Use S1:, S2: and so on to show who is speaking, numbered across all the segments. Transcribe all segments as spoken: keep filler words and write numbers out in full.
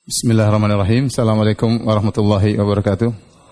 S1: Bismillahirrahmanirrahim. Assalamualaikum warahmatullahi wabarakatuh.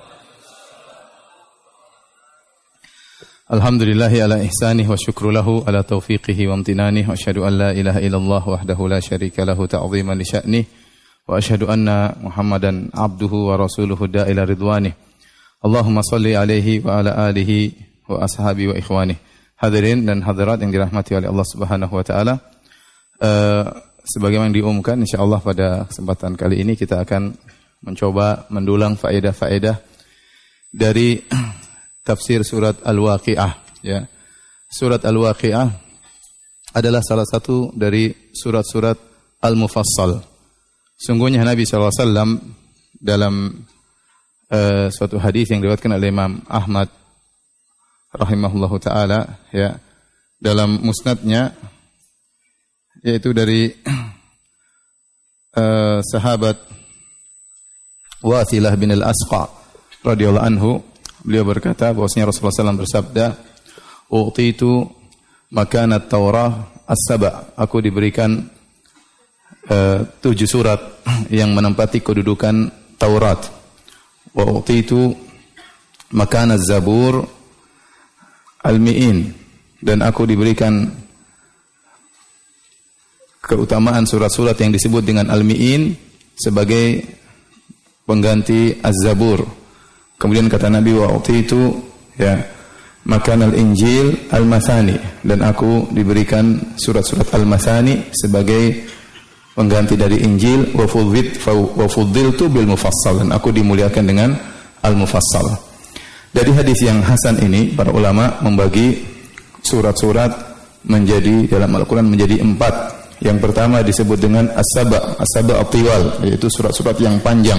S1: Alhamdulillahi ala ihsanih wa syukru lahu ala taufiqihi wa amtinanih wa asyhadu an la ilaha illallah wahdahu la syarika lahu ta'ziman li sya'nih wa asyhadu anna Muhammadan abduhu wa rasuluhu da'ila ridwanih. Allahumma salli alaihi wa ala alihi wa ashabi wa ikhwanih. Hadirin dan hadirat yang dirahmati oleh Allah Subhanahu wa taala. Uh, Sebagaimana diumumkan, insyaallah pada kesempatan kali ini kita akan mencoba mendulang faedah-faedah dari tafsir surat Al-Waqi'ah. Ya. Surat Al-Waqi'ah adalah salah satu dari surat-surat Al-Mufassal. Sungguhnya Nabi shallallahu alaihi wasallam dalam uh, suatu hadis yang diriwayatkan oleh Imam Ahmad rahimahullahu taala, ya, dalam musnadnya, yaitu dari uh, sahabat Wathilah bin al-Asqa radhiyallahu anhu, beliau berkata bahwasanya Rasulullah shallallahu alaihi wasallam bersabda, "U'titu makanat Taurah as-saba." Aku diberikan uh, tujuh surat yang menempati kedudukan Taurat. Wa u'titu makanat Zabur al-mi'in, dan aku diberikan keutamaan surat-surat yang disebut dengan Al-Mi'in sebagai pengganti Az-Zabur. Kemudian kata Nabi, wa u'titu ya makan al-Injil al-Mathani, dan aku diberikan surat-surat al-Mathani sebagai pengganti dari Injil. Wa fuddiltu bil mufassal, dan aku dimuliakan dengan al-Mufassal. Dari hadis yang hasan ini, para ulama membagi surat-surat menjadi dalam Al-Quran menjadi empat. Yang pertama disebut dengan As-Saba, As-Saba At-Tiwal, yaitu surat-surat yang panjang.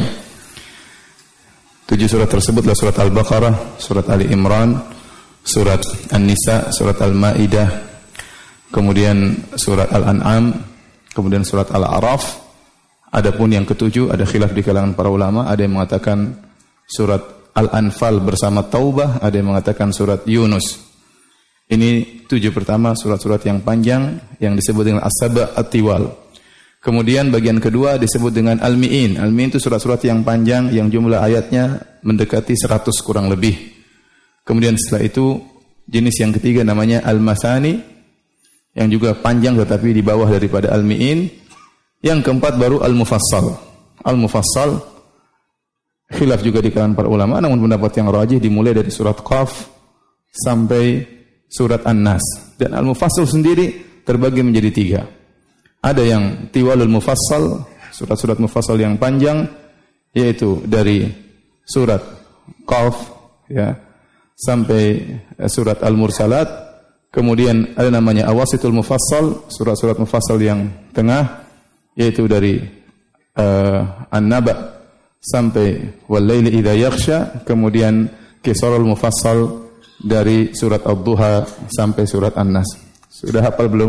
S1: Tujuh surat tersebutlah surat Al-Baqarah, surat Ali Imran, surat An-Nisa, surat Al-Maidah, kemudian surat Al-An'am, kemudian surat Al-A'raf. Adapun yang ketujuh ada khilaf di kalangan para ulama, ada yang mengatakan surat Al-Anfal bersama Taubah, ada yang mengatakan surat Yunus. Ini tujuh pertama surat-surat yang panjang yang disebut dengan As-Saba At-Tiwal. Kemudian bagian kedua disebut dengan Al-Mi'in. Al-Mi'in itu surat-surat yang panjang yang jumlah ayatnya mendekati seratus kurang lebih. Kemudian setelah itu jenis yang ketiga namanya Al-Mathani, yang juga panjang tetapi di bawah daripada Al-Mi'in. Yang keempat baru Al-Mufassal. Al-Mufassal khilaf juga di kalangan para ulama, namun pendapat yang rajih dimulai dari surat Qaf sampai surat An-Nas. Dan Al-Mufassal sendiri terbagi menjadi tiga. Ada yang Tiwalul Mufassal, surat-surat Mufassal yang panjang, yaitu dari surat Qaf ya sampai surat Al-Mursalat. Kemudian ada namanya Awasitul Mufassal, surat-surat Mufassal yang tengah, yaitu dari uh, An-Naba sampai Wal-Laili Idza Yaghsha. Kemudian Qisarul Mufassal dari surat Ad-Duha sampai surat An-Nas. Sudah hafal belum?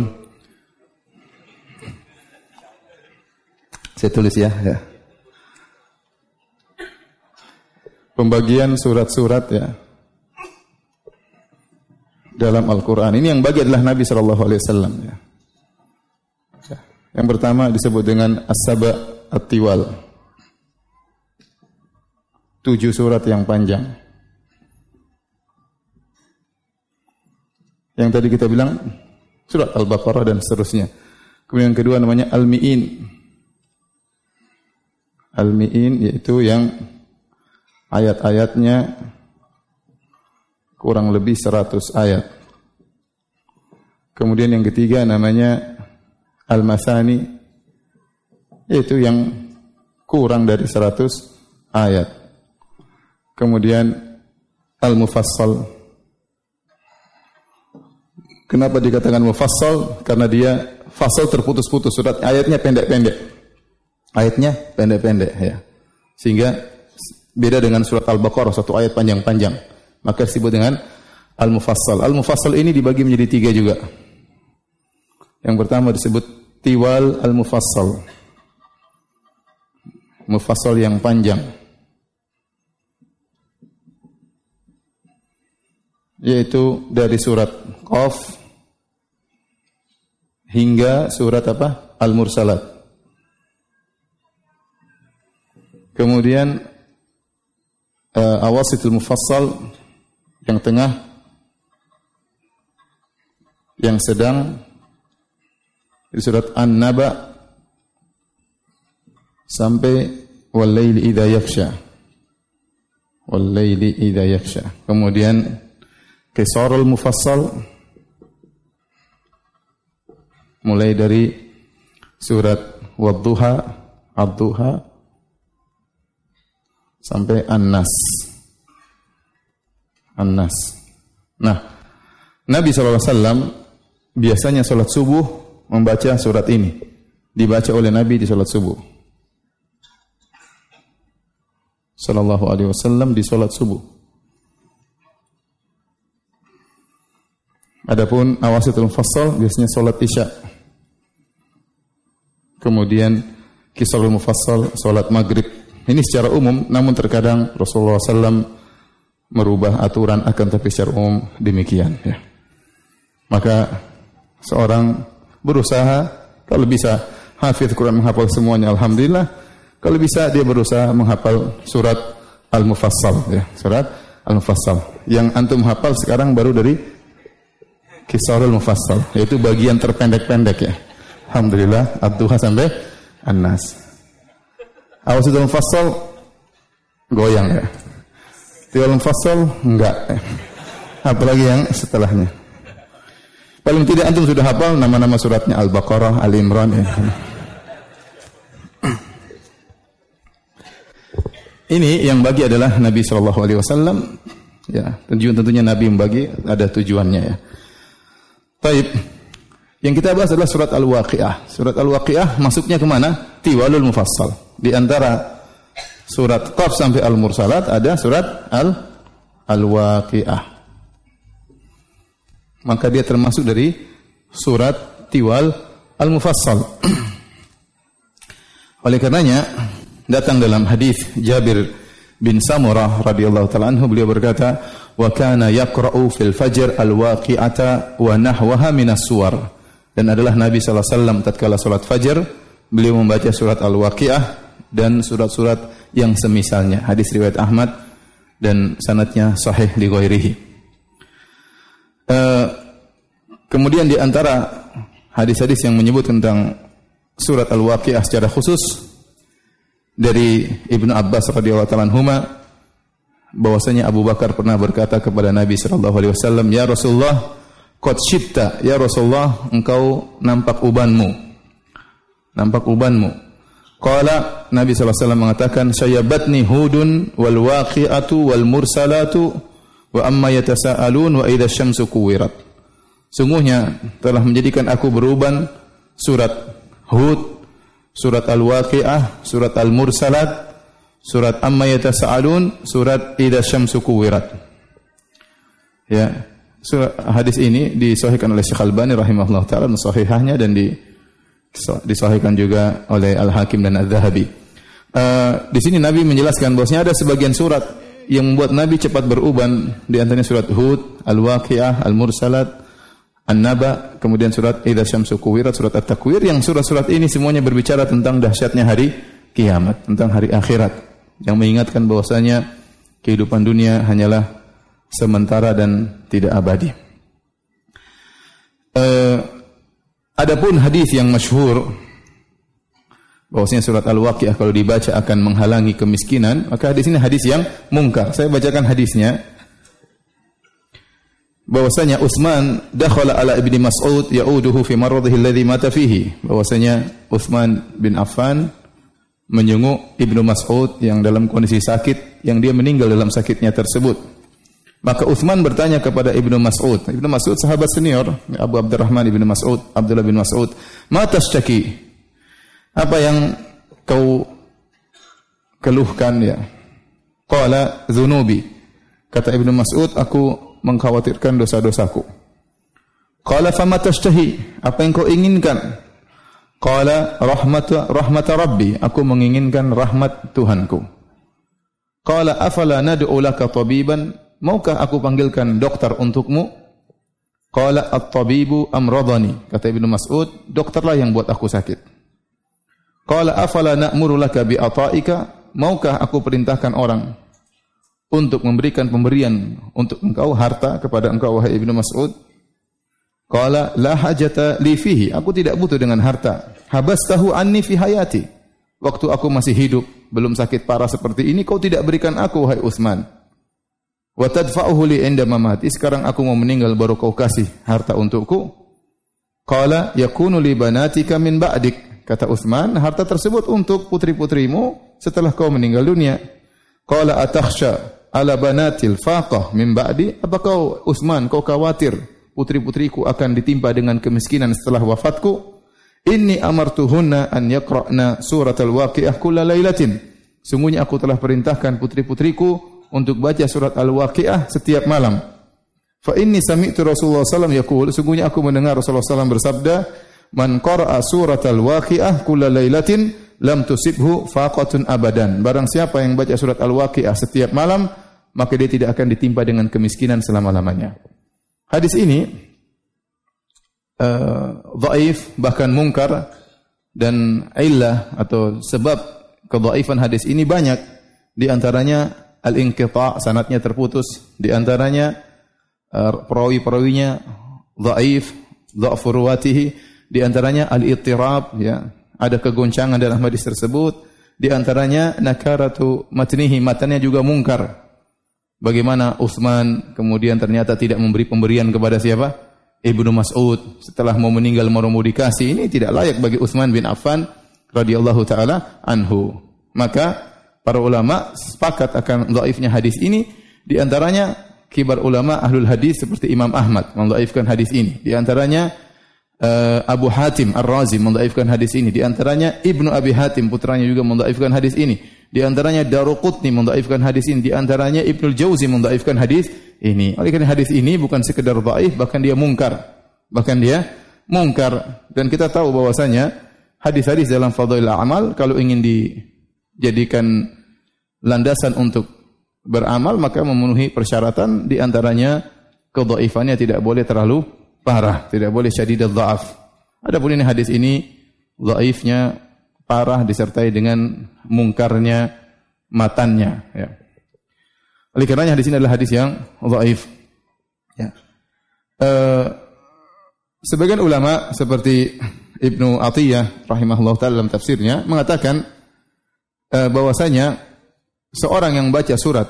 S1: Saya tulis ya, ya. Pembagian surat-surat ya dalam Al-Quran. Ini yang bagi adalah Nabi shallallahu alaihi wasallam ya. Yang pertama disebut dengan As-Saba At-Tiwal. Tujuh surat yang panjang. Yang tadi kita bilang surat Al-Baqarah dan seterusnya. Kemudian yang kedua namanya Al-Mi'in. Al-Mi'in yaitu yang ayat-ayatnya kurang lebih seratus ayat. Kemudian yang ketiga namanya Al-Mathani, yaitu yang kurang dari seratus ayat. Kemudian Al-Mufassal. Kenapa dikatakan mufassal? Karena dia fasal terputus-putus, surat ayatnya pendek-pendek. Ayatnya pendek-pendek ya. Sehingga beda dengan surat Al-Baqarah, satu ayat panjang-panjang. Maka disebut dengan Al-Mufassal. Al-Mufassal ini dibagi menjadi tiga juga. Yang pertama disebut Tiwal Al-Mufassal. Mufassal yang panjang. Yaitu dari surat Qaf hingga surat apa? Al-Mursalat. Kemudian uh, Awasitul Mufassal yang tengah, yang sedang di surat An-Naba sampai Wal-Laili Idza Yaghsha. Wal-Laili Idza Yaghsha. Kemudian Qisarul Mufassal mulai dari surat Wad-Duha, Ad-Duha sampai An-Nas. An-Nas. Nah, Nabi sallallahu alaihi wasallam biasanya salat subuh membaca surat ini. Dibaca oleh Nabi di salat subuh. Sallallahu alaihi wasallam di salat subuh. Adapun Awasitul Mufassal biasanya salat Isya. Kemudian Qisarul Mufassal salat Maghrib. Ini secara umum, namun terkadang Rasulullah sallallahu alaihi wasallam merubah aturan, akan tapi secara umum demikian ya. Maka seorang berusaha, kalau bisa hafidz Quran, menghafal semuanya, alhamdulillah. Kalau bisa dia berusaha menghafal surat Al-Mufassal ya, surat Al-Mufassal. Yang antum hafal sekarang baru dari Qisarul Mufassal, yaitu bagian terpendek-pendek ya. Alhamdulillah, Ad-Duha sampai An-Nas. Awasitul Mufassal goyang ya. Tiwal Mufassal enggak. Apalagi yang setelahnya. Paling tidak antum sudah hafal nama-nama suratnya Al-Baqarah, Al-Imran ya. Ini yang bagi adalah Nabi sallallahu alaihi wasallam ya. Tujuan tentunya Nabi membagi ada tujuannya ya. Baik. Yang kita bahas adalah surat Al-Waqiah. Surat Al-Waqiah masuknya ke mana? Tiwalul Mufassal. Di antara surat Qaf sampai Al-Mursalat ada surat Al Al-Waqiah. Maka dia termasuk dari surat Tiwal Al-Mufassal. Oleh karenanya datang dalam hadis Jabir bin Samurah radhiyallahu taala anhu, beliau berkata, "Wa kana yaqra'u fil fajr al-waqi'ata wa nahwaha minas suwar." Dan adalah Nabi sallallahu alaihi wasallam tatkala salat fajar, beliau membaca surat Al-Waqiah dan surat-surat yang semisalnya. Hadis riwayat Ahmad dan sanadnya sahih li ghairihi. Uh, kemudian di antara hadis-hadis yang menyebut tentang surat Al-Waqiah secara khusus dari Ibnu Abbas radhiyallahu ta'ala anhuma, bahwasanya Abu Bakar pernah berkata kepada Nabi sallallahu alaihi wasallam, "Ya Rasulullah, qad syibta, ya Rasulullah, engkau nampak ubanmu." Nampak ubanmu. Qala, Nabi sallallahu alaihi wasallam mengatakan, "Syayabatni Hudun wal waqi'atu wal mursalatu wa amma yatasaalun wa idza syamsu kuwirat." Sungguhnya telah menjadikan aku beruban surat Hud, surat Al-Waqi'ah, surat Al-Mursalat, surat Amma Yatasa'alun, surat Idza Syamsu Kuwirat. Ya, surat, hadis ini disahihkan oleh Syekh Al-Albani rahimahullah taala sahihahnya, dan di disahihkan juga oleh Al-Hakim dan Adz-Dzahabi. Uh, di sini Nabi menjelaskan bahwasanya ada sebagian surat yang membuat Nabi cepat beruban, di antaranya surat Hud, Al-Waqi'ah, Al-Mursalat, An-Naba, kemudian surat Idza Syamsu Kuwirat, surat At-Takwir, yang surat-surat ini semuanya berbicara tentang dahsyatnya hari kiamat, tentang hari akhirat, yang mengingatkan bahwasanya kehidupan dunia hanyalah sementara dan tidak abadi. Uh, adapun hadis yang masyhur bahwasanya surat Al-Waqiah kalau dibaca akan menghalangi kemiskinan, maka hadis ini hadis yang mungkar. Saya bacakan hadisnya. Bahwasanya Utsman dakhala ala Ibni Mas'ud ya'uduhu fi maradhihi alladhi mata fihi. Bahwasanya Utsman bin Affan menjenguk Ibnu Mas'ud yang dalam kondisi sakit, yang dia meninggal dalam sakitnya tersebut. Maka Utsman bertanya kepada Ibnu Mas'ud. Ibnu Mas'ud sahabat senior, Abu Abdurrahman Ibnu Mas'ud, Abdullah bin Mas'ud, "Ma tashtaki?" Apa yang kau keluhkan ya? Qala dzunubi. Kata Ibnu Mas'ud, aku mengkhawatirkan dosa-dosaku. Qala fama tashtahi? Apa yang kau inginkan? Qala rahmat rahmat rabbi, aku menginginkan rahmat Tuhanku. Qala afala nad'u laka tabiban? Maukah aku panggilkan dokter untukmu? Qala at-tabibu amradani. Kata Ibnu Mas'ud, dokterlah yang buat aku sakit. Qala afala na'muru laka bi ata'ika? maukah aku perintahkan orang untuk memberikan pemberian untuk engkau harta kepada engkau wahai Ibnu Mas'ud? Qala la hajata li fihi, aku tidak butuh dengan harta. Habastahu anni fi hayati, waktu aku masih hidup belum sakit parah seperti ini kau tidak berikan aku wahai Utsman. Wa tadfa'uhu li inda mamati, sekarang aku mau meninggal baru kau kasih harta untukku. Qala yakunu li banatika min ba'dik, kata Utsman, harta tersebut untuk putri-putrimu setelah kau meninggal dunia. Qala atakhsha ala banatil faqah min ba'di, apakah Utsman kau khawatir putri-putriku akan ditimpa dengan kemiskinan setelah wafatku? Inni amartuhunna an yaqra'na surat al-waqi'ah kulla lailatin, sungguhnya aku telah perintahkan putri-putriku untuk baca surat al-waqi'ah setiap malam. Fa inni sami'tu Rasulullah sallallahu alaihi wasallam yaqul, sungguhnya aku mendengar Rasulullah sallallahu alaihi wasallam bersabda, man qara'a surat al-waqi'ah kulla lailatin lam tusibhu faqatun abadan, barang siapa yang baca surat al-waqi'ah setiap malam maka dia tidak akan ditimpa dengan kemiskinan selama-lamanya. Hadis ini uh, dhaif, bahkan mungkar, dan illah atau sebab kedhaifan hadis ini banyak. Di antaranya al-inqita', sanadnya terputus. Di antaranya uh, perawi-perawinya dhaif, dha'fu ruwatihi. Di antaranya al-ittirab, ya, ada kegoncangan dalam hadis tersebut. Di antaranya nakaratu matnihi, matanya juga mungkar. Bagaimana Utsman kemudian ternyata tidak memberi pemberian kepada siapa? Ibnu Mas'ud. Setelah mau meninggal mau dikasih, ini tidak layak bagi Utsman bin Affan radhiyallahu taala anhu. Maka para ulama sepakat akan dhaifnya hadis ini. Di antaranya kibar ulama ahlul hadis seperti Imam Ahmad mendhaifkan hadis ini. Di antaranya uh, Abu Hatim Ar-Razi mendhaifkan hadis ini. Di antaranya Ibnu Abi Hatim putranya juga mendhaifkan hadis ini. Di antaranya Daruqutni mendhaifkan hadis ini, di antaranya Ibnul Jauzi mendhaifkan hadis ini. Oleh karena hadis ini bukan sekedar dhaif, bahkan dia mungkar. Bahkan dia mungkar. Dan kita tahu bahwasanya hadis-hadis dalam fadhail a'mal kalau ingin dijadikan landasan untuk beramal maka memenuhi persyaratan, di antaranya kedhaifannya tidak boleh terlalu parah, tidak boleh syadidul dha'af. Adapun ini hadis ini dhaifnya parah disertai dengan mungkarnya matannya, ya. Oleh karenanya hadis ini adalah hadis yang dhaif, ya. Uh, sebagian ulama seperti Ibnu Athiyah rahimahullah taala dalam tafsirnya mengatakan uh, bahwasanya seorang yang baca surat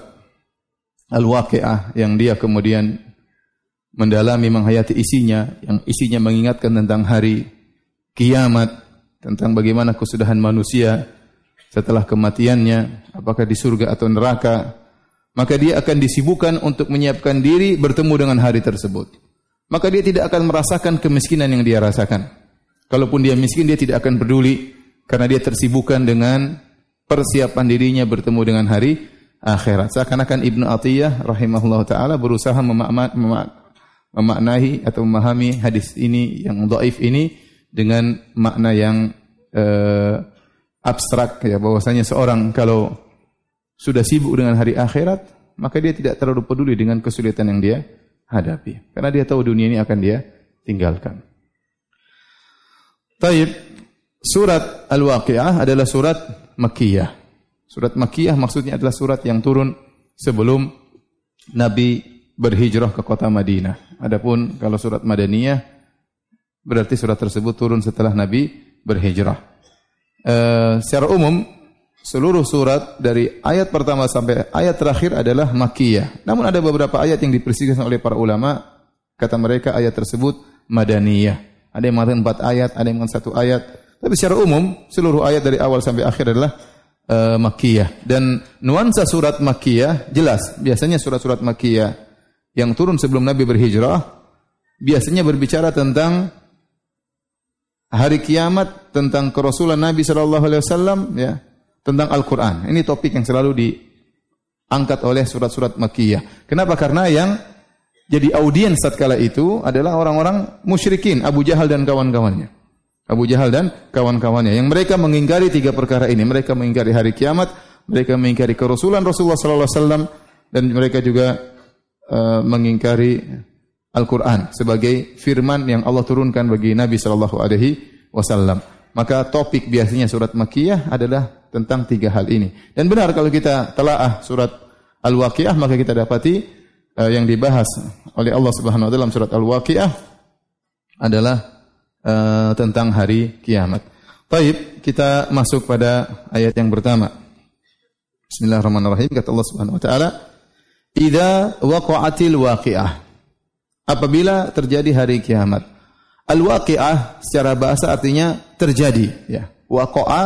S1: Al-Waqi'ah yang dia kemudian mendalami menghayati isinya, yang isinya mengingatkan tentang hari kiamat, tentang bagaimana kesudahan manusia setelah kematiannya, apakah di surga atau neraka, maka dia akan disibukkan untuk menyiapkan diri bertemu dengan hari tersebut. Maka dia tidak akan merasakan kemiskinan yang dia rasakan. Kalaupun dia miskin, dia tidak akan peduli karena dia tersibukkan dengan persiapan dirinya bertemu dengan hari akhirat. Seakan-akan Ibnu Athiyah rahimahullah taala berusaha memak- memak- memaknai atau memahami hadis ini yang dhaif ini dengan makna yang uh, abstrak, ya, bahwasanya seorang kalau sudah sibuk dengan hari akhirat maka dia tidak terlalu peduli dengan kesulitan yang dia hadapi karena dia tahu dunia ini akan dia tinggalkan. Taib, surat Al-Waqi'ah adalah surat Makkiyah. Surat Makkiyah maksudnya adalah surat yang turun sebelum Nabi berhijrah ke kota Madinah. Adapun kalau surat Madaniyah berarti surat tersebut turun setelah Nabi berhijrah. Uh, secara umum, seluruh surat dari ayat pertama sampai ayat terakhir adalah Makkiyah. Namun ada beberapa ayat yang diperselisihkan oleh para ulama, kata mereka ayat tersebut Madaniyah. Ada yang mengatakan empat ayat, ada yang mengatakan satu ayat. Tapi secara umum, seluruh ayat dari awal sampai akhir adalah uh, Makkiyah. Dan nuansa surat Makkiyah jelas. Biasanya surat-surat Makkiyah yang turun sebelum Nabi berhijrah, biasanya berbicara tentang hari kiamat, tentang kerasulan Nabi sallallahu alaihi wasallam, ya, tentang Al-Qur'an. Ini topik yang selalu diangkat oleh surat-surat Makkiyah. Kenapa? Karena yang jadi audiens tatkala itu adalah orang-orang musyrikin, Abu Jahal dan kawan-kawannya. Abu Jahal dan kawan-kawannya yang mereka mengingkari tiga perkara ini. Mereka mengingkari hari kiamat, mereka mengingkari kerasulan Rasulullah sallallahu alaihi wasallam, dan mereka juga uh, mengingkari Al-Quran sebagai firman yang Allah turunkan bagi Nabi sallallahu alaihi wasallam. Maka topik biasanya surat Makkiyah adalah tentang tiga hal ini. Dan benar kalau kita telaah surat Al-Waqiah, maka kita dapati uh, yang dibahas oleh Allah Subhanahu wa taala dalam surat Al-Waqiah adalah uh, tentang hari kiamat. Baik, kita masuk pada ayat yang pertama. Bismillahirrahmanirrahim. Kata Allah Subhanahu wa taala, "Idza waqa'atil waqi'ah." Apabila terjadi hari kiamat. Al-waqi'ah secara bahasa artinya terjadi, ya. Waqa'a,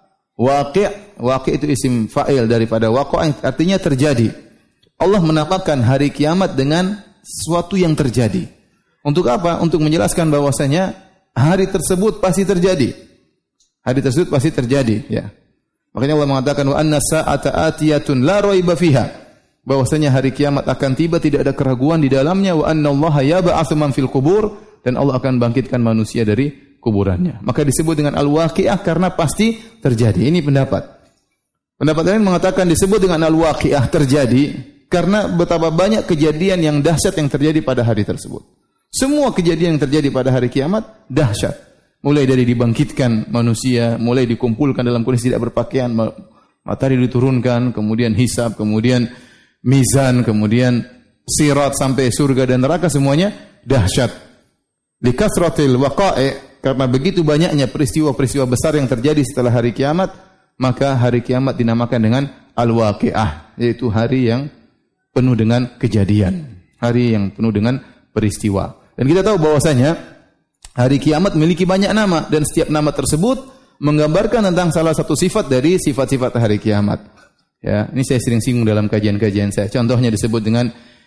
S1: waqi', waqi' itu isim fa'il daripada waqa'a, artinya terjadi. Allah menamakan hari kiamat dengan sesuatu yang terjadi. Untuk apa? Untuk menjelaskan bahwasanya hari tersebut pasti terjadi. Hari tersebut pasti terjadi, ya. Makanya Allah mengatakan wa anna sa'ata atiyatun la raiba fiha. Bahwasanya hari kiamat akan tiba, tidak ada keraguan di dalamnya. Wa anna Allaha yab'atsu man fil qubur, dan Allah akan bangkitkan manusia dari kuburannya. Maka disebut dengan al-waqi'ah karena pasti terjadi. Ini pendapat. Pendapat lain mengatakan disebut dengan al-waqi'ah terjadi karena betapa banyak kejadian yang dahsyat yang terjadi pada hari tersebut. Semua kejadian yang terjadi pada hari kiamat dahsyat. Mulai dari dibangkitkan manusia, mulai dikumpulkan dalam kondisi tidak berpakaian, matahari diturunkan, kemudian hisab, kemudian mizan, kemudian sirat sampai surga dan neraka, semuanya dahsyat. Likasratil waqa'i, karena begitu banyaknya peristiwa-peristiwa besar yang terjadi setelah hari kiamat, maka hari kiamat dinamakan dengan al-waqi'ah, yaitu hari yang penuh dengan kejadian, hari yang penuh dengan peristiwa. Dan kita tahu bahwasanya hari kiamat memiliki banyak nama, dan setiap nama tersebut menggambarkan tentang salah satu sifat dari sifat-sifat hari kiamat. Ya, ini saya sering singgung dalam kajian-kajian saya. Contohnya disebut dengan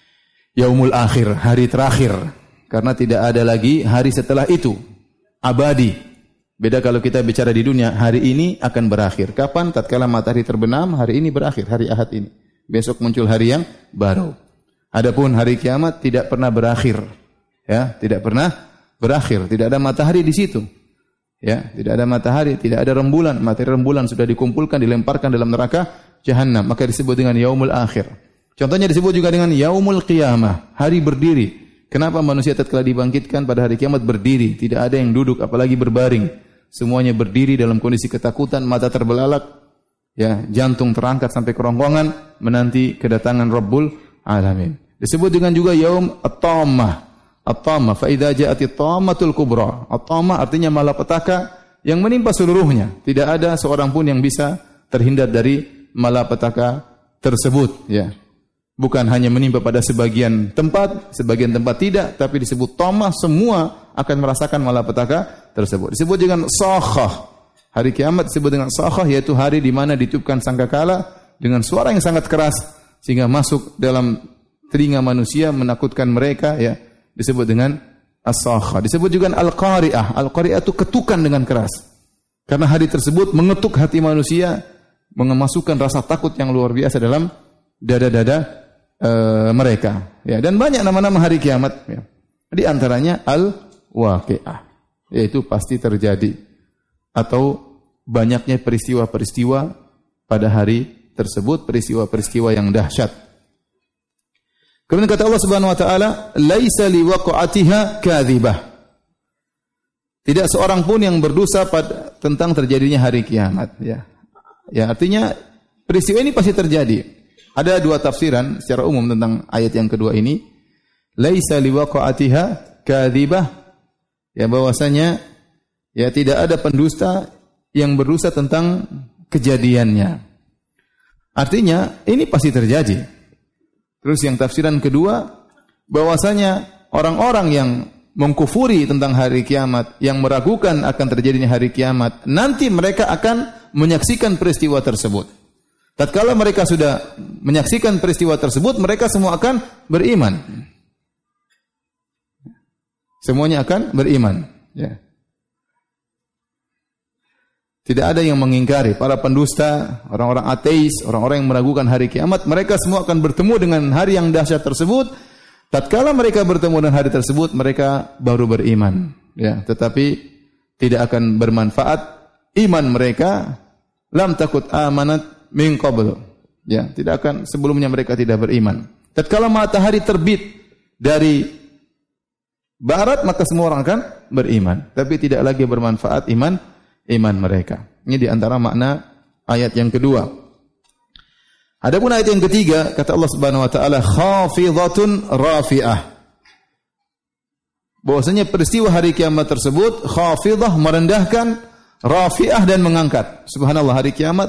S1: yaumul akhir, hari terakhir. Karena tidak ada lagi hari setelah itu, abadi. Beda kalau kita bicara di dunia, hari ini akan berakhir. Kapan? Tatkala matahari terbenam, hari ini berakhir, hari Ahad ini. Besok muncul hari yang baru. Adapun hari kiamat tidak pernah berakhir. Ya, tidak pernah berakhir. Tidak ada matahari di situ. Ya, tidak ada matahari, tidak ada rembulan. Matahari rembulan sudah dikumpulkan, dilemparkan dalam neraka Jahannam. Maka disebut dengan yaumul akhir. Contohnya disebut juga dengan yaumul qiyamah, hari berdiri. Kenapa manusia tatkala dibangkitkan pada hari kiamat berdiri? Tidak ada yang duduk, apalagi berbaring. Semuanya berdiri dalam kondisi ketakutan, mata terbelalak, ya, jantung terangkat sampai kerongkongan, menanti kedatangan Rabbul Alamin. Disebut dengan juga yaum at-tammah. At-tammah, fa idza ja'atit tammatul kubra. At-tammah artinya malapetaka yang menimpa seluruhnya. Tidak ada seorang pun yang bisa terhindar dari malapetaka tersebut, ya. Bukan hanya menimpa pada sebagian tempat, sebagian tempat tidak, tapi disebut tamah, semua akan merasakan malapetaka tersebut. Disebut dengan sakhah. Hari kiamat disebut dengan sakhah, yaitu hari di mana ditiupkan sangkakala dengan suara yang sangat keras sehingga masuk dalam telinga manusia, menakutkan mereka, ya. Disebut dengan as-sakhah. Disebut juga al-qari'ah. Al-qari'ah itu ketukan dengan keras. Karena hari tersebut mengetuk hati manusia, memasukkan rasa takut yang luar biasa dalam dada-dada Uh, mereka, ya. Dan banyak nama-nama hari kiamat, ya. Di antaranya al-waqi'ah, yaitu pasti terjadi, atau banyaknya peristiwa-peristiwa pada hari tersebut, peristiwa-peristiwa yang dahsyat. Kemudian kata Allah Subhanahu wa taala, laisa liwaqa'atiha kadzibah. Tidak seorang pun yang berdosa pada tentang terjadinya hari kiamat, ya. Ya, artinya peristiwa ini pasti terjadi. Ada dua tafsiran secara umum tentang ayat yang kedua ini. Laisa liwaqa'atiha kadzibah. Ya, bahwasanya ya tidak ada pendusta yang berdusta tentang kejadiannya. Artinya ini pasti terjadi. Terus yang tafsiran kedua, bahwasanya orang-orang yang mengkufuri tentang hari kiamat, yang meragukan akan terjadinya hari kiamat, nanti mereka akan menyaksikan peristiwa tersebut. Tatkala mereka sudah menyaksikan peristiwa tersebut, mereka semua akan beriman. Semuanya akan beriman, ya. Tidak ada yang mengingkari, para pendusta, orang-orang ateis, orang-orang yang meragukan hari kiamat, mereka semua akan bertemu dengan hari yang dahsyat tersebut. Tatkala mereka bertemu dengan hari tersebut, mereka baru beriman, ya. Tetapi tidak akan bermanfaat iman mereka. Lam takut amanat min qabl, ya, tidak akan, sebelumnya mereka tidak beriman. Tatkala matahari terbit dari barat, maka semua orang akan beriman, tapi tidak lagi bermanfaat iman iman mereka. Ini di antara makna ayat yang kedua. Adapun ayat yang ketiga, kata Allah Subhanahu wa taala, khafidhatun rafi'ah. Bahwasanya peristiwa hari kiamat tersebut khafidhah, merendahkan, rafi'ah, dan mengangkat. Subhanallah, hari kiamat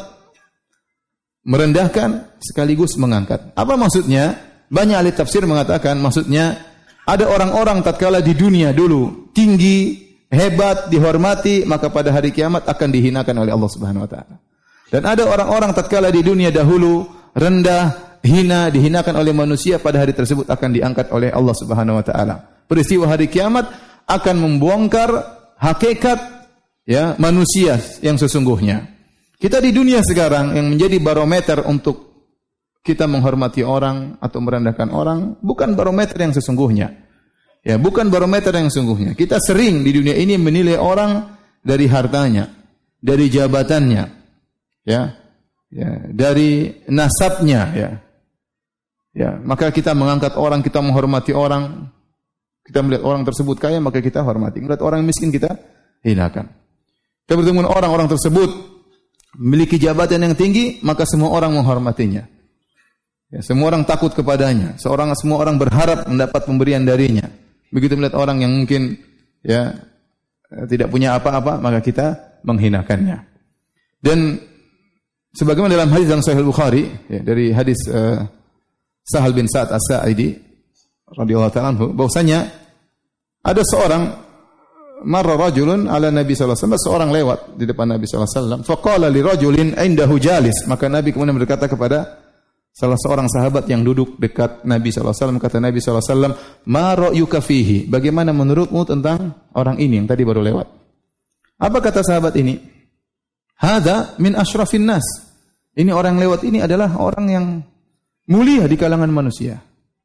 S1: merendahkan sekaligus mengangkat. Apa maksudnya? Banyak ahli tafsir mengatakan maksudnya ada orang-orang tatkala di dunia dulu tinggi, hebat, dihormati, maka pada hari kiamat akan dihinakan oleh Allah Subhanahu wa taala. Dan ada orang-orang tatkala di dunia dahulu rendah, hina, dihinakan oleh manusia, pada hari tersebut akan diangkat oleh Allah Subhanahu wa taala. Peristiwa hari kiamat akan membongkar hakikat ya manusia yang sesungguhnya. Kita di dunia sekarang yang menjadi barometer untuk kita menghormati orang atau merendahkan orang bukan barometer yang sesungguhnya. Ya, bukan barometer yang sesungguhnya. Kita sering di dunia ini menilai orang dari hartanya, dari jabatannya, ya. Ya, dari nasabnya, ya. Ya, maka kita mengangkat orang, kita menghormati orang. Kita melihat orang tersebut kaya, maka kita hormati. Melihat orang miskin, kita hinakan. Kita bertemu dengan orang-orang tersebut memiliki jabatan yang tinggi, maka semua orang menghormatinya. Ya, semua orang takut kepadanya. Seorang semua orang berharap mendapat pemberian darinya. Begitu melihat orang yang mungkin ya tidak punya apa-apa, maka kita menghinakannya. Dan sebagaimana dalam hadis dalam Sahih Bukhari ya, dari hadis uh, Sahal bin Sa'ad As-Sa'idi radhiyallahu ta'ala anhu, bahwasanya ada seorang marra rajulun ala Nabi sallallahu alaihi wasallam, seorang lewat di depan Nabi sallallahu alaihi wasallam, faqala li rajulin indahu jalis, maka Nabi kemudian berkata kepada salah seorang sahabat yang duduk dekat Nabi sallallahu alaihi wasallam, kata Nabi sallallahu alaihi wasallam, ma ra'yuka fihi, bagaimana menurutmu tentang orang ini yang tadi baru lewat? Apa kata sahabat ini? Hadza min asyrafin nas. Ini orang lewat ini adalah orang yang mulia di kalangan manusia.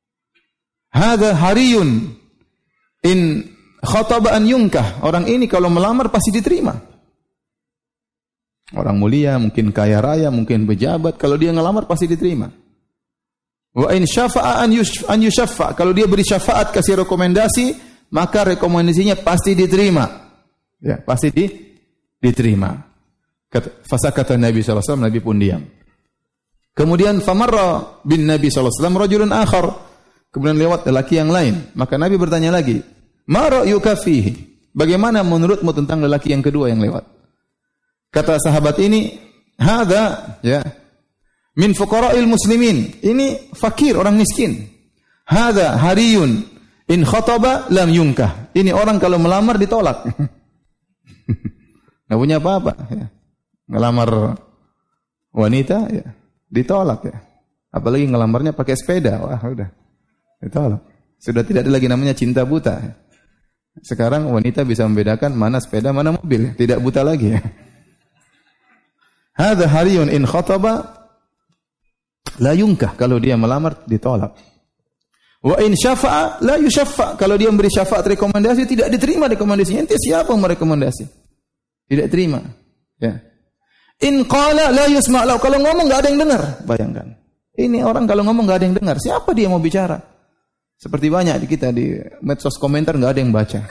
S1: Hadza hariyun in khataba an yunkah. Orang ini kalau melamar pasti diterima. Orang mulia, mungkin kaya raya, mungkin pejabat, kalau dia ngelamar pasti diterima. Wa in syafa'a an yush an yushaffa. Kalau dia beri syafaat, kasih rekomendasi, maka rekomendasinya pasti diterima. Ya, pasti di, diterima. Kata, fasa kata Nabi sallallahu alaihi wasallam, Nabi pun diam. Kemudian famarra bin Nabi sallallahu alaihi wasallam rajulun akhar. Kemudian lewat lelaki yang lain. Maka Nabi bertanya lagi, "Ma ra'yuka fihi?" Bagaimana menurutmu tentang lelaki yang kedua yang lewat? Kata sahabat ini, "Hadza ya min fuqara'il muslimin." Ini fakir, orang miskin. "Hadza hariyun in khataba lam yunkah." Ini orang kalau melamar ditolak. Enggak punya apa-apa ya. Ngelamar wanita ya ditolak ya. Apalagi ngelamarnya pakai sepeda. Wah, udah. Ditolak. Sudah tidak ada lagi namanya cinta buta. Sekarang wanita bisa membedakan mana sepeda, mana mobil. Tidak buta lagi ya. Hadza hariyun in khataba la yunkah. Kalau dia melamar ditolak. Wa in syafa'a la yushaffa. Kalau dia memberi syafaat rekomendasi tidak diterima rekomendasinya. Ente siapa yang merekomendasi? Tidak terima. Ya. In qala la yusma' lahu. Kalau ngomong enggak ada yang dengar. Bayangkan. Ini orang kalau ngomong enggak ada yang dengar. Siapa dia mau bicara? Seperti banyak di kita di medsos komentar enggak ada yang baca.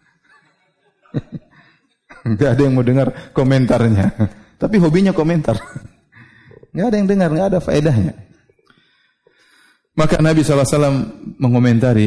S1: Enggak ada yang mau dengar komentarnya. Tapi hobinya komentar. Enggak ada yang dengar, enggak ada faedahnya. Maka Nabi sallallahu alaihi wasallam mengomentari,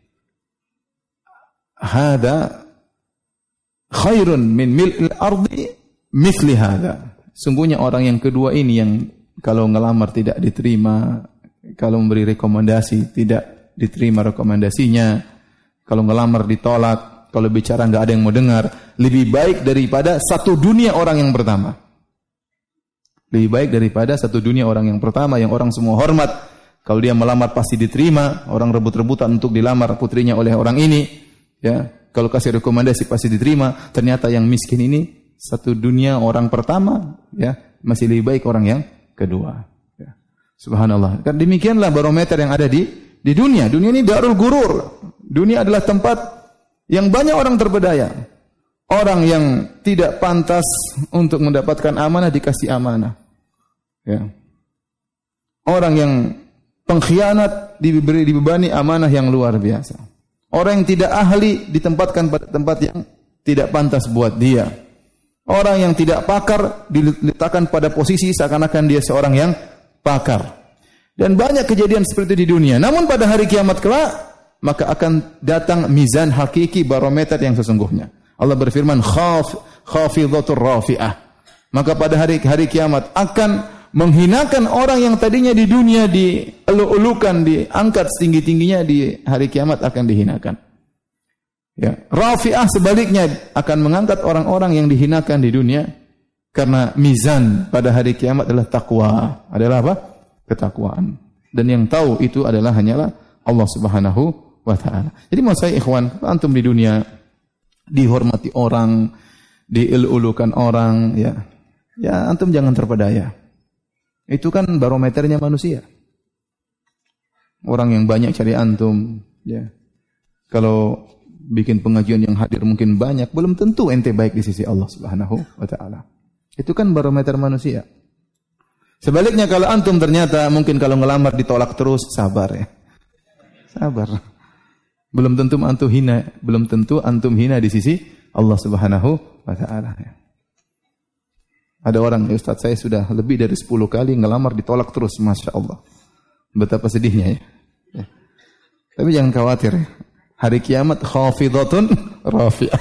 S1: "Hadza khairun min mil'il ardi mithli hadza." Sungguhnya orang yang kedua ini yang kalau ngelamar tidak diterima, kalau memberi rekomendasi tidak diterima rekomendasinya, kalau ngelamar ditolak, kalau bicara enggak ada yang mau dengar, lebih baik daripada satu dunia orang yang pertama. Lebih baik daripada satu dunia orang yang pertama yang orang semua hormat. Kalau dia melamar pasti diterima, orang rebut-rebutan untuk dilamar putrinya oleh orang ini, ya. Kalau kasih rekomendasi pasti diterima. Ternyata yang miskin ini satu dunia orang pertama, ya, masih lebih baik orang yang kedua. Ya. Subhanallah. Kan demikianlah barometer yang ada di di dunia. Dunia ini darul gurur. Dunia adalah tempat yang banyak orang terpedaya. Orang yang tidak pantas untuk mendapatkan amanah dikasih amanah. Ya. Orang yang pengkhianat diberi dibebani amanah yang luar biasa. Orang yang tidak ahli ditempatkan pada tempat yang tidak pantas buat dia. Orang yang tidak pakar diletakkan pada posisi seakan-akan dia seorang yang pakar. Dan banyak kejadian seperti itu di dunia. Namun pada hari kiamat kelak, maka akan datang mizan hakiki, barometer yang sesungguhnya. Allah berfirman, khaf khafidhatur rafi'ah. Maka pada hari hari kiamat akan menghinakan orang yang tadinya di dunia dielu-elukan, diangkat setinggi-tingginya, di hari kiamat akan dihinakan. Ya, rafi'ah sebaliknya akan mengangkat orang-orang yang dihinakan di dunia, karena mizan pada hari kiamat adalah takwa. Adalah apa? Ketakwaan. Dan yang tahu itu adalah hanyalah Allah Subhanahu wa taala. Jadi mau saya ikhwan, antum di dunia dihormati orang, dielu-elukan orang, ya. Ya, antum jangan terpedaya. Itu kan barometernya manusia. Orang yang banyak cari antum, ya. Kalau bikin pengajian yang hadir mungkin banyak, belum tentu ente baik di sisi Allah Subhanahu wa taala. Itu kan barometer manusia. Sebaliknya kalau antum ternyata mungkin kalau ngelamar ditolak terus, sabar ya. Sabar. Belum tentu antum hina, belum tentu antum hina di sisi Allah Subhanahu wa taala ya. Ada orang, ya Ustaz, saya sudah lebih dari sepuluh kali ngelamar ditolak terus, Masya Allah. Betapa sedihnya ya. Ya. Tapi jangan khawatir ya. Hari kiamat khafidhatun rafi'ah.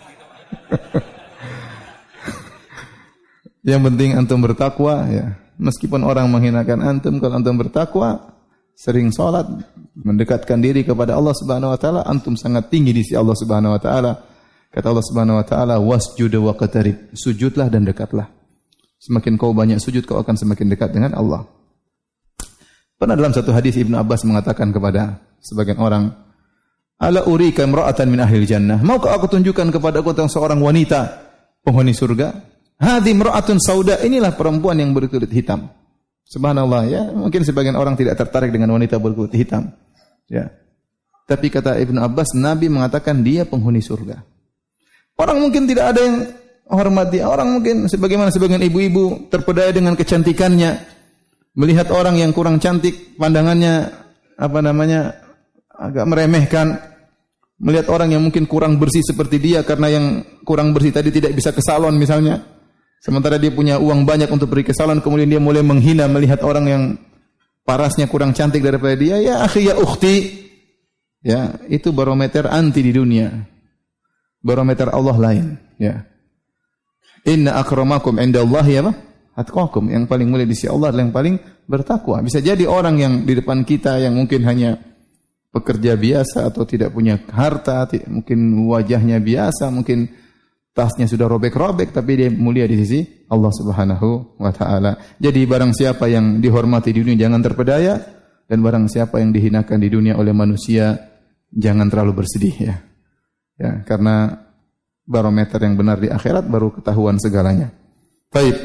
S1: Yang penting antum bertakwa ya. Meskipun orang menghinakan antum, kalau antum bertakwa, sering salat, mendekatkan diri kepada Allah Subhanahu wa taala, antum sangat tinggi di sisi Allah Subhanahu wa taala. Kata Allah Subhanahu wa taala, wasjud waqtarib. Sujudlah dan dekatlah. Semakin kau banyak sujud, kau akan semakin dekat dengan Allah. Pernah dalam satu hadis Ibnu Abbas mengatakan kepada sebagian orang, ala urika imra'atan min ahli jannah. Maukah aku tunjukkan kepada aku tentang seorang wanita penghuni surga? Hadhi imra'atun sauda. Inilah perempuan yang berkulit hitam. Subhanallah ya. Mungkin sebagian orang tidak tertarik dengan wanita berkulit hitam. Ya. Tapi kata Ibnu Abbas, Nabi mengatakan dia penghuni surga. Orang mungkin tidak ada yang hormati. Orang mungkin sebagaimana sebagian ibu-ibu terpedaya dengan kecantikannya. Melihat orang yang kurang cantik, pandangannya apa namanya agak meremehkan. Melihat orang yang mungkin kurang bersih seperti dia karena yang kurang bersih tadi tidak bisa ke salon misalnya. Sementara dia punya uang banyak untuk pergi ke salon, kemudian dia mulai menghina melihat orang yang parasnya kurang cantik daripada dia. Ya akhi ya ukhti. Ya, itu barometer anti di dunia. Barometer Allah lain, ya. Inna akramakum indallahi apa? Atqakum. Yang paling mulia di sisi Allah adalah yang paling bertakwa. Bisa jadi orang yang di depan kita yang mungkin hanya pekerja biasa atau tidak punya harta, mungkin wajahnya biasa, mungkin tasnya sudah robek-robek, tapi dia mulia di sisi Allah Subhanahu wa taala. Jadi barang siapa yang dihormati di dunia jangan terpedaya, dan barang siapa yang dihinakan di dunia oleh manusia jangan terlalu bersedih ya. Ya, karena barometer yang benar di akhirat baru ketahuan segalanya. Baik.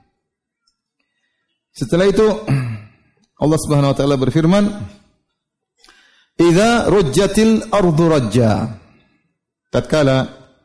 S1: Setelah itu Allah Subhanahu wa taala berfirman, "Idza rujjatil ardu rajja." Tatkala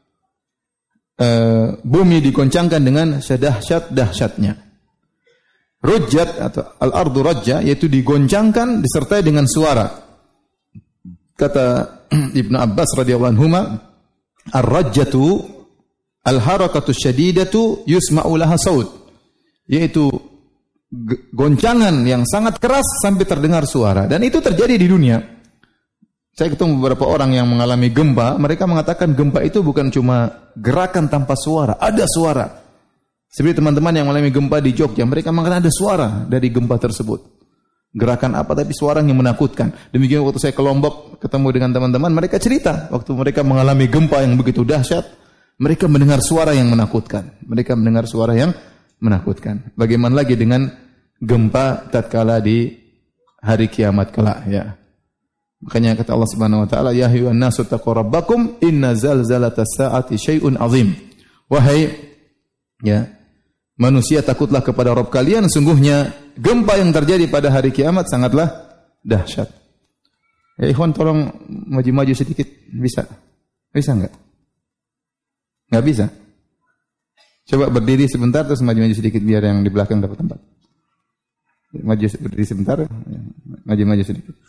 S1: uh, bumi digoncangkan dengan sedahsyat-dahsyatnya. Rujjat atau al-ardu rajja yaitu digoncangkan disertai dengan suara. Kata Ibnu Abbas radhiyallahu anhuma, ar-rajjatu al-harakatu syadidatu yusma'u laha saut, yaitu goncangan yang sangat keras sampai terdengar suara, dan itu terjadi di dunia. Saya ketemu beberapa orang yang mengalami gempa, mereka mengatakan gempa itu bukan cuma gerakan tanpa suara, ada suara. Seperti teman-teman yang mengalami gempa di Jogja, mereka mengatakan ada suara dari gempa tersebut. Gerakan apa tapi suara yang menakutkan. Demikian waktu saya ke Lombok ketemu dengan teman-teman, mereka cerita waktu mereka mengalami gempa yang begitu dahsyat, mereka mendengar suara yang menakutkan. Mereka mendengar suara yang menakutkan. Bagaimana lagi dengan gempa tatkala di hari kiamat kelak ya. Makanya kata Allah Subhanahu wa taala, ya ayyuhan nasu taqu rabbakum inna zalzalatas saati syai'un azim. Wahai ya manusia, takutlah kepada Rabb kalian, sungguhnya gempa yang terjadi pada hari kiamat sangatlah dahsyat. Ya ikhwan, tolong maju-maju sedikit, bisa? Bisa enggak? Enggak bisa? Coba berdiri sebentar terus maju-maju sedikit biar yang di belakang dapat tempat. Maju berdiri sebentar, maju-maju sedikit.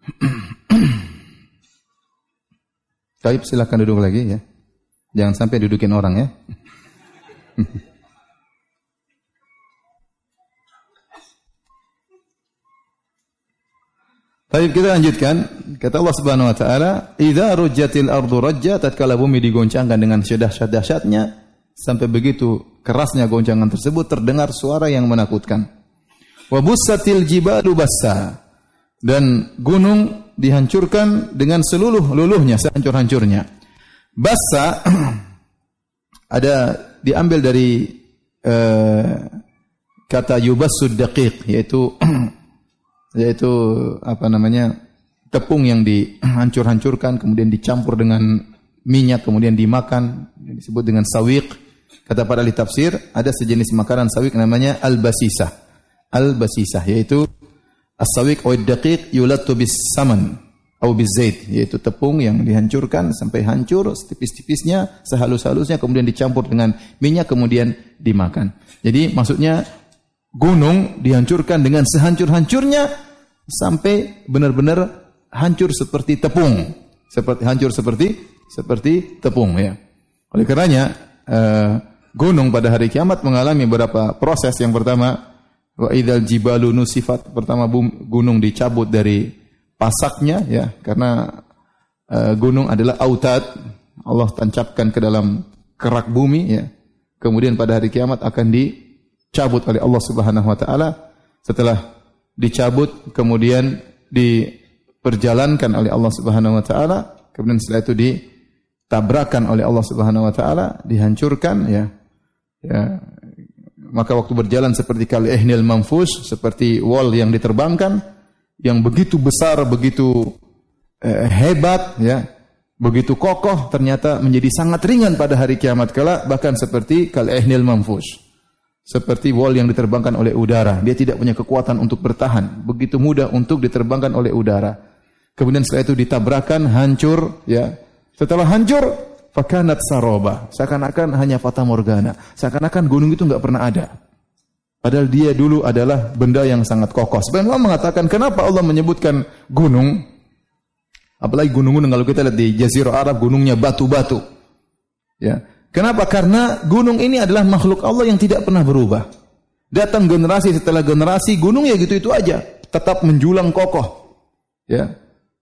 S1: Baik, silakan duduk lagi ya. Jangan sampai dudukin orang ya. Baik, kita lanjutkan. Kata Allah Subhanahu wa taala, "Idza rujjatil ardu rajja", tatkala bumi digoncangkan dengan sedahsyat-dahsyatnya, sampai begitu kerasnya goncangan tersebut terdengar suara yang menakutkan. Wa bussatil jibalu bassa, dan gunung dihancurkan dengan seluruh luluhnya, sehancur-hancurnya. Bassa ada diambil dari uh, kata yubassud daqiq, yaitu yaitu apa namanya, tepung yang dihancur-hancurkan kemudian dicampur dengan minyak kemudian dimakan, disebut dengan sawiq. Kata para ahli tafsir, ada sejenis makanan sawiq namanya al-basisah. Al-basisah yaitu as-sawiq wa ad-daqiq yulattu bis-saman atau biz-zait, yaitu tepung yang dihancurkan sampai hancur setipis-tipisnya, sehalus-halusnya kemudian dicampur dengan minyak kemudian dimakan. Jadi maksudnya gunung dihancurkan dengan sehancur-hancurnya sampai benar-benar hancur seperti tepung, seperti hancur seperti seperti tepung ya. Oleh karenanya uh, gunung pada hari kiamat mengalami beberapa proses. Yang pertama, wa idzal jibalu nusifat, pertama gunung dicabut dari pasaknya ya, karena uh, gunung adalah autad, Allah tancapkan ke dalam kerak bumi ya. Kemudian pada hari kiamat akan dicabut oleh Allah Subhanahu wa taala. Setelah dicabut kemudian diperjalankan oleh Allah Subhanahu wa taala, kemudian setelah itu ditabrakan oleh Allah Subhanahu wa taala, dihancurkan ya. Ya. Maka waktu berjalan seperti kal ihnil manfush, seperti wall yang diterbangkan yang begitu besar, begitu eh, hebat ya, begitu kokoh, ternyata menjadi sangat ringan pada hari kiamat kala, bahkan seperti kal ihnil manfush. Seperti wall yang diterbangkan oleh udara. Dia tidak punya kekuatan untuk bertahan. Begitu mudah untuk diterbangkan oleh udara. Kemudian setelah itu ditabrakan, hancur. Ya. Setelah hancur, fakanat saroba. Seakan-akan hanya fata morgana. Seakan-akan gunung itu enggak pernah ada. Padahal dia dulu adalah benda yang sangat kokoh. Sebenarnya Allah mengatakan, kenapa Allah menyebutkan gunung? Apalagi gunung-gunung, kalau kita lihat di Jazirah Arab, gunungnya batu-batu. Ya. Kenapa? Karena gunung ini adalah makhluk Allah yang tidak pernah berubah. Datang generasi setelah generasi, gunung ya gitu-itu aja, tetap menjulang kokoh. Ya.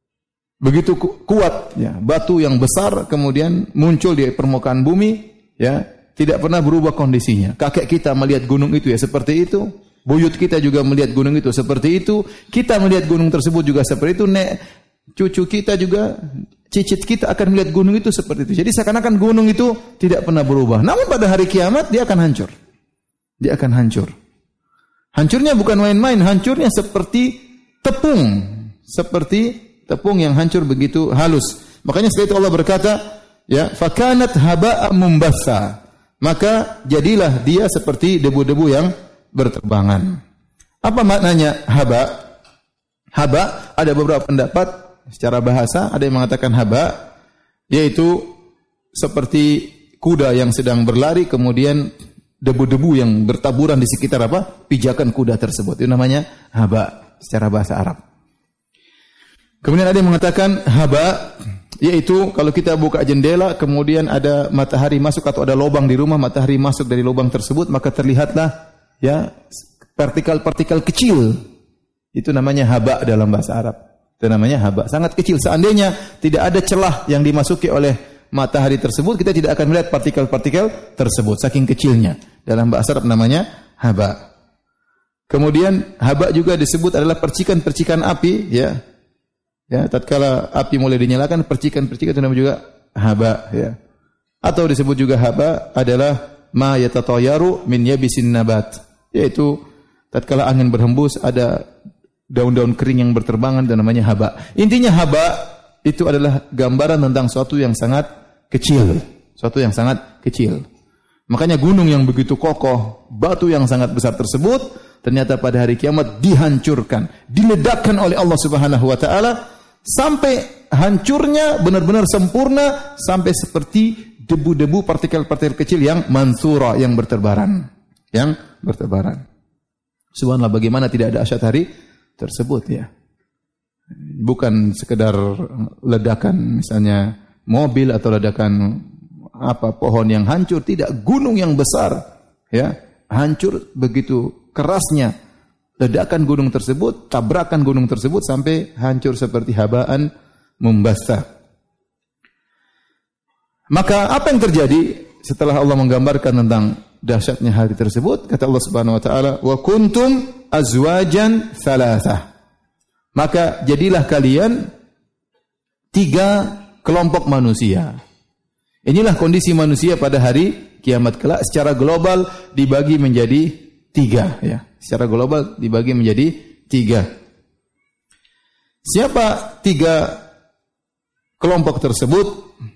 S1: Begitu ku- kuat ya, batu yang besar kemudian muncul di permukaan bumi ya, tidak pernah berubah kondisinya. Kakek kita melihat gunung itu ya seperti itu, buyut kita juga melihat gunung itu seperti itu, kita melihat gunung tersebut juga seperti itu, nek cucu kita juga, cicit kita akan melihat gunung itu seperti itu. Jadi seakan-akan gunung itu tidak pernah berubah. Namun pada hari kiamat dia akan hancur. Dia akan hancur. Hancurnya bukan main-main, hancurnya seperti tepung. Seperti tepung yang hancur begitu halus. Makanya setelah itu Allah berkata, ya, fakanat haba'a mumbatha. Maka jadilah dia seperti debu-debu yang berterbangan. Apa maknanya haba? Haba ada beberapa pendapat. Secara bahasa ada yang mengatakan haba, yaitu seperti kuda yang sedang berlari kemudian debu-debu yang bertaburan di sekitar apa? Pijakan kuda tersebut. Itu namanya haba secara bahasa Arab. Kemudian ada yang mengatakan haba, yaitu kalau kita buka jendela kemudian ada matahari masuk atau ada lubang di rumah, matahari masuk dari lubang tersebut, maka terlihatlah ya partikel-partikel kecil. Itu namanya haba dalam bahasa Arab. Itu namanya haba, sangat kecil. Seandainya tidak ada celah yang dimasuki oleh matahari tersebut, kita tidak akan melihat partikel-partikel tersebut, saking kecilnya. Dalam bahasa Arab namanya haba. Kemudian haba juga disebut adalah percikan-percikan api, ya. Ya, tatkala api mulai dinyalakan, percikan-percikan itu namanya juga haba, ya. Atau disebut juga haba adalah ma yatatayaru min yabisin nabat, yaitu tatkala angin berhembus ada daun-daun kering yang berterbangan, dan namanya haba. Intinya haba itu adalah gambaran tentang suatu yang sangat kecil, suatu yang sangat kecil. Makanya gunung yang begitu kokoh, batu yang sangat besar tersebut ternyata pada hari kiamat dihancurkan, diledakkan oleh Allah Subhanahu wa taala sampai hancurnya benar-benar sempurna, sampai seperti debu-debu partikel-partikel kecil yang mansura, yang berterbaran, yang berterbaran. Subhanallah, bagaimana tidak ada asyat hari tersebut ya. bukan sekedar ledakan misalnya mobil atau ledakan apa pohon yang hancur, tidak, gunung yang besar ya, hancur begitu kerasnya ledakan gunung tersebut, tabrakan gunung tersebut sampai hancur seperti habaan mumbassa. Maka apa yang terjadi setelah Allah menggambarkan tentang dahsyatnya hari tersebut? Kata Allah Subhanahu wa taala, "Wa kuntum azwajan thalathah." Maka jadilah kalian tiga kelompok manusia. Inilah kondisi manusia pada hari kiamat kelak, secara global dibagi menjadi tiga ya. Secara global dibagi menjadi tiga. Siapa tiga kelompok tersebut?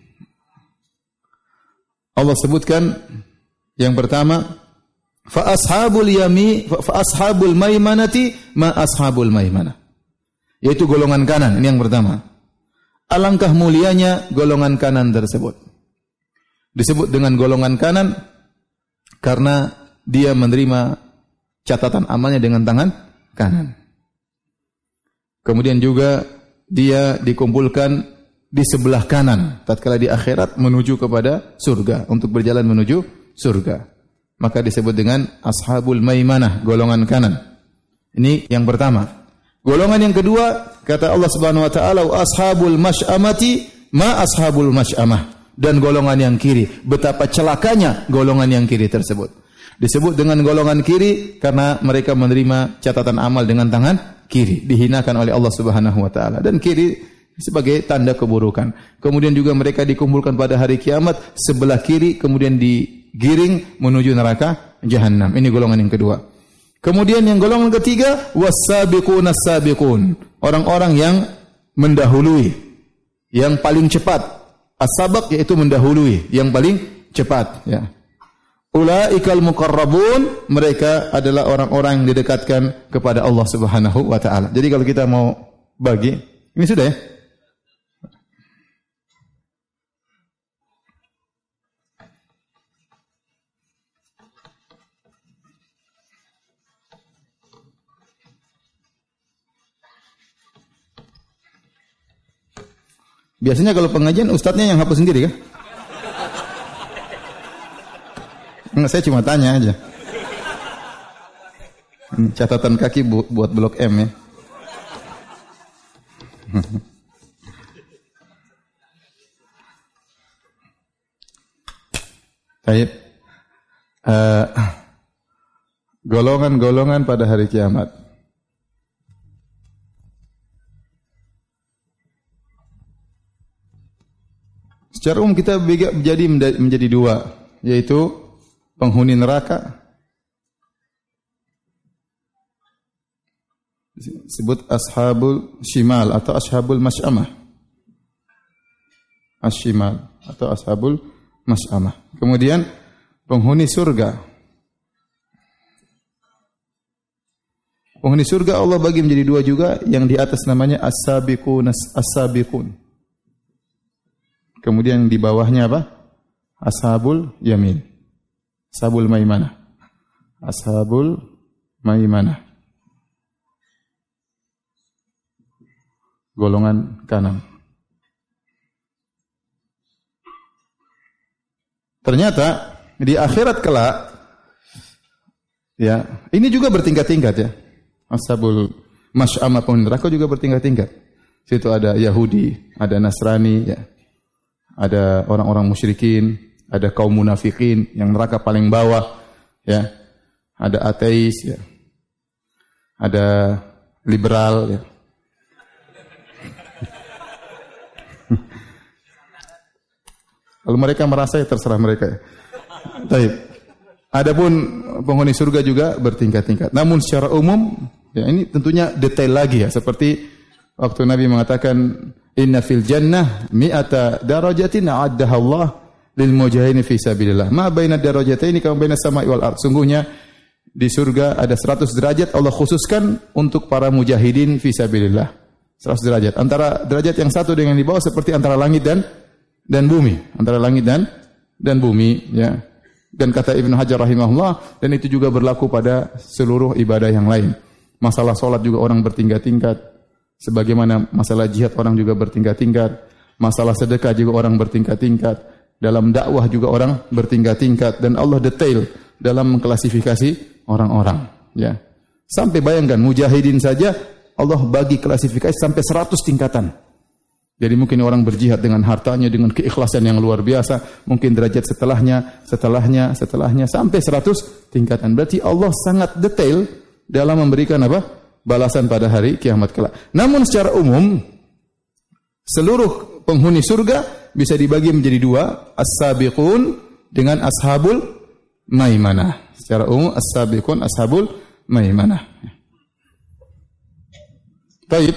S1: Allah sebutkan yang pertama, fa ashabul yami fa ashabul maimanati ma ashabul maimanah. Yaitu golongan kanan, ini yang pertama. Alangkah mulianya golongan kanan tersebut. Disebut dengan golongan kanan karena dia menerima catatan amalnya dengan tangan kanan. Kemudian juga dia dikumpulkan di sebelah kanan tatkala di akhirat menuju kepada surga, untuk berjalan menuju surga. Maka disebut dengan ashabul maimanah, golongan kanan. Ini yang pertama. Golongan yang kedua, kata Allah Subhanahu wa taala, ashabul masy'amati ma ashabul masy'amah, dan golongan yang kiri. Betapa celakanya golongan yang kiri tersebut. Disebut dengan golongan kiri karena mereka menerima catatan amal dengan tangan kiri, dihinakan oleh Allah Subhanahu wa taala, dan kiri sebagai tanda keburukan. Kemudian juga mereka dikumpulkan pada hari kiamat sebelah kiri, kemudian digiring menuju neraka Jahannam. Ini golongan yang kedua. Kemudian yang golongan ketiga, was-sabiqun as-sabiqun, orang-orang yang mendahului, yang paling cepat. As-sabaq yaitu mendahului, yang paling cepat ya. Ulaikal muqarrabun, mereka adalah orang-orang yang didekatkan kepada Allah Subhanahu wa taala. Jadi kalau kita mau bagi, ini sudah ya? Biasanya kalau pengajian ustadznya yang hapus sendiri kan? Enggak, saya cuma tanya aja. Ini catatan kaki bu buat blok M ya. Baik. Uh, golongan-golongan pada hari kiamat. Secara umum kita menjadi menjadi dua, yaitu penghuni neraka, disebut ashabul shimal atau ashabul masy'amah. Ashimal atau ashabul masy'amah. Kemudian penghuni surga. Penghuni surga Allah bagi menjadi dua juga, yang di atas namanya as-sabiqun as-sabiqun. Kemudian di bawahnya apa? Ashabul yamin. Ashabul maimanah. Ashabul maimanah. Golongan kanan. Ternyata di akhirat kelak ya, ini juga bertingkat-tingkat ya. Ashabul masy'amah penghuni neraka juga bertingkat-tingkat. Situ ada Yahudi, ada Nasrani ya. Ada orang-orang musyrikin, ada kaum munafikin yang neraka paling bawah, ya. Ada ateis, ya. Ada liberal, ya. Lalu mereka merasa ya terserah mereka. Ya. Baik. Adapun penghuni surga juga bertingkat-tingkat. Namun secara umum, ya ini tentunya detail lagi ya, seperti waktu Nabi mengatakan inna fil jannah mi'ata darajatin a'addaha Allah lil mujahidin fi sabilillah. Ma baina darajataini kama baina samai wal ard. Sungguhnya di surga ada seratus derajat Allah khususkan untuk para mujahidin fi sabilillah. seratus derajat. Antara derajat yang satu dengan yang di bawah seperti antara langit dan dan bumi, antara langit dan dan bumi ya. Dan kata Ibnu Hajar rahimahullah, dan itu juga berlaku pada seluruh ibadah yang lain. Masalah salat juga orang bertingkat-tingkat. Sebagaimana masalah jihad orang juga bertingkat-tingkat, masalah sedekah juga orang bertingkat-tingkat, dalam dakwah juga orang bertingkat-tingkat, dan Allah detail dalam mengklasifikasi orang-orang. Ya, sampai bayangkan mujahidin saja Allah bagi klasifikasi sampai seratus tingkatan. Jadi mungkin orang berjihad dengan hartanya, dengan keikhlasan yang luar biasa, mungkin derajat setelahnya, setelahnya, setelahnya sampai seratus tingkatan. Berarti Allah sangat detail dalam memberikan apa? Balasan pada hari kiamat kelak. Namun secara umum seluruh penghuni surga bisa dibagi menjadi dua, as-sabiqun dengan ashabul maimanah. Secara umum as-sabiqun ashabul maimanah. Baik.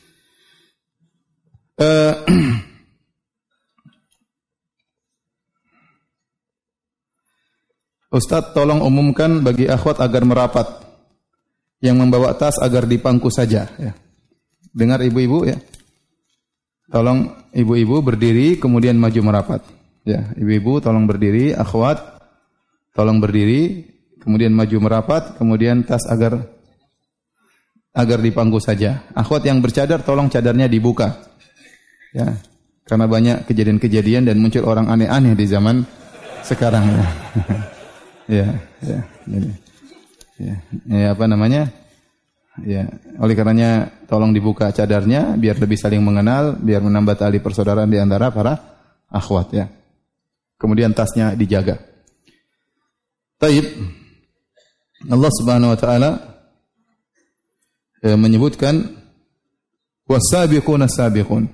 S1: Uh, Ustaz, tolong umumkan bagi akhwat agar merapat. Yang membawa tas agar dipangku saja. Ya. Dengar ibu-ibu ya. Tolong ibu-ibu berdiri kemudian maju merapat. Ya, ibu-ibu tolong berdiri, akhwat tolong berdiri, kemudian maju merapat, kemudian tas agar agar dipangku saja. Akhwat yang bercadar tolong cadarnya dibuka. Ya, karena banyak kejadian-kejadian dan muncul orang aneh-aneh di zaman sekarang. Ya, ya, ya. Ini. Ya, ya, apa namanya? Ya, oleh karenanya tolong dibuka cadarnya biar lebih saling mengenal, biar menambah tali persaudaraan di antara para akhwat ya. Kemudian tasnya dijaga. Taib. Allah Subhanahu wa taala eh, menyebutkan was-sabiquna as-sabiqun.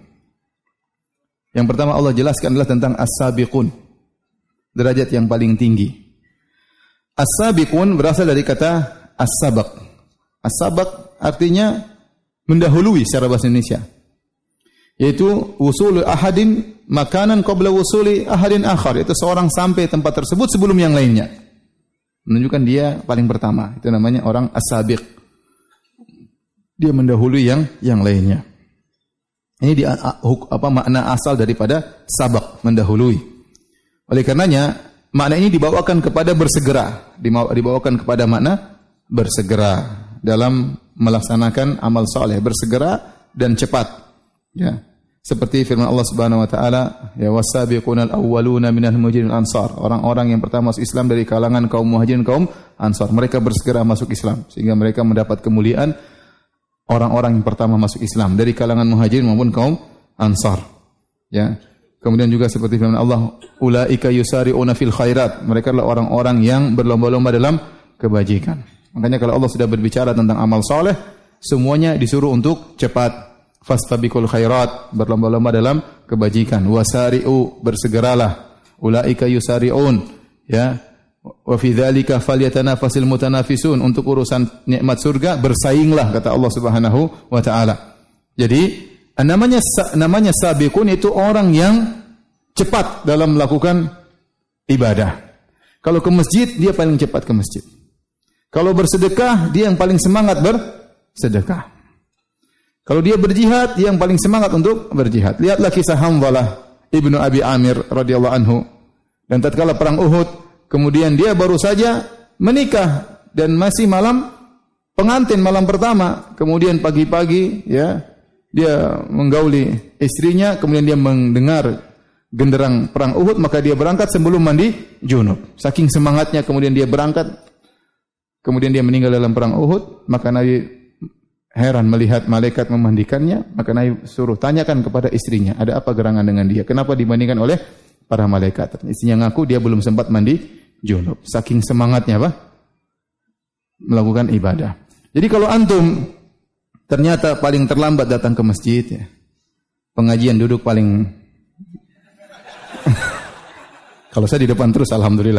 S1: Yang pertama Allah jelaskan adalah tentang as-sabiqun. Derajat yang paling tinggi. As-sabiqun berasal dari kata as-sabaq. As-sabaq artinya mendahului secara bahasa Indonesia. Yaitu wusul ahadin makanan qabla wusuli ahadin akhar. Itu seorang sampai tempat tersebut sebelum yang lainnya. Menunjukkan dia paling pertama. Itu namanya orang as-sabiq. Dia mendahului yang yang lainnya. Ini di, apa makna asal daripada sabaq, mendahului. Oleh karenanya makna ini dibawakan kepada bersegera, dibawakan kepada makna bersegera dalam melaksanakan amal saleh, bersegera dan cepat. Ya. Seperti firman Allah Subhanahu wa taala, ya wasabiqunal awwaluna minal muhajirin ansar. Orang-orang yang pertama masuk Islam dari kalangan kaum muhajirin kaum ansar. Mereka bersegera masuk Islam sehingga mereka mendapat kemuliaan orang-orang yang pertama masuk Islam dari kalangan muhajirin maupun kaum ansar. Ya. Kemudian juga seperti firman Allah, ulaika yusari'una fil khairat. Mereka adalah orang-orang yang berlomba-lomba dalam kebajikan. Makanya kalau Allah sudah berbicara tentang amal soleh, semuanya disuruh untuk cepat. Fastabiqul khairat, berlomba-lomba dalam kebajikan. Wasari'u, bersegeralah. Ulaika yusari'un, ya. Wa fi dzalika falyatanafasil mutanafisun. Untuk urusan nikmat surga bersainglah kata Allah Subhanahu wa taala. Jadi namanya namanya sabiqun itu orang yang cepat dalam melakukan ibadah. Kalau ke masjid dia paling cepat ke masjid. Kalau bersedekah dia yang paling semangat bersedekah. Kalau dia berjihad dia yang paling semangat untuk berjihad. Lihatlah kisah Hamzalah ibnu Abi Amir radhiyallahu anhu. Dan tatkala perang Uhud, kemudian dia baru saja menikah dan masih malam pengantin malam pertama. Kemudian pagi-pagi ya dia menggauli istrinya, kemudian dia mendengar genderang perang Uhud, maka dia berangkat sebelum mandi junub. Saking semangatnya kemudian dia berangkat, kemudian dia meninggal dalam perang Uhud, maka Nabi heran melihat malaikat memandikannya, maka Nabi suruh tanyakan kepada istrinya, ada apa gerangan dengan dia? Kenapa dibandingkan oleh para malaikat? Istrinya ngaku dia belum sempat mandi junub. Saking semangatnya apa? Melakukan ibadah. Jadi kalau antum ternyata paling terlambat datang ke masjid ya. Pengajian duduk paling kalau saya di depan terus alhamdulillah.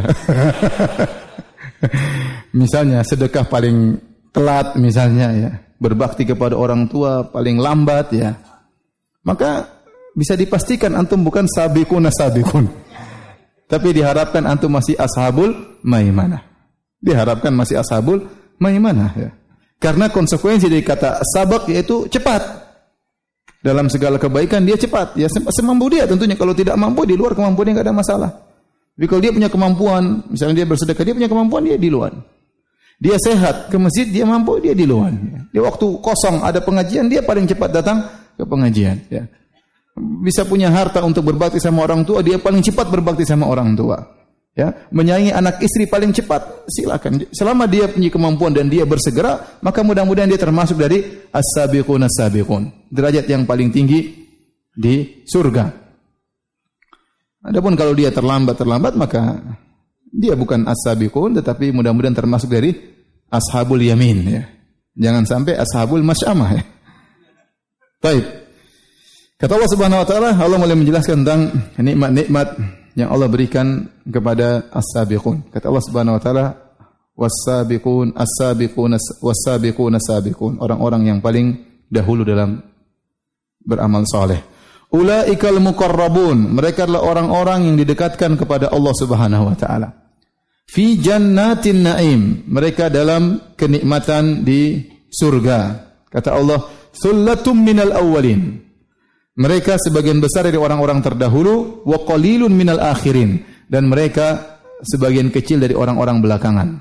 S1: Misalnya sedekah paling telat misalnya ya. Berbakti kepada orang tua paling lambat ya. Maka bisa dipastikan antum bukan sabiqun sabiqun. Tapi diharapkan antum masih ashabul maimanah. Diharapkan masih ashabul maimanah ya. Karena konsekuensi dari kata sabak yaitu cepat. Dalam segala kebaikan dia cepat. Ya semampu dia tentunya. Kalau tidak mampu di luar kemampuan dia enggak ada masalah. Tapi kalau dia punya kemampuan, misalnya dia bersedekah, dia punya kemampuan dia di luar. Dia sehat, ke masjid dia mampu, dia di luar. Di waktu kosong ada pengajian, dia paling cepat datang ke pengajian. Ya. Bisa punya harta untuk berbakti sama orang tua, dia paling cepat berbakti sama orang tua. Ya, menyayangi anak istri paling cepat, silakan. Selama dia punya kemampuan dan dia bersegera, maka mudah-mudahan dia termasuk dari as-sabiqun as-sabiqun. Derajat yang paling tinggi di surga. Adapun kalau dia terlambat-terlambat, maka dia bukan as-sabiqun, tetapi mudah-mudahan termasuk dari ashabul yamin. Ya. Jangan sampai ashabul masyamah. Ya. Baik. Kata Allah Subhanahu Wa Taala, Allah mulai menjelaskan tentang nikmat-nikmat yang Allah berikan kepada as-sabiqun. Kata Allah Subhanahu Wa Taala, was-sabiqun as-sabiqun was-sabiqun as-sabiqun. Orang-orang yang paling dahulu dalam beramal saleh. Ulaikal muqarrabun. Mereka adalah orang-orang yang didekatkan kepada Allah Subhanahu Wa Taala. Fi jannatin naim. Mereka dalam kenikmatan di surga. Kata Allah, thullatum minal awwalin. Mereka sebagian besar dari orang-orang terdahulu, wa qalilun minal akhirin, dan mereka sebagian kecil dari orang-orang belakangan.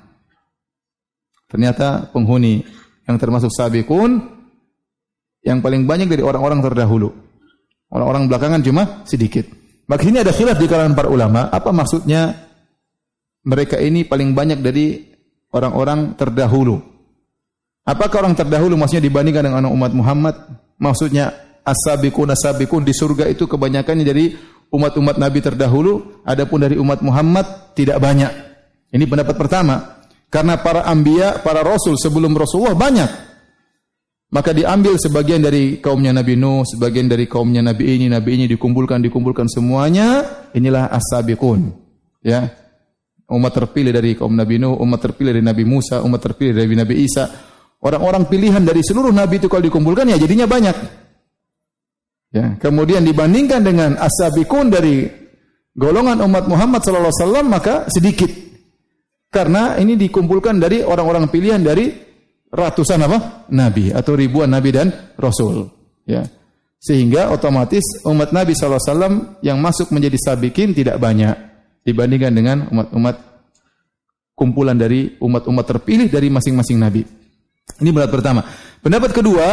S1: Ternyata penghuni yang termasuk sabiqun yang paling banyak dari orang-orang terdahulu. Orang-orang belakangan cuma sedikit. Maka ini ada khilaf di kalangan para ulama, apa maksudnya mereka ini paling banyak dari orang-orang terdahulu? Apakah orang terdahulu maksudnya dibandingkan dengan umat Muhammad? Maksudnya as-sabiqun as-sabiqun di surga itu kebanyakannya dari umat-umat Nabi terdahulu, adapun dari umat Muhammad tidak banyak. Ini pendapat pertama. Karena para anbiya, para rasul sebelum Rasulullah banyak. Maka diambil sebagian dari kaumnya Nabi Nuh, sebagian dari kaumnya Nabi ini, Nabi ini dikumpulkan, dikumpulkan semuanya. Inilah as-sabiqun. Ya. Umat terpilih dari kaum Nabi Nuh, umat terpilih dari Nabi Musa, umat terpilih dari Nabi Isa. Orang-orang pilihan dari seluruh Nabi itu kalau dikumpulkan ya jadinya banyak. Ya, kemudian dibandingkan dengan as-sabiqun dari golongan umat Muhammad sallallahu alaihi wasallam maka sedikit. Karena ini dikumpulkan dari orang-orang pilihan dari ratusan apa? Nabi atau ribuan nabi dan rasul, ya. Sehingga otomatis umat Nabi sallallahu alaihi wasallam yang masuk menjadi sabiqin tidak banyak dibandingkan dengan umat-umat kumpulan dari umat-umat terpilih dari masing-masing nabi. Ini pendapat pertama. Pendapat kedua,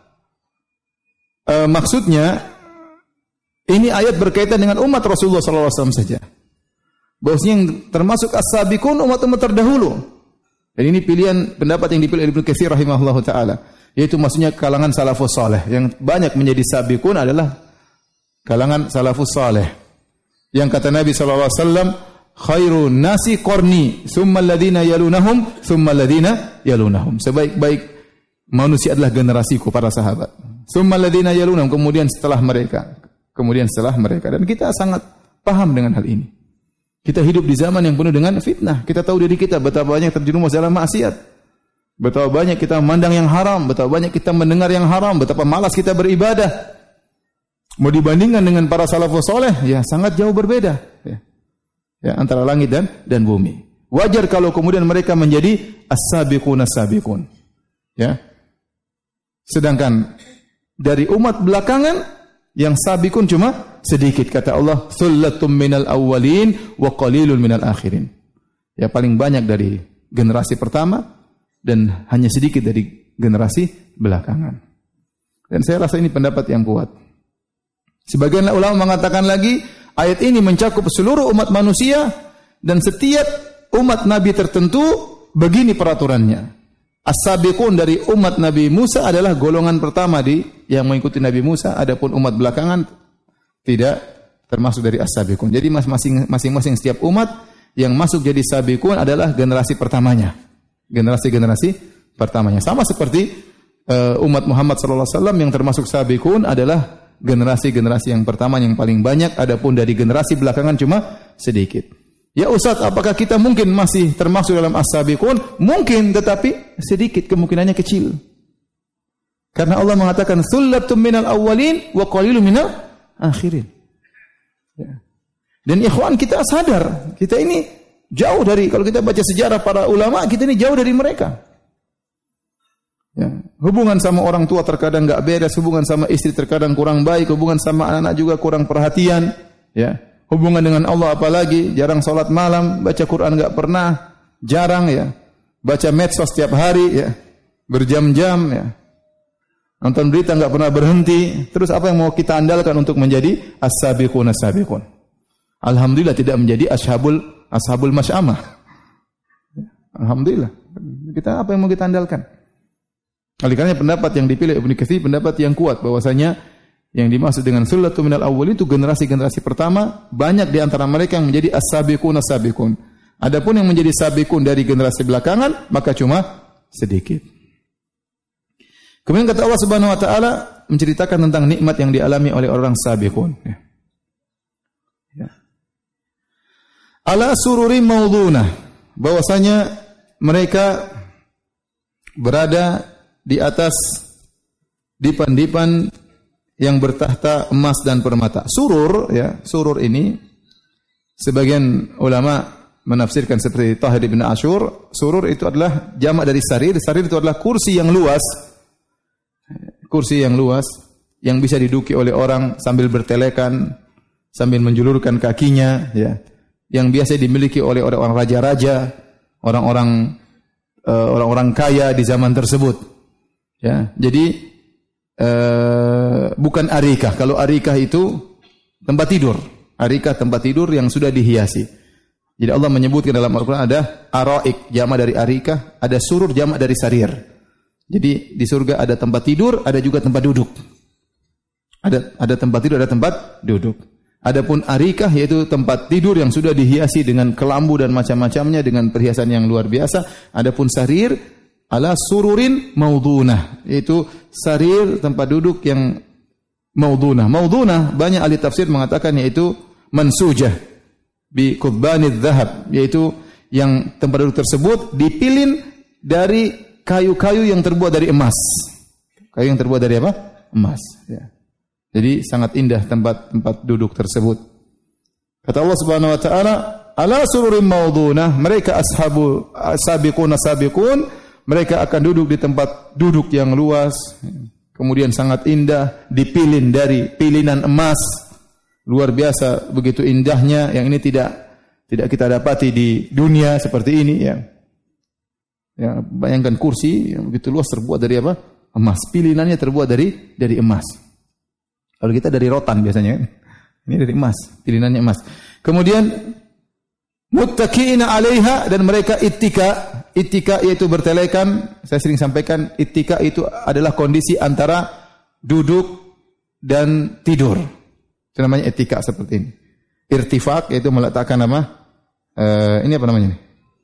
S1: Uh, maksudnya ini ayat berkaitan dengan umat Rasulullah sallallahu alaihi wasallam saja. Bahwasanya yang termasuk as-sabiqun umat-umat terdahulu. Dan ini pilihan pendapat yang dipilih Ibnu Katsir rahimahullahu taala, yaitu maksudnya kalangan salafus saleh. Yang banyak menjadi sabiqun adalah kalangan salafus saleh. Yang kata Nabi sallallahu alaihi wasallam, khairun nasi qarni, tsumma alladziina yalunahum, tsumma alladziina yalunahum. Sebaik-baik manusia adalah generasiku, para sahabat. Tsumma alladziina yalunhum, kemudian setelah mereka, kemudian setelah mereka. Dan kita sangat paham dengan hal ini. Kita hidup di zaman yang penuh dengan fitnah. Kita tahu diri kita betapa banyak terjerumus dalam maksiat. Betapa banyak kita memandang yang haram, betapa banyak kita mendengar yang haram, betapa malas kita beribadah. Mau dibandingkan dengan para salafus saleh, ya sangat jauh berbeda. Ya, ya antara langit dan dan bumi. Wajar kalau kemudian mereka menjadi as-sabiqun as-sabiqun. Ya. Sedangkan dari umat belakangan yang sabiqun cuma sedikit, kata Allah, thullatum minal awwalin wa qalilun minal akhirin. Ya paling banyak dari generasi pertama dan hanya sedikit dari generasi belakangan. Dan saya rasa ini pendapat yang kuat. Sebagian ulama mengatakan lagi, ayat ini mencakup seluruh umat manusia dan setiap umat Nabi tertentu begini peraturannya. As-sabiqun dari umat Nabi Musa adalah golongan pertama di yang mengikuti Nabi Musa, adapun umat belakangan tidak termasuk dari as-sabiqun. Jadi masing-masing masing-masing setiap umat yang masuk jadi sabiqun adalah generasi pertamanya. Generasi-generasi pertamanya. Sama seperti uh, umat Muhammad sallallahu alaihi wasallam yang termasuk sabiqun adalah generasi-generasi yang pertama yang paling banyak, adapun dari generasi belakangan cuma sedikit. Ya Ustaz, apakah kita mungkin masih termasuk dalam as-sabiqun? Mungkin, tetapi sedikit, kemungkinannya kecil. Karena Allah mengatakan thullatum minal awwalin wa qalilun minal akhirin. Ya. Dan ikhwan kita sadar, kita ini jauh dari, kalau kita baca sejarah para ulama, kita ini jauh dari mereka. Ya. Hubungan sama orang tua terkadang enggak beres, hubungan sama istri terkadang kurang baik, hubungan sama anak-anak juga kurang perhatian, ya. Hubungan dengan Allah apalagi, jarang salat malam, baca Quran enggak pernah, jarang ya. baca medsos setiap hari ya, berjam-jam ya. Nonton berita enggak pernah berhenti. Terus apa yang mau kita andalkan untuk menjadi as-sabiqun as-sabiqun? Alhamdulillah tidak menjadi ashabul ashabul masyamah. Alhamdulillah. Kita apa yang mau kita andalkan? Oleh karena pendapat yang dipilih Ibnu Katsir pendapat yang kuat bahwasanya yang dimaksud dengan sullatun minal awwalin itu generasi-generasi pertama, banyak di antara mereka yang menjadi as-sabiqun as-sabiqun. Adapun yang menjadi sabiqun dari generasi belakangan maka cuma sedikit. Kemudian kata Allah Subhanahu wa taala menceritakan tentang nikmat yang dialami oleh orang sabiqun. Ya. Ya. Ala sururi maudunah, bahwasanya mereka berada di atas dipan-dipan yang bertahta emas dan permata. Surur ya, surur ini sebagian ulama menafsirkan seperti Tahir bin Ashur, surur itu adalah jamak dari sarir. Sarir itu adalah kursi yang luas. Kursi yang luas yang bisa diduduki oleh orang sambil bertelekan, sambil menjulurkan kakinya ya. Yang biasa dimiliki oleh orang-orang raja-raja, orang-orang uh, orang-orang kaya di zaman tersebut. Ya, jadi uh, bukan arikah. Kalau arikah itu tempat tidur. Arikah tempat tidur yang sudah dihiasi. Jadi Allah menyebutkan dalam Al-Quran ada araik, jamak dari arikah, ada surur, jamak dari sarir. Jadi di surga ada tempat tidur, ada juga tempat duduk. Ada ada tempat tidur, ada tempat duduk. Adapun arikah yaitu tempat tidur yang sudah dihiasi dengan kelambu dan macam-macamnya dengan perhiasan yang luar biasa. Adapun sarir ala sururin maudunah, yaitu sarir tempat duduk yang maudunah. Maudunah banyak ahli tafsir mengatakan yaitu mansujah bi qubbanidz zahab, yaitu yang tempat duduk tersebut dipilin dari kayu-kayu yang terbuat dari emas. Kayu yang terbuat dari apa? Emas, ya. Jadi sangat indah tempat-tempat duduk tersebut. Kata Allah Subhanahu wa taala, ala sururin maudunah, mereka ashabu sabiqun sabiqun, mereka akan duduk di tempat duduk yang luas, kemudian sangat indah, dipilin dari pilinan emas, luar biasa begitu indahnya, yang ini tidak tidak kita dapati di dunia seperti ini ya. Ya, bayangkan kursi yang begitu luas terbuat dari apa? Emas. Pilinannya terbuat dari dari emas. Kalau kita dari rotan biasanya, ini dari emas, pilinannya emas. Kemudian muttaqiina 'alaiha, dan mereka ittika. Ittika yaitu bertelekan. Saya sering sampaikan ittika itu adalah kondisi antara duduk dan tidur. Itu namanya ittika seperti ini. Irtifaq yaitu meletakkan apa? Uh, ini apa namanya?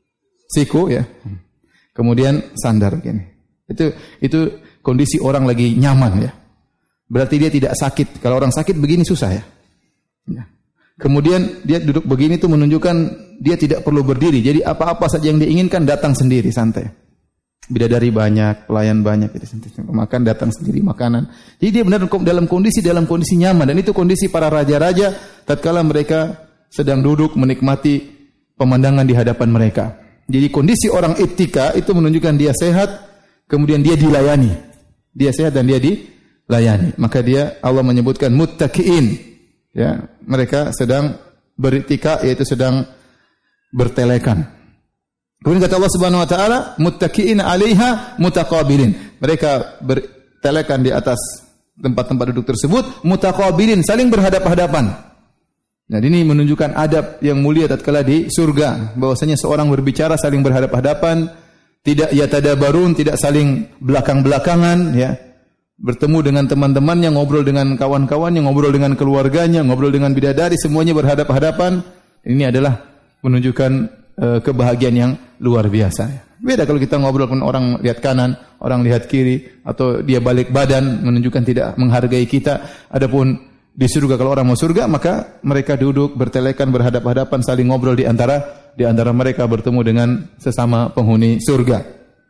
S1: Siku ya. Kemudian sandar begini. Itu itu kondisi orang lagi nyaman ya. Berarti dia tidak sakit. Kalau orang sakit begini susah ya. Ya. Kemudian dia duduk begini itu menunjukkan dia tidak perlu berdiri. Jadi apa-apa saja yang diinginkan datang sendiri, santai. Bidadari banyak, pelayan banyak, jadi makan datang sendiri makanan. Jadi dia benar dalam kondisi dalam kondisi nyaman, dan itu kondisi para raja-raja tatkala mereka sedang duduk menikmati pemandangan di hadapan mereka. Jadi kondisi orang ittika itu menunjukkan dia sehat, kemudian dia dilayani. Dia sehat dan dia dilayani. Maka dia Allah menyebutkan muttaqiin. Ya, mereka sedang beritika, yaitu sedang bertelekan. Kemudian kata Allah Subhanahu wa taala, muttaqiin 'alaiha mutaqabilin. Mereka bertelekan di atas tempat-tempat duduk tersebut, mutaqabilin, saling berhadap-hadapan. Nah, ini menunjukkan adab yang mulia tatkala di surga, bahwasanya seorang berbicara saling berhadap-hadapan, tidak yatadabarun, tidak saling belakang-belakangan, ya. Bertemu dengan teman-temannya, ngobrol dengan kawan-kawannya, ngobrol dengan keluarganya, ngobrol dengan bidadari, semuanya berhadap-hadapan. Ini adalah menunjukkan uh, kebahagiaan yang luar biasa. Beda kalau kita ngobrol dengan orang lihat kanan, orang lihat kiri, atau dia balik badan, menunjukkan tidak menghargai kita. Adapun di surga, kalau orang mau surga, maka mereka duduk bertelekan, berhadap-hadapan, saling ngobrol di antara di antara mereka, bertemu dengan sesama penghuni surga.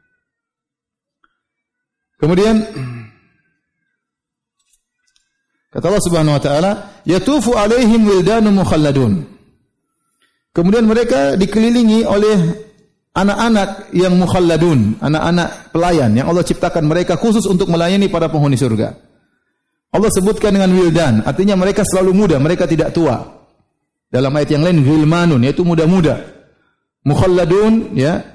S1: Kemudian kata Allah Subhanahu wa taala, yatufu alaihim wildanun mukhalladun. Kemudian mereka dikelilingi oleh anak-anak yang mukhalladun, anak-anak pelayan yang Allah ciptakan mereka khusus untuk melayani para penghuni surga. Allah sebutkan dengan wildan, artinya mereka selalu muda, mereka tidak tua. Dalam ayat yang lain, ghilmanun, yaitu muda-muda. Mukhalladun, ya,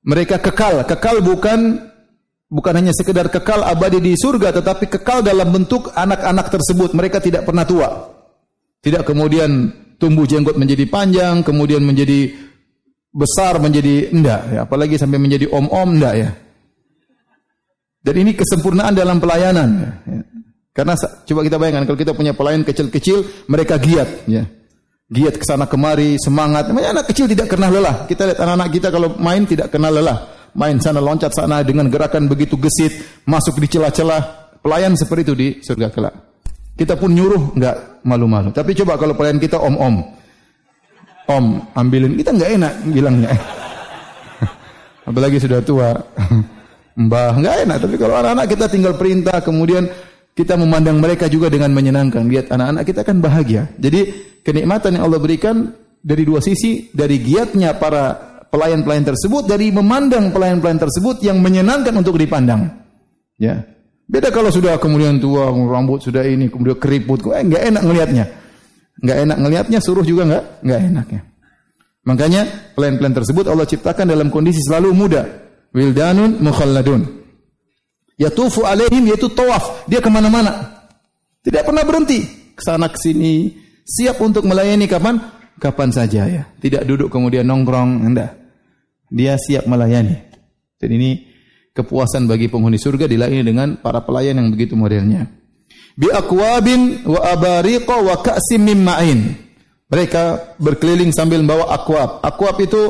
S1: Mereka kekal. Kekal bukan bukan hanya sekedar kekal abadi di surga, tetapi kekal dalam bentuk anak-anak tersebut. Mereka tidak pernah tua. Tidak kemudian tumbuh jenggot menjadi panjang, kemudian menjadi besar, menjadi enggak. Ya. Apalagi sampai menjadi om-om, enggak ya. Dan ini kesempurnaan dalam pelayanan. Ya. Karena coba kita bayangkan kalau kita punya pelayan kecil-kecil, mereka giat, ya. Giat ke sana kemari, semangat. Namanya anak kecil tidak kenal lelah. Kita lihat anak-anak kita kalau main tidak kenal lelah. Main sana loncat sana dengan gerakan begitu gesit, masuk di celah-celah. Pelayan seperti itu di surga kelak. Kita pun nyuruh enggak malu-malu. Tapi coba kalau pelayan kita om-om. Om, ambilin. Kita enggak enak bilangnya. Apalagi sudah tua. Mbah, enggak enak. Tapi kalau anak-anak kita tinggal perintah, kemudian kita memandang mereka juga dengan menyenangkan. Lihat anak-anak kita kan bahagia. Jadi kenikmatan yang Allah berikan dari dua sisi, dari giatnya para pelayan-pelayan tersebut, dari memandang pelayan-pelayan tersebut yang menyenangkan untuk dipandang. Ya. Beda kalau sudah kemudian tua, rambut sudah ini, kemudian keriput, eh enggak enak ngelihatnya. Enggak enak ngelihatnya, suruh juga enggak enggak enaknya. Makanya pelayan-pelayan tersebut Allah ciptakan dalam kondisi selalu muda. Wildanun mukhalladun. Yatufu alaihim, yaitu tawaf. Dia kemana-mana. Tidak pernah berhenti. Kesana kesini. Siap untuk melayani kapan? Kapan saja ya. Tidak duduk kemudian nongkrong. Enggak. Dia siap melayani. Dan ini kepuasan bagi penghuni surga dilayani dengan para pelayan yang begitu modelnya. Bi akwabin wa abariqa wa ka'sim min ma'in. Mereka berkeliling sambil membawa akwab. Akwab itu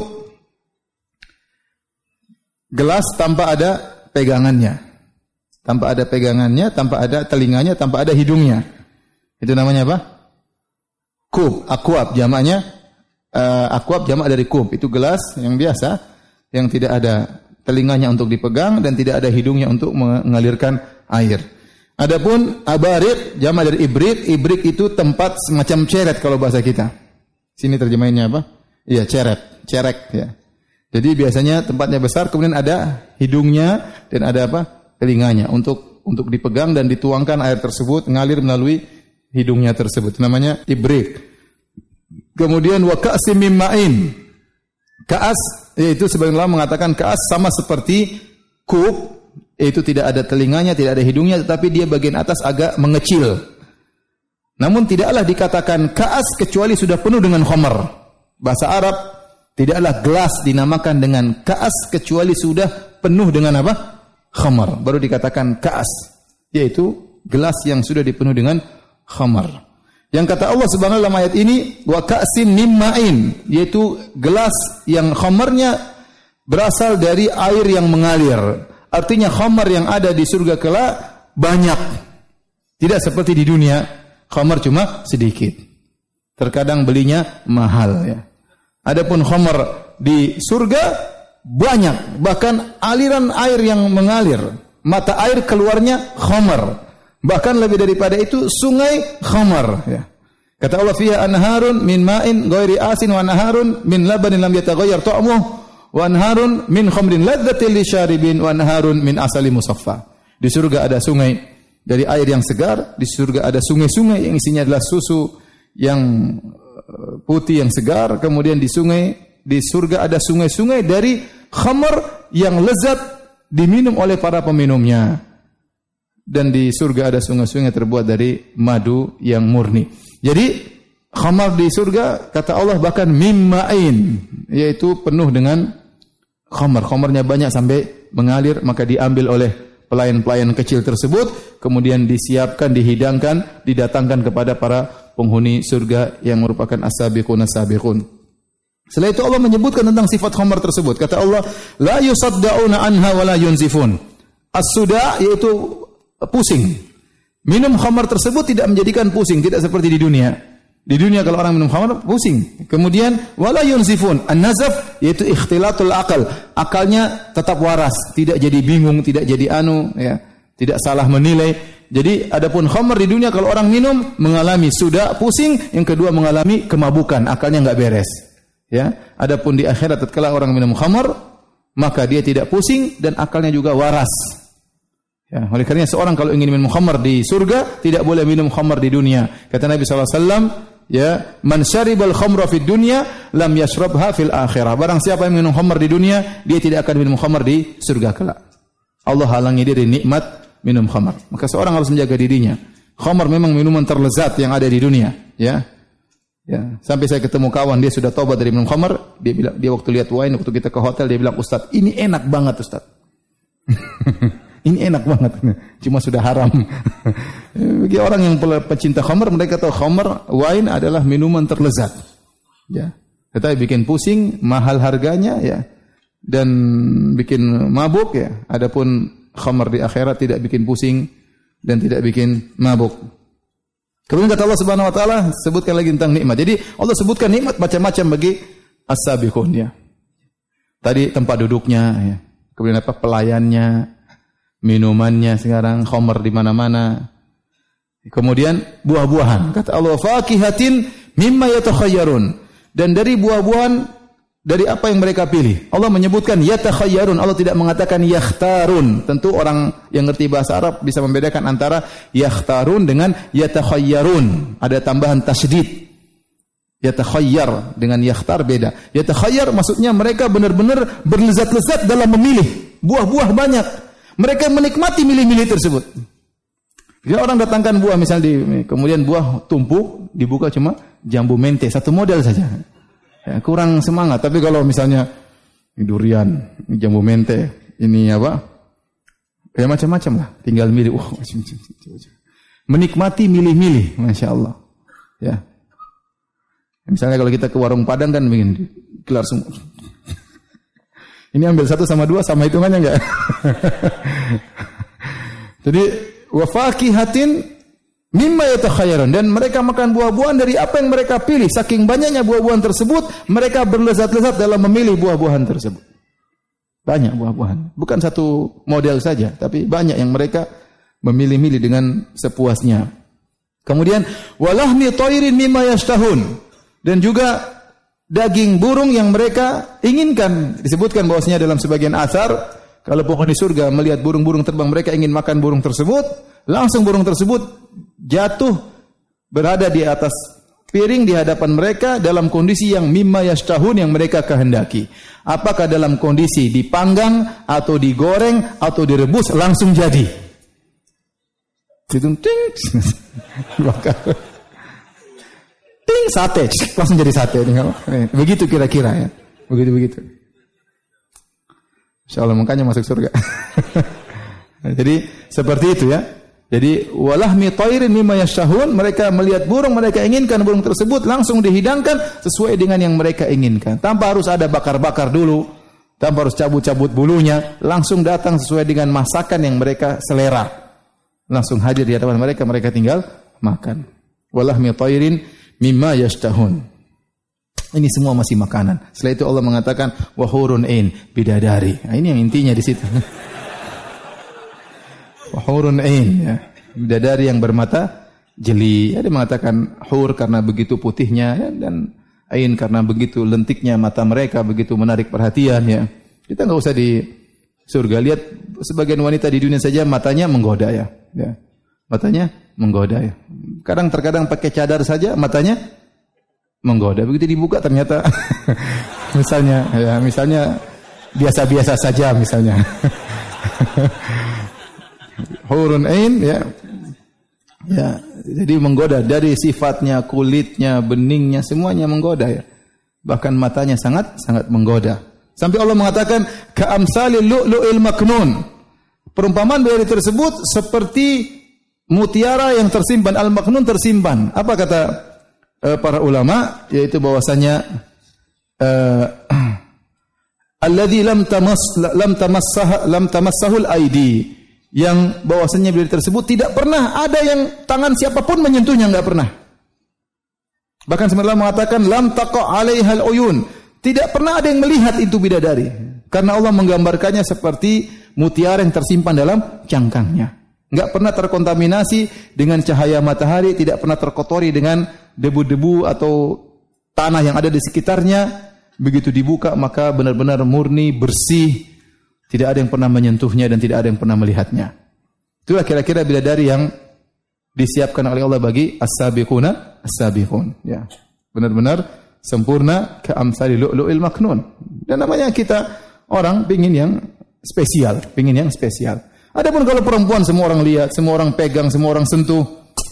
S1: gelas tanpa ada pegangannya. Tanpa ada pegangannya, tanpa ada telinganya, tanpa ada hidungnya. Itu namanya apa? Kub, akwab jamaknya. Uh, akwab jamak dari kub. Itu gelas yang biasa, yang tidak ada telinganya untuk dipegang dan tidak ada hidungnya untuk mengalirkan air. Adapun abarik jamak dari ibrik. Ibrik itu tempat semacam ceret kalau bahasa kita. Sini terjemahannya apa? Iya, ceret, cerek ya. Jadi biasanya tempatnya besar, kemudian ada hidungnya dan ada apa? Telinganya untuk untuk dipegang dan dituangkan air tersebut ngalir melalui hidungnya tersebut. Namanya ibrik. Kemudian wa ka'sim min ma'in. Ka'as yaitu sebagian ulama mengatakan ka'as sama seperti kub, yaitu tidak ada telinganya, tidak ada hidungnya, tetapi dia bagian atas agak mengecil. Namun tidaklah dikatakan ka'as kecuali sudah penuh dengan khamar. Bahasa Arab tidaklah gelas dinamakan dengan ka'as kecuali sudah penuh dengan apa? Khamar. Baru dikatakan ka'as, yaitu gelas yang sudah dipenuhi dengan khamar. Yang kata Allah Subhanahu wa taala dalam ayat ini, wa ka'sin min ma'in, yaitu gelas yang khamarnya berasal dari air yang mengalir. Artinya khamar yang ada di surga kelak banyak. Tidak seperti di dunia, khamar cuma sedikit. Terkadang belinya mahal ya. Adapun khamar di surga banyak, bahkan aliran air yang mengalir, mata air keluarnya khamar. Bahkan lebih daripada itu sungai khamar ya. Kata Allah fiha anharun min ma'in ghairi asin wa anharun min labanin lam yataghayyar ta'muhu wa anharun min khamrin ladzatil lisyaribin wa anharun min asali musaffa. Di surga ada sungai dari air yang segar, di surga ada sungai-sungai yang isinya adalah susu yang putih yang segar, kemudian di sungai di surga ada sungai-sungai dari khamar yang lezat diminum oleh para peminumnya. Dan di surga ada sungai-sungai terbuat dari madu yang murni. Jadi khamar di surga kata Allah bahkan mimma'in, yaitu penuh dengan khamar. Khamarnya banyak sampai mengalir, maka diambil oleh pelayan-pelayan kecil tersebut, kemudian disiapkan, dihidangkan, didatangkan kepada para penghuni surga yang merupakan as-sabiqun as-sabiqun. Setelah itu Allah menyebutkan tentang sifat khamar tersebut. Kata Allah, la yusaddauna anha wa la yunzifun. As-suda yaitu pusing. Minum khamar tersebut tidak menjadikan pusing, tidak seperti di dunia. Di dunia kalau orang minum khamar pusing. Kemudian wala yunzifun. An-nazaf yaitu ikhtilatul akal. Akalnya tetap waras, tidak jadi bingung, tidak jadi anu ya, tidak salah menilai. Jadi adapun khamar di dunia kalau orang minum mengalami suda, pusing, yang kedua mengalami kemabukan, akalnya enggak beres. Ya, adapun di akhirat tatkala orang minum khamar, maka dia tidak pusing dan akalnya juga waras. Ya, oleh karena seorang kalau ingin minum khamar di surga tidak boleh minum khamar di dunia. Kata Nabi sallallahu alaihi wasallam, Ya, man syaribal khamra fid dunya lam yashrabha fil akhirah. Barang siapa yang minum khamr di dunia, dia tidak akan minum khamr di surga kelak. Allah halangi dia dari nikmat minum khamr. Maka seorang harus menjaga dirinya. Khamr memang minuman terlezat yang ada di dunia, ya. Ya, sampai saya ketemu kawan dia sudah tobat dari minum khamr, dia bilang dia waktu lihat wine waktu kita ke hotel dia bilang, "Ustaz, ini enak banget, Ustaz." Ini enak banget, cuma sudah haram. Bagi orang yang pecinta khamr, mereka tahu khamr, wine adalah minuman terlezat. Ya. Tetapi bikin pusing, mahal harganya ya. Dan bikin mabuk ya. Adapun khamr di akhirat tidak bikin pusing dan tidak bikin mabuk. Kemudian kata Allah Subhanahu wa taala sebutkan lagi tentang nikmat. Jadi Allah sebutkan nikmat macam-macam bagi as-sabiqun ya. Tadi tempat duduknya ya. Kemudian apa pelayannya, minumannya sekarang khamr di mana-mana. Kemudian buah-buahan. Kata Allah fakihatin mimma yatakhayyarun. Dan dari buah-buahan dari apa yang mereka pilih. Allah menyebutkan yatakhayyarun. Allah tidak mengatakan yakhtarun. Tentu orang yang ngerti bahasa Arab bisa membedakan antara yakhtarun dengan yatakhayyarun. Ada tambahan tasydid. Yatakhayyar dengan yakhtar beda. Yatakhayyar maksudnya mereka benar-benar berlezat-lezat dalam memilih. Buah-buah banyak. Mereka menikmati milih-milih tersebut. Bila orang datangkan buah misalnya di, kemudian buah tumpuk dibuka cuma jambu mente satu model saja. Ya, kurang semangat. Tapi kalau misalnya ini durian, ini jambu mente, ini apa? Ya macam-macam lah. Tinggal milih. Wah, menikmati milih-milih, masya Allah. Ya. Misalnya kalau kita ke warung Padang kan begini, kelar semua. Ini ambil satu sama dua sama hitungannya enggak? Jadi wa fakihatin mimma yatakhayyarun, dan mereka makan buah-buahan dari apa yang mereka pilih. Saking banyaknya buah-buahan tersebut, mereka berlezat-lezat dalam memilih buah-buahan tersebut. Banyak buah-buahan, bukan satu model saja, tapi banyak yang mereka memilih-milih dengan sepuasnya. Kemudian walahmi thairin mimma yashtahun, dan juga daging burung yang mereka inginkan. Disebutkan bahwasanya dalam sebagian atsar, kalau penghuni surga melihat burung-burung terbang, mereka ingin makan burung tersebut, langsung burung tersebut jatuh berada di atas piring di hadapan mereka dalam kondisi yang mimma yashtahun, yang mereka kehendaki. Apakah dalam kondisi dipanggang atau digoreng atau direbus, langsung jadi. Ting ting sate, langsung jadi sate. Begitu kira-kira ya. Begitu-begitu. Insyaallah makanya masuk surga. Jadi seperti itu ya. Jadi walahmi thairin mimma yashahun, mereka melihat burung, mereka inginkan burung tersebut, langsung dihidangkan sesuai dengan yang mereka inginkan. Tanpa harus ada bakar-bakar dulu, tanpa harus cabut-cabut bulunya, langsung datang sesuai dengan masakan yang mereka selera. Langsung hadir di hadapan mereka, mereka tinggal makan. Walahmi thairin mimma yashtahun. Ini semua masih makanan. Setelah itu Allah mengatakan wa hurun ain, bidadari. Nah, ini yang intinya di situ. Wa hurun ain, ya. Bidadari yang bermata jeli. Ada mengatakan hur karena begitu putihnya, ya, dan ain karena begitu lentiknya mata mereka, begitu menarik perhatian, ya. Kita enggak usah di surga, lihat sebagian wanita di dunia saja matanya menggoda, ya. Ya. Matanya menggoda, ya. Kadang terkadang pakai cadar saja matanya menggoda. Begitu dibuka ternyata misalnya ya misalnya biasa-biasa saja misalnya. Hurun ain, ya. Ya, jadi menggoda dari sifatnya, kulitnya, beningnya, semuanya menggoda, ya. Bahkan matanya sangat sangat menggoda. Sampai Allah mengatakan ka'amsalil lu'lu'il maknun. Perumpamaan dari tersebut seperti mutiara yang tersimpan, al-maknun tersimpan. Apa kata uh, para ulama? Yaitu bahwasanya uh, alladzi lam tamas lam tamassah lam tamassahul aidi, yang bahwasanya bidadari tersebut tidak pernah ada yang tangan siapapun menyentuhnya, enggak pernah. Bahkan sebenarnya mengatakan lam taqa 'alaihal uyun, tidak pernah ada yang melihat itu bidadari, karena Allah menggambarkannya seperti mutiara yang tersimpan dalam cangkangnya. Enggak pernah terkontaminasi dengan cahaya matahari, tidak pernah terkotori dengan debu-debu atau tanah yang ada di sekitarnya. Begitu dibuka maka benar-benar murni, bersih, tidak ada yang pernah menyentuhnya dan tidak ada yang pernah melihatnya. Itulah kira-kira bidadari yang disiapkan oleh Allah bagi as-sabiquna as-sabiqun. Ya. Benar-benar sempurna ka'amsali lu'lu'il maknun. Dan namanya kita orang pingin yang spesial, pingin yang spesial. Adapun kalau perempuan semua orang lihat, semua orang pegang, semua orang sentuh,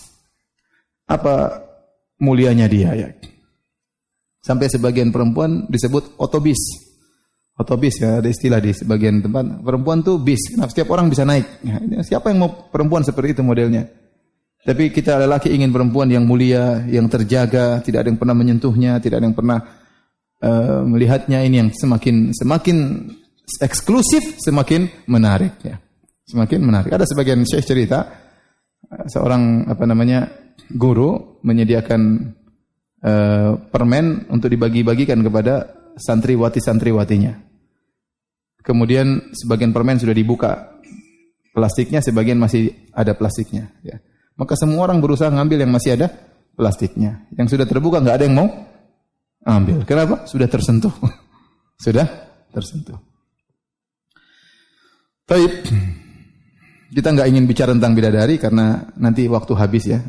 S1: apa mulianya dia ya. Sampai sebagian perempuan disebut otobis. Otobis ya, ada istilah di sebagian tempat. Perempuan tuh bis, kenapa setiap orang bisa naik. Ya, siapa yang mau perempuan seperti itu modelnya? Tapi kita lelaki ingin perempuan yang mulia, yang terjaga, tidak ada yang pernah menyentuhnya, tidak ada yang pernah uh, melihatnya. Ini yang semakin semakin eksklusif, semakin menarik ya. Semakin menarik. Ada sebagian syekh cerita seorang apa namanya guru menyediakan uh, permen untuk dibagi-bagikan kepada santriwati-santriwatinya. Kemudian sebagian permen sudah dibuka plastiknya, sebagian masih ada plastiknya. Ya. Maka semua orang berusaha ngambil yang masih ada plastiknya. Yang sudah terbuka nggak ada yang mau ambil. Kenapa? Sudah tersentuh. Sudah tersentuh. Baik. Kita nggak ingin bicara tentang bidadari karena nanti waktu habis ya.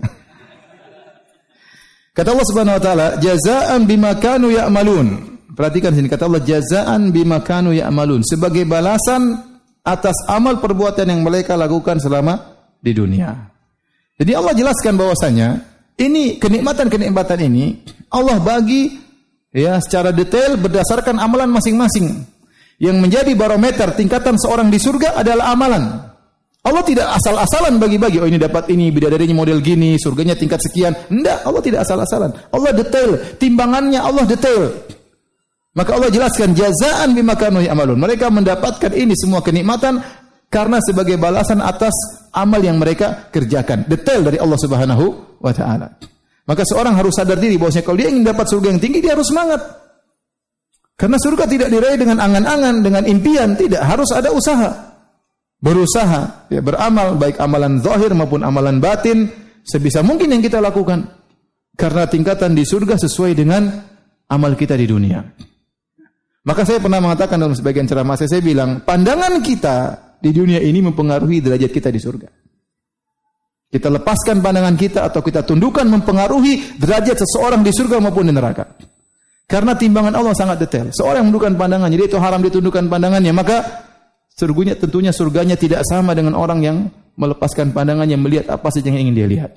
S1: Kata Allah Subhanahu wa taala, "Jazaa'an bima kanu ya'malun." Perhatikan sini kata Allah, "Jazaa'an bima kanu ya'malun." Sebagai balasan atas amal perbuatan yang mereka lakukan selama di dunia. Jadi Allah jelaskan bahwasanya ini kenikmatan-kenikmatan ini Allah bagi ya secara detail berdasarkan amalan masing-masing. Yang menjadi barometer tingkatan seorang di surga adalah amalan. Allah tidak asal-asalan bagi-bagi. Oh ini dapat ini, bidadarinya model gini, surganya tingkat sekian. Enggak, Allah tidak asal-asalan. Allah detail, timbangannya Allah detail. Maka Allah jelaskan jazaan bima kanu ya'malun. Mereka mendapatkan ini semua kenikmatan karena sebagai balasan atas amal yang mereka kerjakan. Detail dari Allah Subhanahu wa taala. Maka seorang harus sadar diri bahwasanya kalau dia ingin dapat surga yang tinggi dia harus semangat. Karena surga tidak diraih dengan angan-angan, dengan impian, tidak, harus ada usaha. Berusaha, ya, beramal baik amalan zahir maupun amalan batin sebisa mungkin yang kita lakukan. Karena tingkatan di surga sesuai dengan amal kita di dunia. Maka saya pernah mengatakan dalam sebagian ceramah saya, saya bilang, pandangan kita di dunia ini mempengaruhi derajat kita di surga. Kita lepaskan pandangan kita atau kita tundukkan mempengaruhi derajat seseorang di surga maupun di neraka. Karena timbangan Allah sangat detail. Seorang yang menundukkan pandangannya, dia itu haram ditundukkan pandangannya, maka surganya tentunya surganya tidak sama dengan orang yang melepaskan pandangannya melihat apa saja yang ingin dia lihat.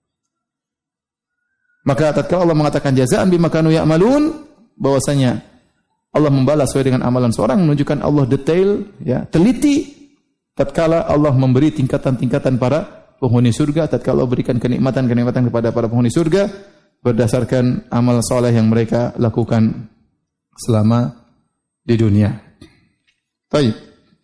S1: Maka tatkala Allah mengatakan jazaan bima kanu ya'malun, bahwasanya Allah membalas sesuai dengan amalan seorang, menunjukkan Allah detail, ya, teliti. Tatkala Allah memberi tingkatan-tingkatan para penghuni surga, tatkala Allah berikan kenikmatan-kenikmatan kepada para penghuni surga berdasarkan amal saleh yang mereka lakukan selama di dunia. Baik.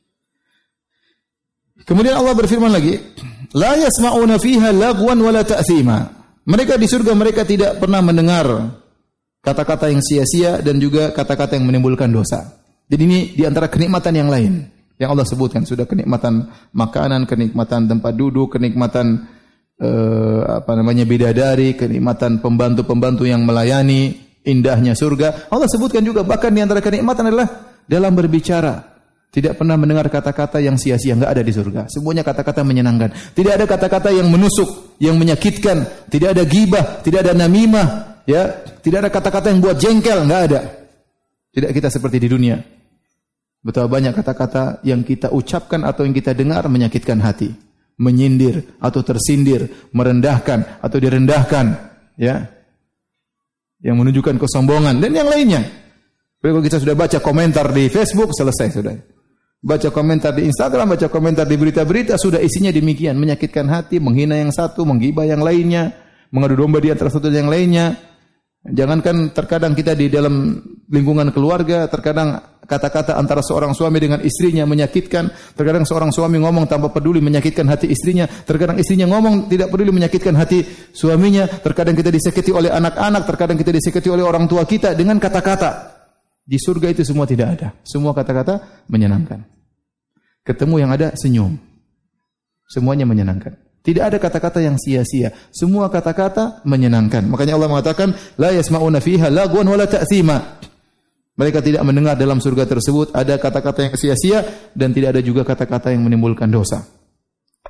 S1: Kemudian Allah berfirman lagi, la yasma'una fiha lagwan wala ta'thima. Mereka di surga mereka tidak pernah mendengar kata-kata yang sia-sia dan juga kata-kata yang menimbulkan dosa. Jadi ini di antara kenikmatan yang lain yang Allah sebutkan, sudah kenikmatan makanan, kenikmatan tempat duduk, kenikmatan eh, apa namanya bidadari, kenikmatan pembantu-pembantu yang melayani, indahnya surga. Allah sebutkan juga bahkan di antara kenikmatan adalah dalam berbicara. Tidak pernah mendengar kata-kata yang sia-sia, enggak ada di surga. Semuanya kata-kata menyenangkan. Tidak ada kata-kata yang menusuk, yang menyakitkan, tidak ada ghibah, tidak ada namimah. Ya, tidak ada kata-kata yang buat jengkel, enggak ada. Tidak kita seperti di dunia. Betapa banyak kata-kata yang kita ucapkan atau yang kita dengar menyakitkan hati, menyindir atau tersindir, merendahkan atau direndahkan, ya. Yang menunjukkan kesombongan dan yang lainnya. Kalau kita sudah baca komentar di Facebook, selesai sudah. Baca komentar di Instagram, baca komentar di berita-berita, sudah isinya demikian, menyakitkan hati, menghina yang satu, menggibah yang lainnya, mengadu domba di antara satu dan yang lainnya. Jangankan terkadang kita di dalam lingkungan keluarga, terkadang kata-kata antara seorang suami dengan istrinya menyakitkan, terkadang seorang suami ngomong tanpa peduli menyakitkan hati istrinya, terkadang istrinya ngomong tidak peduli menyakitkan hati suaminya, terkadang kita disakiti oleh anak-anak, terkadang kita disakiti oleh orang tua kita dengan kata-kata. Di surga itu semua tidak ada, semua kata-kata menyenangkan. Ketemu yang ada senyum, semuanya menyenangkan. Tidak ada kata-kata yang sia-sia. Semua kata-kata menyenangkan. Makanya Allah mengatakan, la yasma'una fiha lagwan wala ta'thima. Mereka tidak mendengar dalam surga tersebut ada kata-kata yang sia-sia dan tidak ada juga kata-kata yang menimbulkan dosa.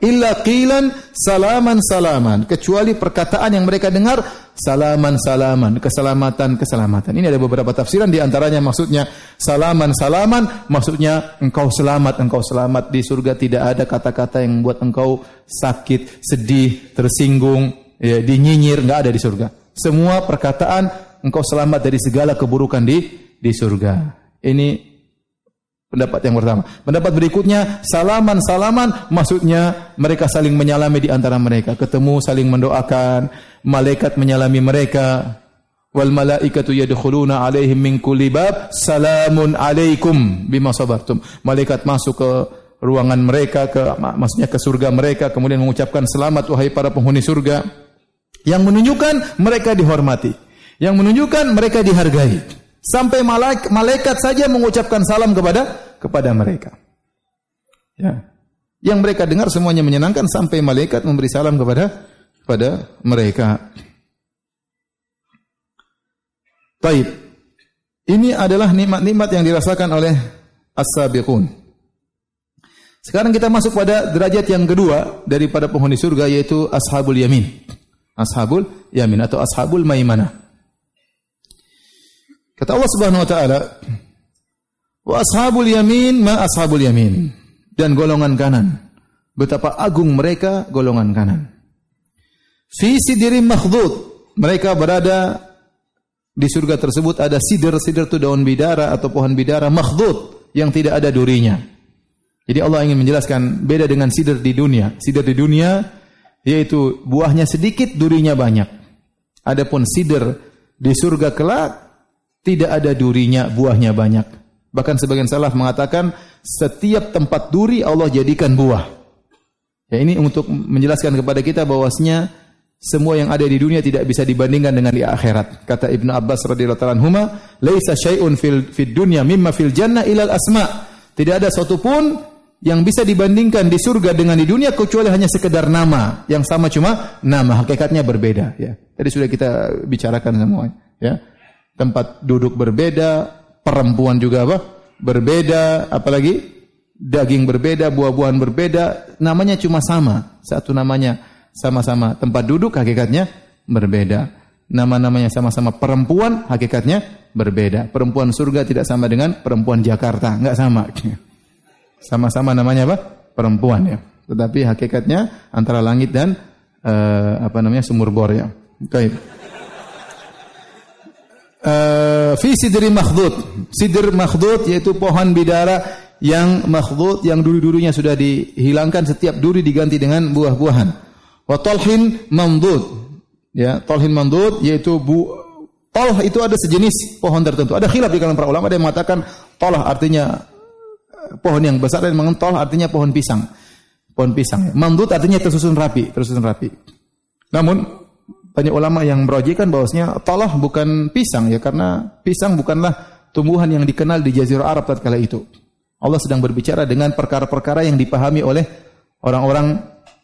S1: illa qilan salaman salaman, kecuali perkataan yang mereka dengar salaman salaman, keselamatan keselamatan. Ini ada beberapa tafsiran, di antaranya maksudnya salaman salaman maksudnya engkau selamat, engkau selamat di surga, tidak ada kata-kata yang membuat engkau sakit, sedih, tersinggung, ya, dinyinyir, enggak ada di surga. Semua perkataan engkau selamat dari segala keburukan di di surga. Ini pendapat yang pertama. Pendapat berikutnya, salaman-salaman maksudnya mereka saling menyalami di antara mereka, ketemu saling mendoakan, malaikat menyalami mereka. Wal malaikatu yadkhuluna alaihim min kulli bab, salamun alaikum bima sabartum. Malaikat masuk ke ruangan mereka, ke maksudnya ke surga mereka, kemudian mengucapkan selamat wahai para penghuni surga. Yang menunjukkan mereka dihormati, yang menunjukkan mereka dihargai. Sampai malaikat, malaikat saja mengucapkan salam kepada kepada mereka. Ya. Yang mereka dengar semuanya menyenangkan sampai malaikat memberi salam kepada kepada mereka. Baik. Ini adalah nikmat-nikmat yang dirasakan oleh as-sabiqun. Sekarang kita masuk pada derajat yang kedua daripada penghuni surga, yaitu ashabul yamin. Ashabul yamin atau ashabul maimanah. Kata Allah Subhanahu wa taala, wa ashabul yamin ma ashabul yamin, dan golongan kanan, betapa agung mereka golongan kanan. Fi sidrin makhdud, mereka berada di surga tersebut ada sidr, sidr itu daun bidara atau pohon bidara makhdud yang tidak ada durinya. Jadi Allah ingin menjelaskan beda dengan sidr di dunia. Sidr di dunia yaitu buahnya sedikit, durinya banyak. Adapun sidr di surga kelak tidak ada durinya, buahnya banyak. Bahkan sebagian salaf mengatakan setiap tempat duri Allah jadikan buah. Ya, ini untuk menjelaskan kepada kita bahwasanya semua yang ada di dunia tidak bisa dibandingkan dengan di akhirat. Kata Ibnu Abbas radhiyallahu ta'ala anhuma, "Laisa syai'un fil fid dunya mimma fil jannah ilal asma." Tidak ada satu pun yang bisa dibandingkan di surga dengan di dunia kecuali hanya sekedar nama. Yang sama cuma nama, hakikatnya berbeda, ya. Tadi sudah kita bicarakan semuanya, ya. Tempat duduk berbeda, perempuan juga apa? Berbeda, apalagi daging berbeda, buah-buahan berbeda, namanya cuma sama. Satu namanya sama-sama tempat duduk, hakikatnya berbeda. Nama-namanya sama-sama perempuan, hakikatnya berbeda. Perempuan surga tidak sama dengan perempuan Jakarta, enggak sama. Sama-sama namanya apa? Perempuan, ya. Tetapi hakikatnya antara langit dan uh, apa namanya? Sumur bor, ya. Baik. Uh, fi sidri makhdud. Sidr makhdud yaitu pohon bidara yang makhdud, yang duri-durinya sudah dihilangkan, setiap duri diganti dengan buah-buahan. Wa talhin mamdud. Ya, talhin mamdud yaitu bu talh itu ada sejenis pohon tertentu. Ada khilaf di kalangan para ulama, ada yang mengatakan talah artinya pohon yang besar, dan mengental artinya pohon pisang. Pohon pisang. Mamdud artinya tersusun rapi, tersusun rapi. Namun banyak ulama yang merojikan bahwasanya talah bukan pisang, ya, karena pisang bukanlah tumbuhan yang dikenal di Jazirah Arab tatkala itu. Allah sedang berbicara dengan perkara-perkara yang dipahami oleh orang-orang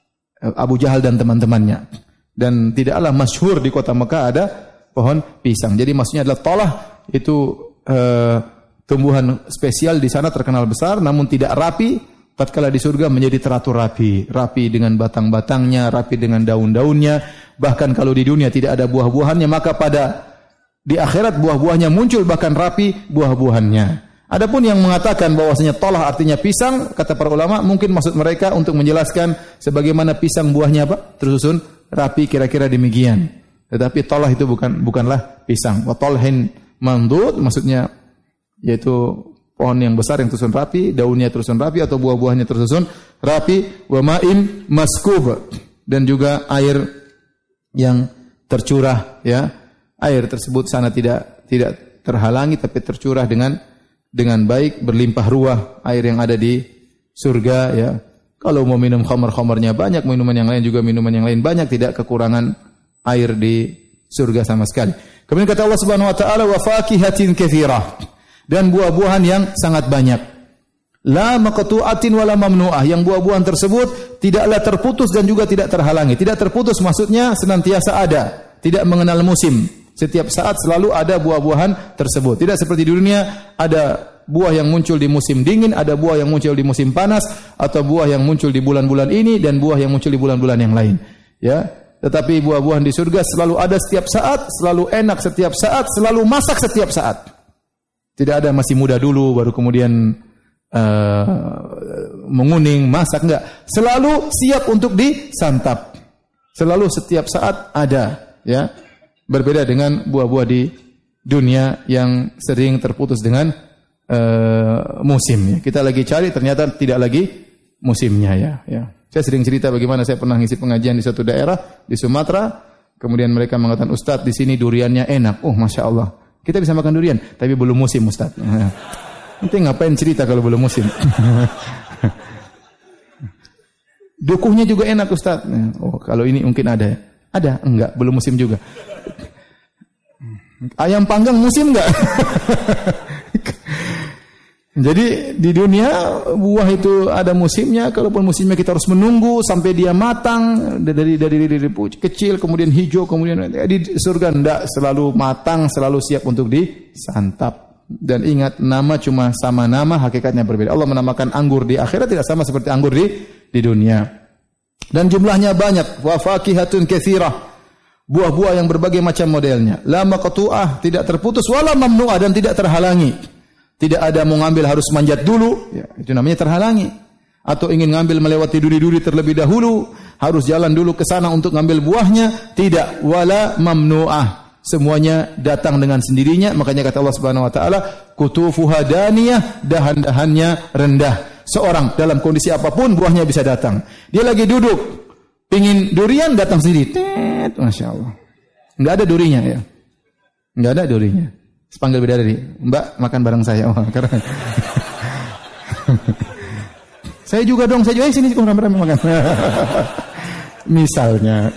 S1: Abu Jahal dan teman-temannya. Dan tidaklah masyhur di kota Mekah ada pohon pisang. Jadi maksudnya adalah talah itu uh, tumbuhan spesial di sana, terkenal besar namun tidak rapi. Tatkala di surga menjadi teratur rapi, rapi dengan batang-batangnya, rapi dengan daun-daunnya. Bahkan kalau di dunia tidak ada buah-buahannya, maka pada di akhirat buah-buahnya muncul, bahkan rapi buah-buahannya. Adapun yang mengatakan bahwasanya talah artinya pisang, kata para ulama mungkin maksud mereka untuk menjelaskan sebagaimana pisang buahnya apa? Tersusun rapi, kira-kira demikian. Tetapi talah itu bukan bukanlah pisang. Wa talhin mamdud maksudnya yaitu pohon yang besar yang tersusun rapi, daunnya tersusun rapi atau buah-buahnya tersusun rapi. Wa ma'in maskub, dan juga air yang tercurah, ya. Air tersebut sana tidak tidak terhalangi tapi tercurah dengan dengan baik, berlimpah ruah air yang ada di surga, ya. Kalau mau minum khamar-khamarnya banyak, minuman yang lain juga minuman yang lain banyak, tidak kekurangan air di surga sama sekali. Kemudian kata Allah Subhanahu wa taala, wa fakihatin katsirah, dan buah-buahan yang sangat banyak. La maqtu'atin wala mamnu'ah, yang buah-buahan tersebut tidaklah terputus dan juga tidak terhalangi. Tidak terputus maksudnya senantiasa ada, tidak mengenal musim. Setiap saat selalu ada buah-buahan tersebut. Tidak seperti di dunia ada buah yang muncul di musim dingin, ada buah yang muncul di musim panas, atau buah yang muncul di bulan-bulan ini dan buah yang muncul di bulan-bulan yang lain. Ya, tetapi buah-buahan di surga selalu ada setiap saat, selalu enak setiap saat, selalu masak setiap saat. Tidak ada masih muda dulu baru kemudian uh, menguning, masak, enggak. Selalu siap untuk disantap. Selalu setiap saat ada, ya. Berbeda dengan buah-buah di dunia yang sering terputus dengan uh, musim. Kita lagi cari ternyata tidak lagi musimnya, ya. Ya. Saya sering cerita bagaimana saya pernah ngisi pengajian di suatu daerah di Sumatera. Kemudian mereka mengatakan, Ustaz di sini duriannya enak. Oh, masya Allah. Kita bisa makan durian, tapi belum musim, Ustaz. Nanti ngapain cerita kalau belum musim? Dukuhnya juga enak, Ustaz. Oh, kalau ini mungkin ada. Ada? Enggak, belum musim juga. Ayam panggang musim enggak? Jadi di dunia buah itu ada musimnya. Kalaupun musimnya kita harus menunggu sampai dia matang dari dari dari, dari kecil kemudian hijau kemudian di surga enggak, selalu matang, selalu siap untuk disantap. Dan ingat, nama cuma sama nama, hakikatnya berbeda. Allah menamakan anggur di akhirat tidak sama seperti anggur di di dunia. Dan jumlahnya banyak. Wa fakihatun katsirah. Buah-buah yang berbagai macam modelnya. La maqtu'ah, tidak terputus, wala mamnu'ah, dan tidak terhalangi. Tidak ada mau ngambil harus manjat dulu, ya, itu namanya terhalangi. Atau ingin ngambil melewati duri-duri terlebih dahulu, harus jalan dulu ke sana untuk ngambil buahnya. Tidak, wala mamnu'ah. Semuanya datang dengan sendirinya. Makanya kata Allah Subhanahu wa taala, kutufuha daniyah, dahan-dahannya rendah. Seorang dalam kondisi apapun buahnya bisa datang. Dia lagi duduk pingin durian, datang sendiri. Tet, masya Allah. Enggak ada durinya, ya. Enggak ada durinya. Sepanggil bidadari, Mbak makan bareng saya. Oh, karena saya juga dong, saya juga sini rame-rame makan. Misalnya.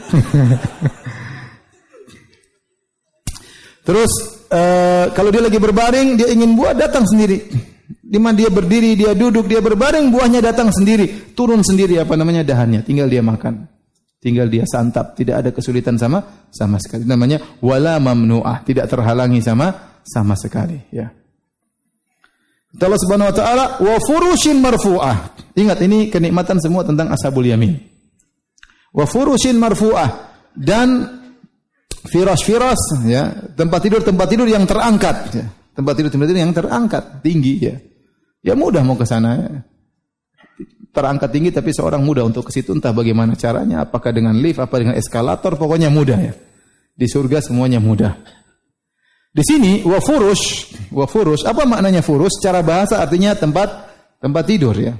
S1: Terus uh, kalau dia lagi berbaring, dia ingin buah, datang sendiri. Di mana dia berdiri, dia duduk, dia berbaring, buahnya datang sendiri, turun sendiri apa namanya dahannya, tinggal dia makan. Tinggal dia santap, tidak ada kesulitan sama sama sekali. Namanya wala mamnu'ah, tidak terhalangi sama sama sekali, ya. Allah Subhanahu wa taala wa furushin marfu'ah. Ingat, ini kenikmatan semua tentang ashabul yamin. Wa furushin marfu'ah, dan firas-firas, ya, tempat tidur-tempat tidur yang terangkat, ya. Tempat tidur-tempat tidur yang terangkat tinggi, ya. Ya mudah mau ke sana, ya. Terangkat tinggi tapi seorang mudah untuk ke situ, entah bagaimana caranya, apakah dengan lift, apa dengan eskalator, pokoknya mudah, ya. Di surga semuanya mudah. Di sini wa furush, wa furush, apa maknanya furush? Secara bahasa artinya tempat tempat tidur, ya.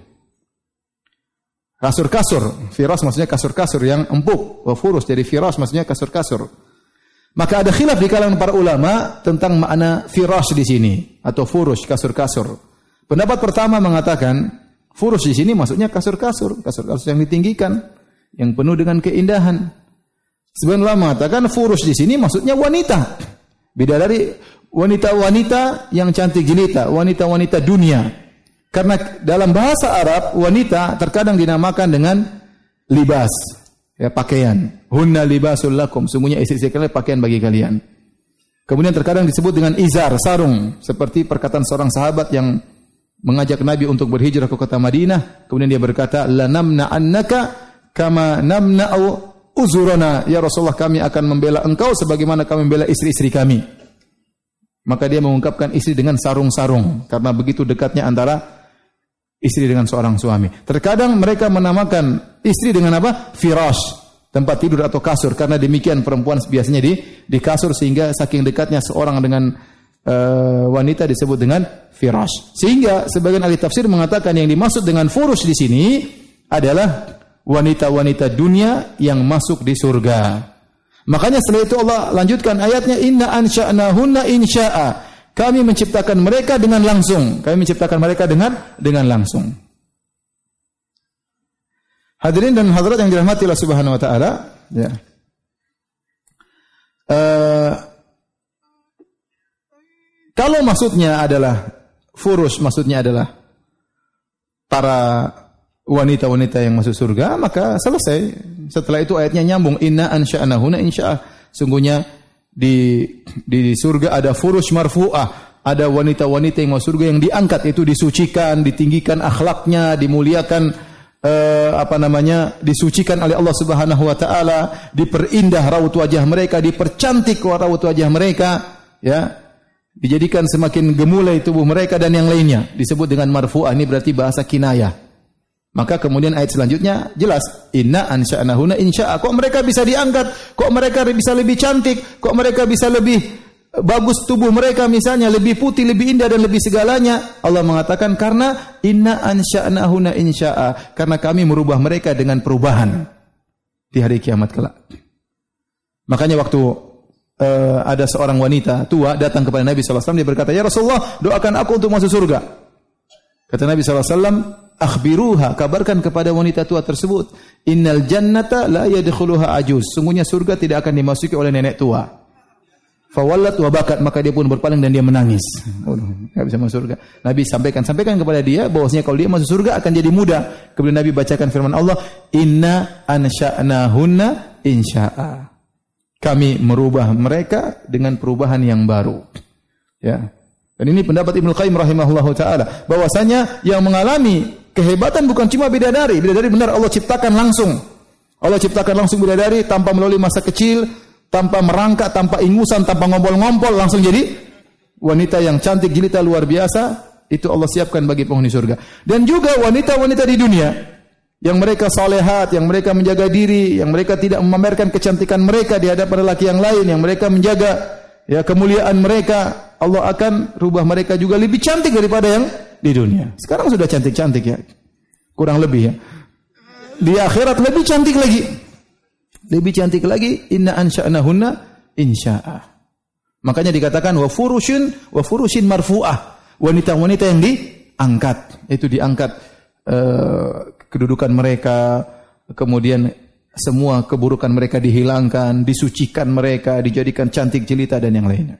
S1: Kasur-kasur, firas maksudnya kasur-kasur yang empuk. Wa furush jadi firas maksudnya kasur-kasur. Maka ada khilaf di kalangan para ulama tentang makna firas di sini atau furush, kasur-kasur. Pendapat pertama mengatakan furush di sini maksudnya kasur-kasur, kasur-kasur yang ditinggikan, yang penuh dengan keindahan. Sebagian ulama mengatakan furush di sini maksudnya wanita. Beda dari wanita-wanita yang cantik jelita, wanita-wanita dunia. Karena dalam bahasa Arab wanita terkadang dinamakan dengan libas, ya, pakaian. Hunna libasul lakum, sungguhnya istri-istri kalian pakaian bagi kalian. Kemudian terkadang disebut dengan izar, sarung, seperti perkataan seorang sahabat yang mengajak Nabi untuk berhijrah ke kota Madinah. Kemudian dia berkata, la namna annaka kama namna'u uzurana, ya Rasulullah, kami akan membela engkau sebagaimana kami membela istri-istri kami. Maka dia mengungkapkan istri dengan sarung-sarung, karena begitu dekatnya antara istri dengan seorang suami. Terkadang mereka menamakan istri dengan apa? Firash, tempat tidur atau kasur, karena demikian perempuan biasanya di di kasur, sehingga saking dekatnya seorang dengan uh, wanita disebut dengan firash. Sehingga sebagian ahli tafsir mengatakan yang dimaksud dengan furush di sini adalah wanita-wanita dunia yang masuk di surga. Makanya setelah itu Allah lanjutkan ayatnya, inna ansha'nahunna insya'a. Kami menciptakan mereka dengan langsung. Kami menciptakan mereka dengan dengan langsung. Hadirin dan hadirat yang dirahmati Allah Subhanahu wa taala, ya. Uh, kalau maksudnya adalah furush, maksudnya adalah para wanita-wanita yang masuk surga, maka selesai. Setelah itu ayatnya nyambung, inna ansha'nahunna insya'a. Sungguhnya di di surga ada furush marfu'ah, ada wanita-wanita yang masuk surga yang diangkat, itu disucikan, ditinggikan akhlaknya, dimuliakan eh, apa namanya? disucikan oleh Allah Subhanahu wa taala, diperindah raut wajah mereka, dipercantik raut wajah mereka, ya. Dijadikan semakin gemulai tubuh mereka dan yang lainnya. Disebut dengan marfu'ah, ini berarti bahasa kinayah. Maka kemudian ayat selanjutnya jelas, inna ansha'nahunna insya'a. Kok mereka bisa diangkat? Kok mereka bisa lebih cantik? Kok mereka bisa lebih bagus tubuh mereka misalnya, lebih putih, lebih indah dan lebih segalanya? Allah mengatakan karena inna ansha'nahunna insya'a, karena kami merubah mereka dengan perubahan di hari kiamat kelak. Makanya waktu Uh, ada seorang wanita tua datang kepada Nabi sallallahu alaihi wasallam, dia berkata, "Ya Rasulullah, doakan aku untuk masuk surga." Kata Nabi sallallahu alaihi wasallam, "Akhbiruha, kabarkan kepada wanita tua tersebut, innal jannata la yadkhuluha ajuz." Sungguhnya surga tidak akan dimasuki oleh nenek tua. Fawallat wa bakat, maka dia pun berpaling dan dia menangis. Oh, enggak bisa masuk surga. Nabi sampaikan sampaikan kepada dia bahwasanya kalau dia masuk surga akan jadi mudah. Kemudian Nabi bacakan firman Allah, "Inna ansha'nahunna insya'a." Kami merubah mereka dengan perubahan yang baru. Ya. Dan ini pendapat Ibnu Qayyim rahimahullahu taala, bahwasanya yang mengalami kehebatan bukan cuma bidadari. Bidadari benar Allah ciptakan langsung. Allah ciptakan langsung bidadari tanpa melalui masa kecil, tanpa merangkak, tanpa ingusan, tanpa ngompol-ngompol, langsung jadi wanita yang cantik jelita luar biasa. Itu Allah siapkan bagi penghuni surga. Dan juga wanita-wanita di dunia yang mereka salehat, yang mereka menjaga diri, yang mereka tidak memamerkan kecantikan mereka di hadapan lelaki yang lain, yang mereka menjaga ya kemuliaan mereka, Allah akan rubah mereka juga lebih cantik daripada yang di dunia. Sekarang sudah cantik-cantik ya, kurang lebih ya. Di akhirat lebih cantik lagi, lebih cantik lagi. Inna ansha'nahunna insya'a. Makanya dikatakan wa furushin wa furushin marfu'ah, wanita-wanita yang diangkat, itu diangkat uh, kedudukan mereka, kemudian semua keburukan mereka dihilangkan, disucikan mereka, dijadikan cantik jelita dan yang lainnya.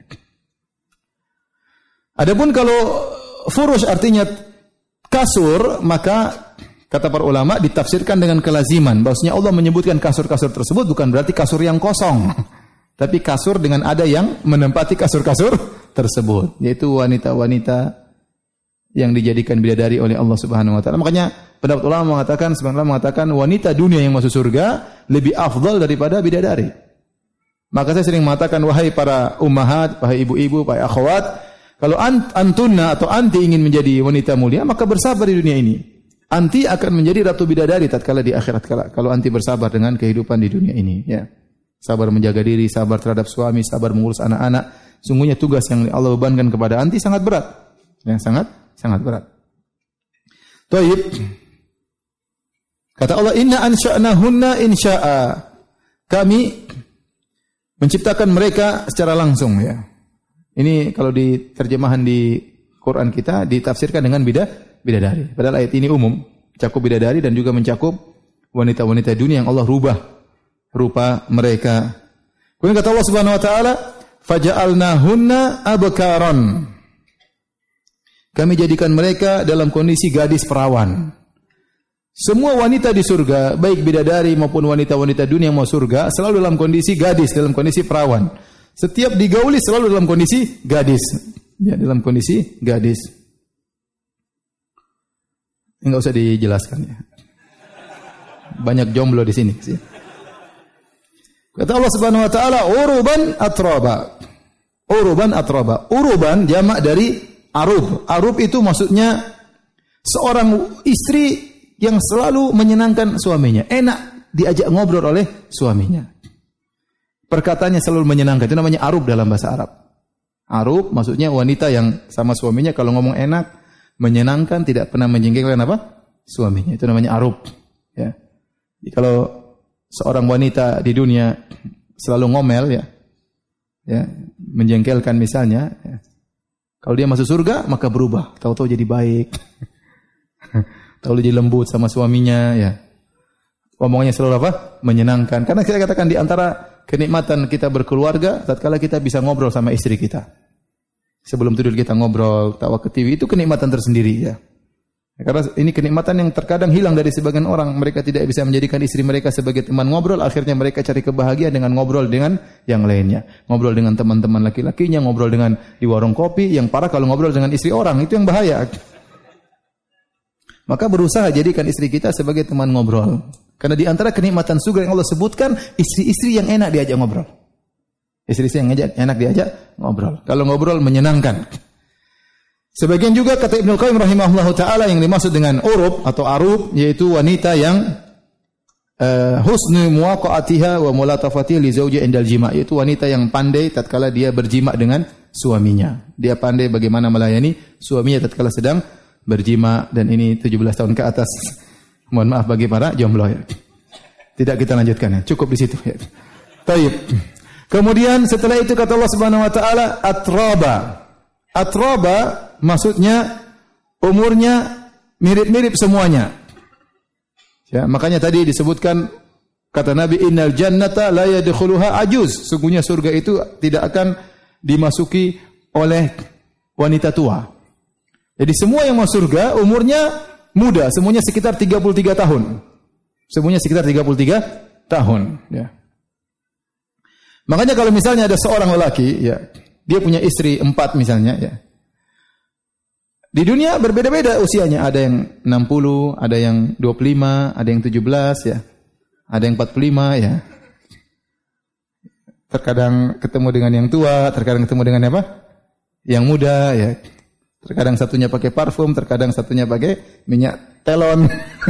S1: Adapun kalau furush artinya kasur, maka kata para ulama ditafsirkan dengan kelaziman. Bahwasanya Allah menyebutkan kasur-kasur tersebut bukan berarti kasur yang kosong, tapi kasur dengan ada yang menempati kasur-kasur tersebut, yaitu wanita-wanita yang dijadikan bidadari oleh Allah Subhanahu wa taala. Makanya pendapat ulama mengatakan, sebagian ulama mengatakan wanita dunia yang masuk surga lebih afdal daripada bidadari. Maka saya sering mengatakan, wahai para ummahat, wahai ibu-ibu, wahai akhwat, kalau antunna atau anti ingin menjadi wanita mulia, maka bersabar di dunia ini. Anti akan menjadi ratu bidadari tatkala di akhirat kala. Kalau anti bersabar dengan kehidupan di dunia ini, ya. Sabar menjaga diri, sabar terhadap suami, sabar mengurus anak-anak. Sungguhnya tugas yang Allah bebankan kepada anti sangat berat. Ya, sangat sangat berat. Taib. Kata Allah, inna ansha'nahunna insya'a. Kami menciptakan mereka secara langsung ya. Ini kalau di terjemahan di Quran kita ditafsirkan dengan bidah bidadari. Padahal ayat ini umum, mencakup bidadari dan juga mencakup wanita-wanita dunia yang Allah rubah rupa mereka. Kemudian kata Allah Subhanahu wa taala, faja'alnahunna abkaran. Kami jadikan mereka dalam kondisi gadis perawan. Semua wanita di surga, baik bidadari maupun wanita-wanita dunia yang mau surga, selalu dalam kondisi gadis, dalam kondisi perawan. Setiap digauli selalu dalam kondisi gadis. Ya, dalam kondisi gadis. Enggak usah dijelaskan ya. Banyak jomblo di sini. Kata Allah Subhanahu wa taala, uruban atraba. Uruban atraba. Uruban jamak dari arub. Arub itu maksudnya seorang istri yang selalu menyenangkan suaminya. Enak diajak ngobrol oleh suaminya. Perkataannya selalu menyenangkan. Itu namanya arub dalam bahasa Arab. Arub maksudnya wanita yang sama suaminya kalau ngomong enak, menyenangkan, tidak pernah menjengkelkan apa? Suaminya. Itu namanya arub. Ya. Jadi kalau seorang wanita di dunia selalu ngomel ya, ya menjengkelkan misalnya, ya. Kalau dia masuk surga maka berubah, tahu-tahu jadi baik, tahu-tahu jadi lembut sama suaminya, ya. Ngomongnya selalu apa? Menyenangkan. Karena saya katakan di antara kenikmatan kita berkeluarga, tatkala kita bisa ngobrol sama istri kita. Sebelum tidur kita ngobrol, tawa ke T V, itu kenikmatan tersendiri ya. Karena ini kenikmatan yang terkadang hilang dari sebagian orang. Mereka tidak bisa menjadikan istri mereka sebagai teman ngobrol. Akhirnya mereka cari kebahagiaan dengan ngobrol dengan yang lainnya. Ngobrol dengan teman-teman laki-lakinya, ngobrol dengan di warung kopi. Yang parah kalau ngobrol dengan istri orang, itu yang bahaya. Maka berusaha jadikan istri kita sebagai teman ngobrol. Karena di antara kenikmatan surga yang Allah sebutkan, istri-istri yang enak diajak ngobrol. Istri-istri yang enak diajak ngobrol. Kalau ngobrol menyenangkan. Sebagian juga kata Ibnu Qayyim rahimahullahu taala yang dimaksud dengan urub atau arub yaitu wanita yang uh, husnu muwaqa'atiha wa mulatafatiha li zawji indal jima', yaitu wanita yang pandai tatkala dia berjima dengan suaminya. Dia pandai bagaimana melayani suaminya tatkala sedang berjima, dan ini tujuh belas tahun ke atas. Mohon maaf bagi para jomblo ya. Tidak kita lanjutkan ya. Cukup di situ ya. Baik. Kemudian setelah itu kata Allah Subhanahu wa taala atraba. Atraba maksudnya umurnya mirip-mirip semuanya. Ya, makanya tadi disebutkan kata Nabi innal jannata la yadkhuluha ajuz. Sungguhnya surga itu tidak akan dimasuki oleh wanita tua. Jadi semua yang masuk surga umurnya muda, semuanya sekitar tiga puluh tiga tahun. Semuanya sekitar tiga puluh tiga tahun, ya. Makanya kalau misalnya ada seorang lelaki, ya, dia punya istri empat misalnya, ya. Di dunia berbeda-beda usianya, ada yang enam puluh, ada yang dua puluh lima, ada yang tujuh belas, ya. Ada yang empat puluh lima, ya. Terkadang ketemu dengan yang tua, terkadang ketemu dengan apa? Yang muda, ya. Terkadang satunya pakai parfum, terkadang satunya pakai minyak telon.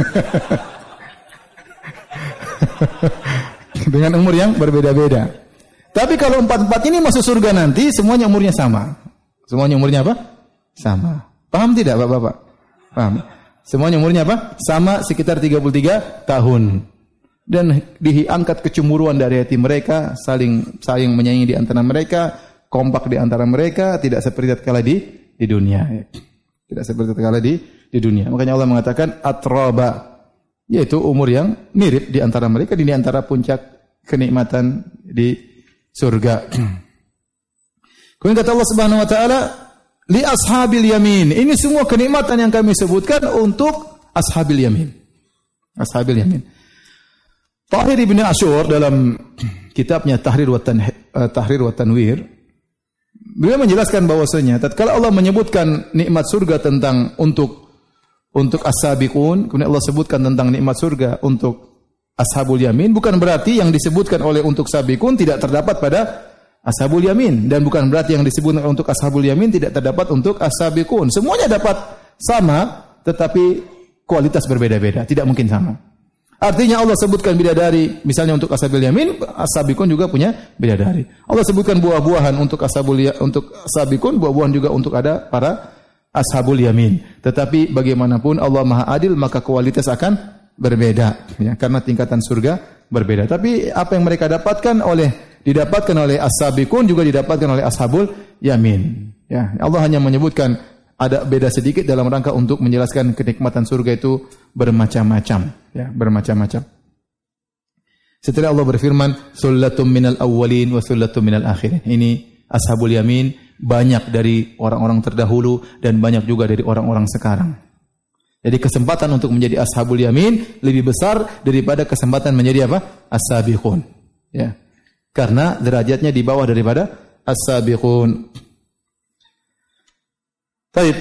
S1: Dengan umur yang berbeda-beda. Tapi kalau empat-empat ini masuk surga nanti, semuanya umurnya sama. Semuanya umurnya apa? Sama. Paham tidak Bapak-bapak? Paham. Semuanya umurnya apa? Sama, sekitar tiga puluh tiga tahun. Dan diangkat kecemburuan dari hati mereka, saling saling menyayangi di antara mereka, kompak di antara mereka, tidak seperti tatkala di di dunia. Tidak seperti tatkala di di dunia. Makanya Allah mengatakan atraba, yaitu umur yang mirip di antara mereka, di antara puncak kenikmatan di surga. Kemudian kata Allah Subhanahu wa taala, li ashabil yamin. Ini semua kenikmatan yang kami sebutkan untuk ashabil yamin. Ashabil yamin. Tahir Ibn Ashur dalam kitabnya Tahrir wa Tanwir, Tahrir wa Tanwir, beliau menjelaskan bahwasanya tatkala Allah menyebutkan nikmat surga tentang untuk untuk as-sabiqun, kemudian Allah sebutkan tentang nikmat surga untuk ashabul yamin, bukan berarti yang disebutkan oleh untuk sabiqun tidak terdapat pada ashabul yamin, dan bukan berarti yang disebutkan untuk ashabul yamin tidak terdapat untuk as-sabiqun. Semuanya dapat sama, tetapi kualitas berbeda-beda, tidak mungkin sama. Artinya Allah sebutkan bidadari, misalnya untuk ashabul yamin, as-sabiqun juga punya bidadari. Allah sebutkan buah-buahan untuk ashabul ya, untuk sabiqun, buah-buahan juga untuk ada para ashabul yamin. Tetapi bagaimanapun Allah Maha Adil, maka kualitas akan berbeda, ya, karena tingkatan surga berbeda. Tapi apa yang mereka dapatkan oleh didapatkan oleh as-sabiqun juga didapatkan oleh ashabul yamin. Ya, Allah hanya menyebutkan ada beda sedikit dalam rangka untuk menjelaskan kenikmatan surga itu bermacam-macam, ya, bermacam-macam. Setelah Allah berfirman, "Sullatum minal awwalin wa sullatum minal akhirin." Ini ashabul yamin, banyak dari orang-orang terdahulu dan banyak juga dari orang-orang sekarang. Jadi kesempatan untuk menjadi ashabul yamin lebih besar daripada kesempatan menjadi apa? As-sabiqun. Ya. Karena derajatnya di bawah daripada as-sabiqun. Baik.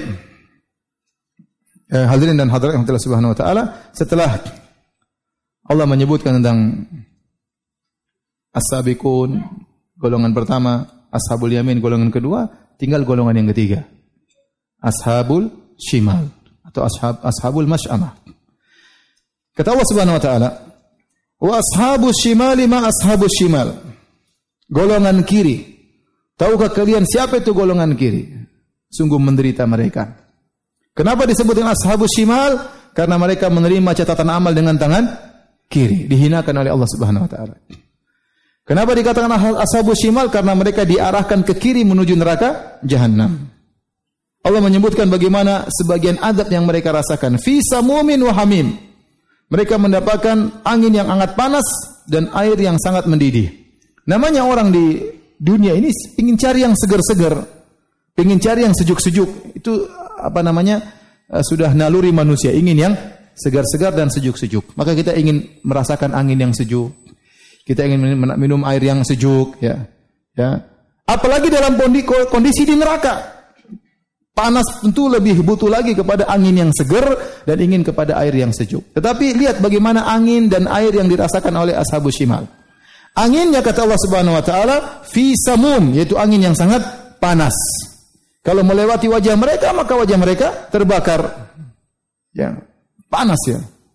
S1: Eh, hadirin dan hadirat yang Allah Subhanahu wa taala, setelah Allah menyebutkan tentang as-sabiqun, golongan pertama, ashabul yamin golongan kedua, tinggal golongan yang ketiga. Ashabul shimal atau ashab ashabul masy'amah. Kata Allah Subhanahu wa taala, "Wa ashabus shimali ma ashabus shimal." Golongan kiri. Tahukah kalian siapa itu golongan kiri? Sungguh menderita mereka. Kenapa disebut dengan ashabus shimal? Karena mereka menerima catatan amal dengan tangan kiri, dihinakan oleh Allah Subhanahu wa taala. Kenapa dikatakan ashabus shimal? Karena mereka diarahkan ke kiri menuju neraka jahanam. Allah menyebutkan bagaimana sebagian adab yang mereka rasakan, fi samumin wa hamim. Mereka mendapatkan angin yang sangat panas dan air yang sangat mendidih. Namanya orang di dunia ini ingin cari yang segar-segar, ingin cari yang sejuk-sejuk. Itu apa namanya? uh, sudah naluri manusia, ingin yang segar-segar dan sejuk-sejuk. Maka kita ingin merasakan angin yang sejuk. Kita ingin minum air yang sejuk, ya. Ya. Apalagi dalam kondisi di neraka. Panas tentu lebih butuh lagi kepada angin yang segar dan ingin kepada air yang sejuk. Tetapi lihat bagaimana angin dan air yang dirasakan oleh ashabus shimal. Anginnya kata Allah Subhanahu wa taala fi samum, yaitu angin yang sangat panas. Kalau melewati wajah mereka maka wajah mereka terbakar. Ya, panas ya.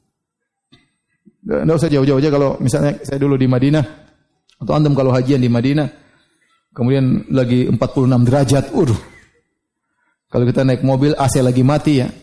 S1: Enggak usah jauh-jauh aja kalau misalnya saya dulu di Madinah atau antum kalau hajian di Madinah kemudian lagi empat puluh enam derajat. Waduh. Kalau kita naik mobil A C lagi mati ya.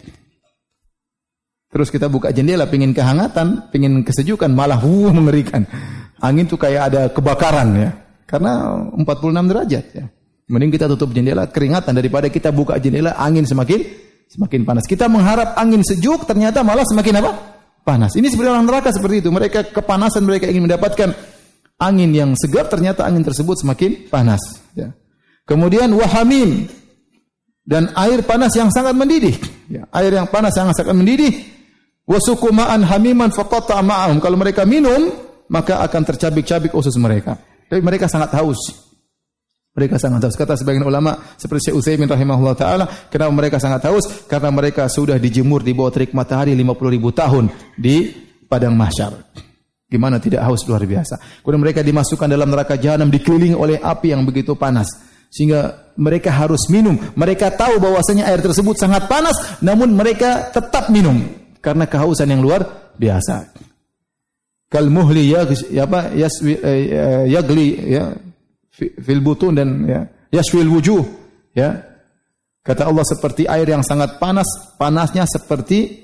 S1: Terus kita buka jendela pingin kehangatan, pingin kesejukan, malah wuh mengerikan. Angin tuh kayak ada kebakaran ya. Karena empat puluh enam derajat ya. Mending kita tutup jendela keringatan daripada kita buka jendela angin semakin semakin panas. Kita mengharap angin sejuk ternyata malah semakin apa? Panas. Ini seperti orang neraka seperti itu. Mereka kepanasan, mereka ingin mendapatkan angin yang segar, ternyata angin tersebut semakin panas ya. Kemudian wahamim, dan air panas yang sangat mendidih. Ya, air yang panas yang sangat mendidih. Wasukuma'an hamiman faqata ma'ahum. Kalau mereka minum, maka akan tercabik-cabik usus mereka. Tapi mereka sangat haus. Mereka sangat haus. Kata sebagian ulama seperti Syekh Utsaimin rahimahullah taala, kenapa mereka sangat haus? Karena mereka sudah dijemur di bawah terik matahari lima puluh ribu tahun di padang mahsyar. Gimana tidak haus, luar biasa. Kemudian mereka dimasukkan dalam neraka jahanam dikelilingi oleh api yang begitu panas. Sehingga mereka harus minum. Mereka tahu bahwasanya air tersebut sangat panas, namun mereka tetap minum karena kehausan yang luar biasa. Kal muhli ya apa yaswi yagli ya fil butun dan ya yaswil wujuh ya. Kata Allah seperti air yang sangat panas, panasnya seperti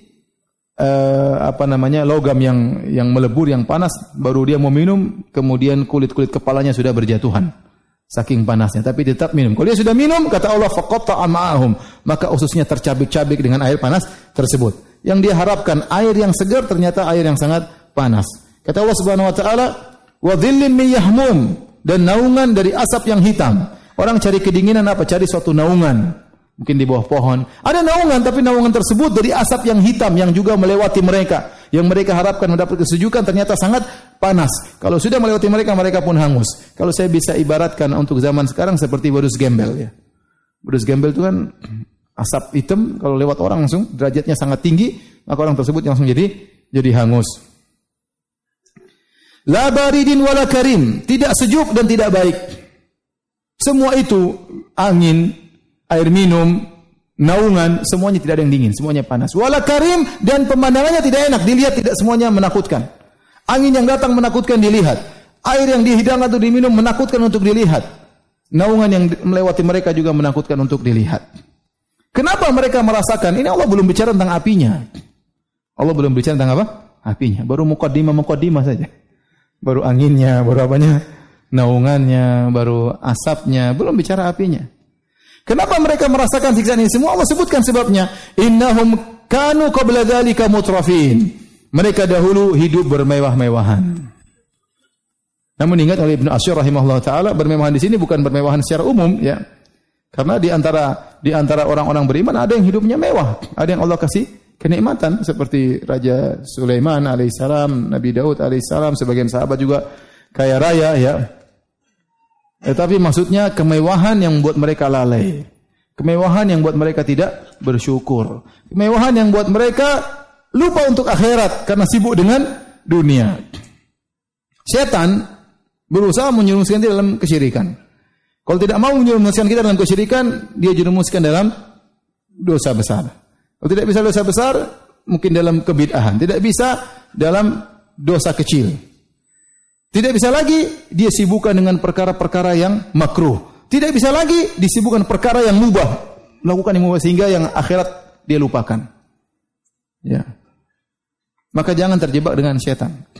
S1: uh, apa namanya logam yang yang melebur yang panas, baru dia mau minum kemudian kulit-kulit kepalanya sudah berjatuhan. Saking panasnya, tapi tetap minum. Kalau dia sudah minum, kata Allah, faqatta'a ma'ahum, maka ususnya tercabik-cabik dengan air panas tersebut. Yang dia harapkan air yang segar, ternyata air yang sangat panas. Kata Allah Subhanahu wa taala, wa dhillin min yahmum, dan naungan dari asap yang hitam. Orang cari kedinginan apa? Cari suatu naungan. Mungkin di bawah pohon. Ada naungan, tapi naungan tersebut dari asap yang hitam yang juga melewati mereka. Yang mereka harapkan mendapat kesejukan ternyata sangat panas. Kalau sudah melewati mereka, mereka pun hangus. Kalau saya bisa ibaratkan untuk zaman sekarang seperti badus gembel ya. Badus gembel itu kan asap hitam, kalau lewat orang langsung derajatnya sangat tinggi, maka orang tersebut langsung jadi jadi hangus. La baridin wala karim, tidak sejuk dan tidak baik. Semua itu angin, air minum, naungan, semuanya tidak ada yang dingin, semuanya panas. Wala karim, dan pemandangannya tidak enak, dilihat tidak semuanya menakutkan. Angin yang datang menakutkan dilihat. Air yang dihidangkan atau diminum menakutkan untuk dilihat. Naungan yang melewati mereka juga menakutkan untuk dilihat. Kenapa mereka merasakan? Ini Allah belum bicara tentang apinya. Allah belum bicara tentang apa? Apinya. Baru muqaddimah-muqaddimah saja. Baru anginnya, baru apanya? Naungannya, baru asapnya, belum bicara apinya. Kenapa mereka merasakan siksaan ini semua? Allah sebutkan sebabnya. Innahum kanu qabla dzalika mutrafin. Mereka dahulu hidup bermewah-mewahan. Namun ingat oleh Ibnu Asy'ar rahimahullah taala, bermewahan di sini bukan bermewahan secara umum ya. Karena di antara di antara orang-orang beriman ada yang hidupnya mewah, ada yang Allah kasih kenikmatan seperti Raja Sulaiman alaihissalam, Nabi Daud alaihissalam, sebagian sahabat juga kaya raya ya. Tetapi maksudnya kemewahan yang membuat mereka lalai. Kemewahan yang membuat mereka tidak bersyukur. Kemewahan yang membuat mereka lupa untuk akhirat karena sibuk dengan dunia. Setan berusaha menjerumuskan kita dalam kesyirikan. Kalau tidak mau menjerumuskan kita dalam kesyirikan, dia jerumuskan dalam dosa besar. Kalau tidak bisa dosa besar, mungkin dalam kebid'ahan. Tidak bisa dalam dosa kecil. Tidak bisa lagi dia sibukkan dengan perkara-perkara yang makruh. Tidak bisa lagi disibukkan perkara yang mubah. Melakukan yang mubah sehingga yang akhirat dia lupakan. Ya. Maka jangan terjebak dengan setan.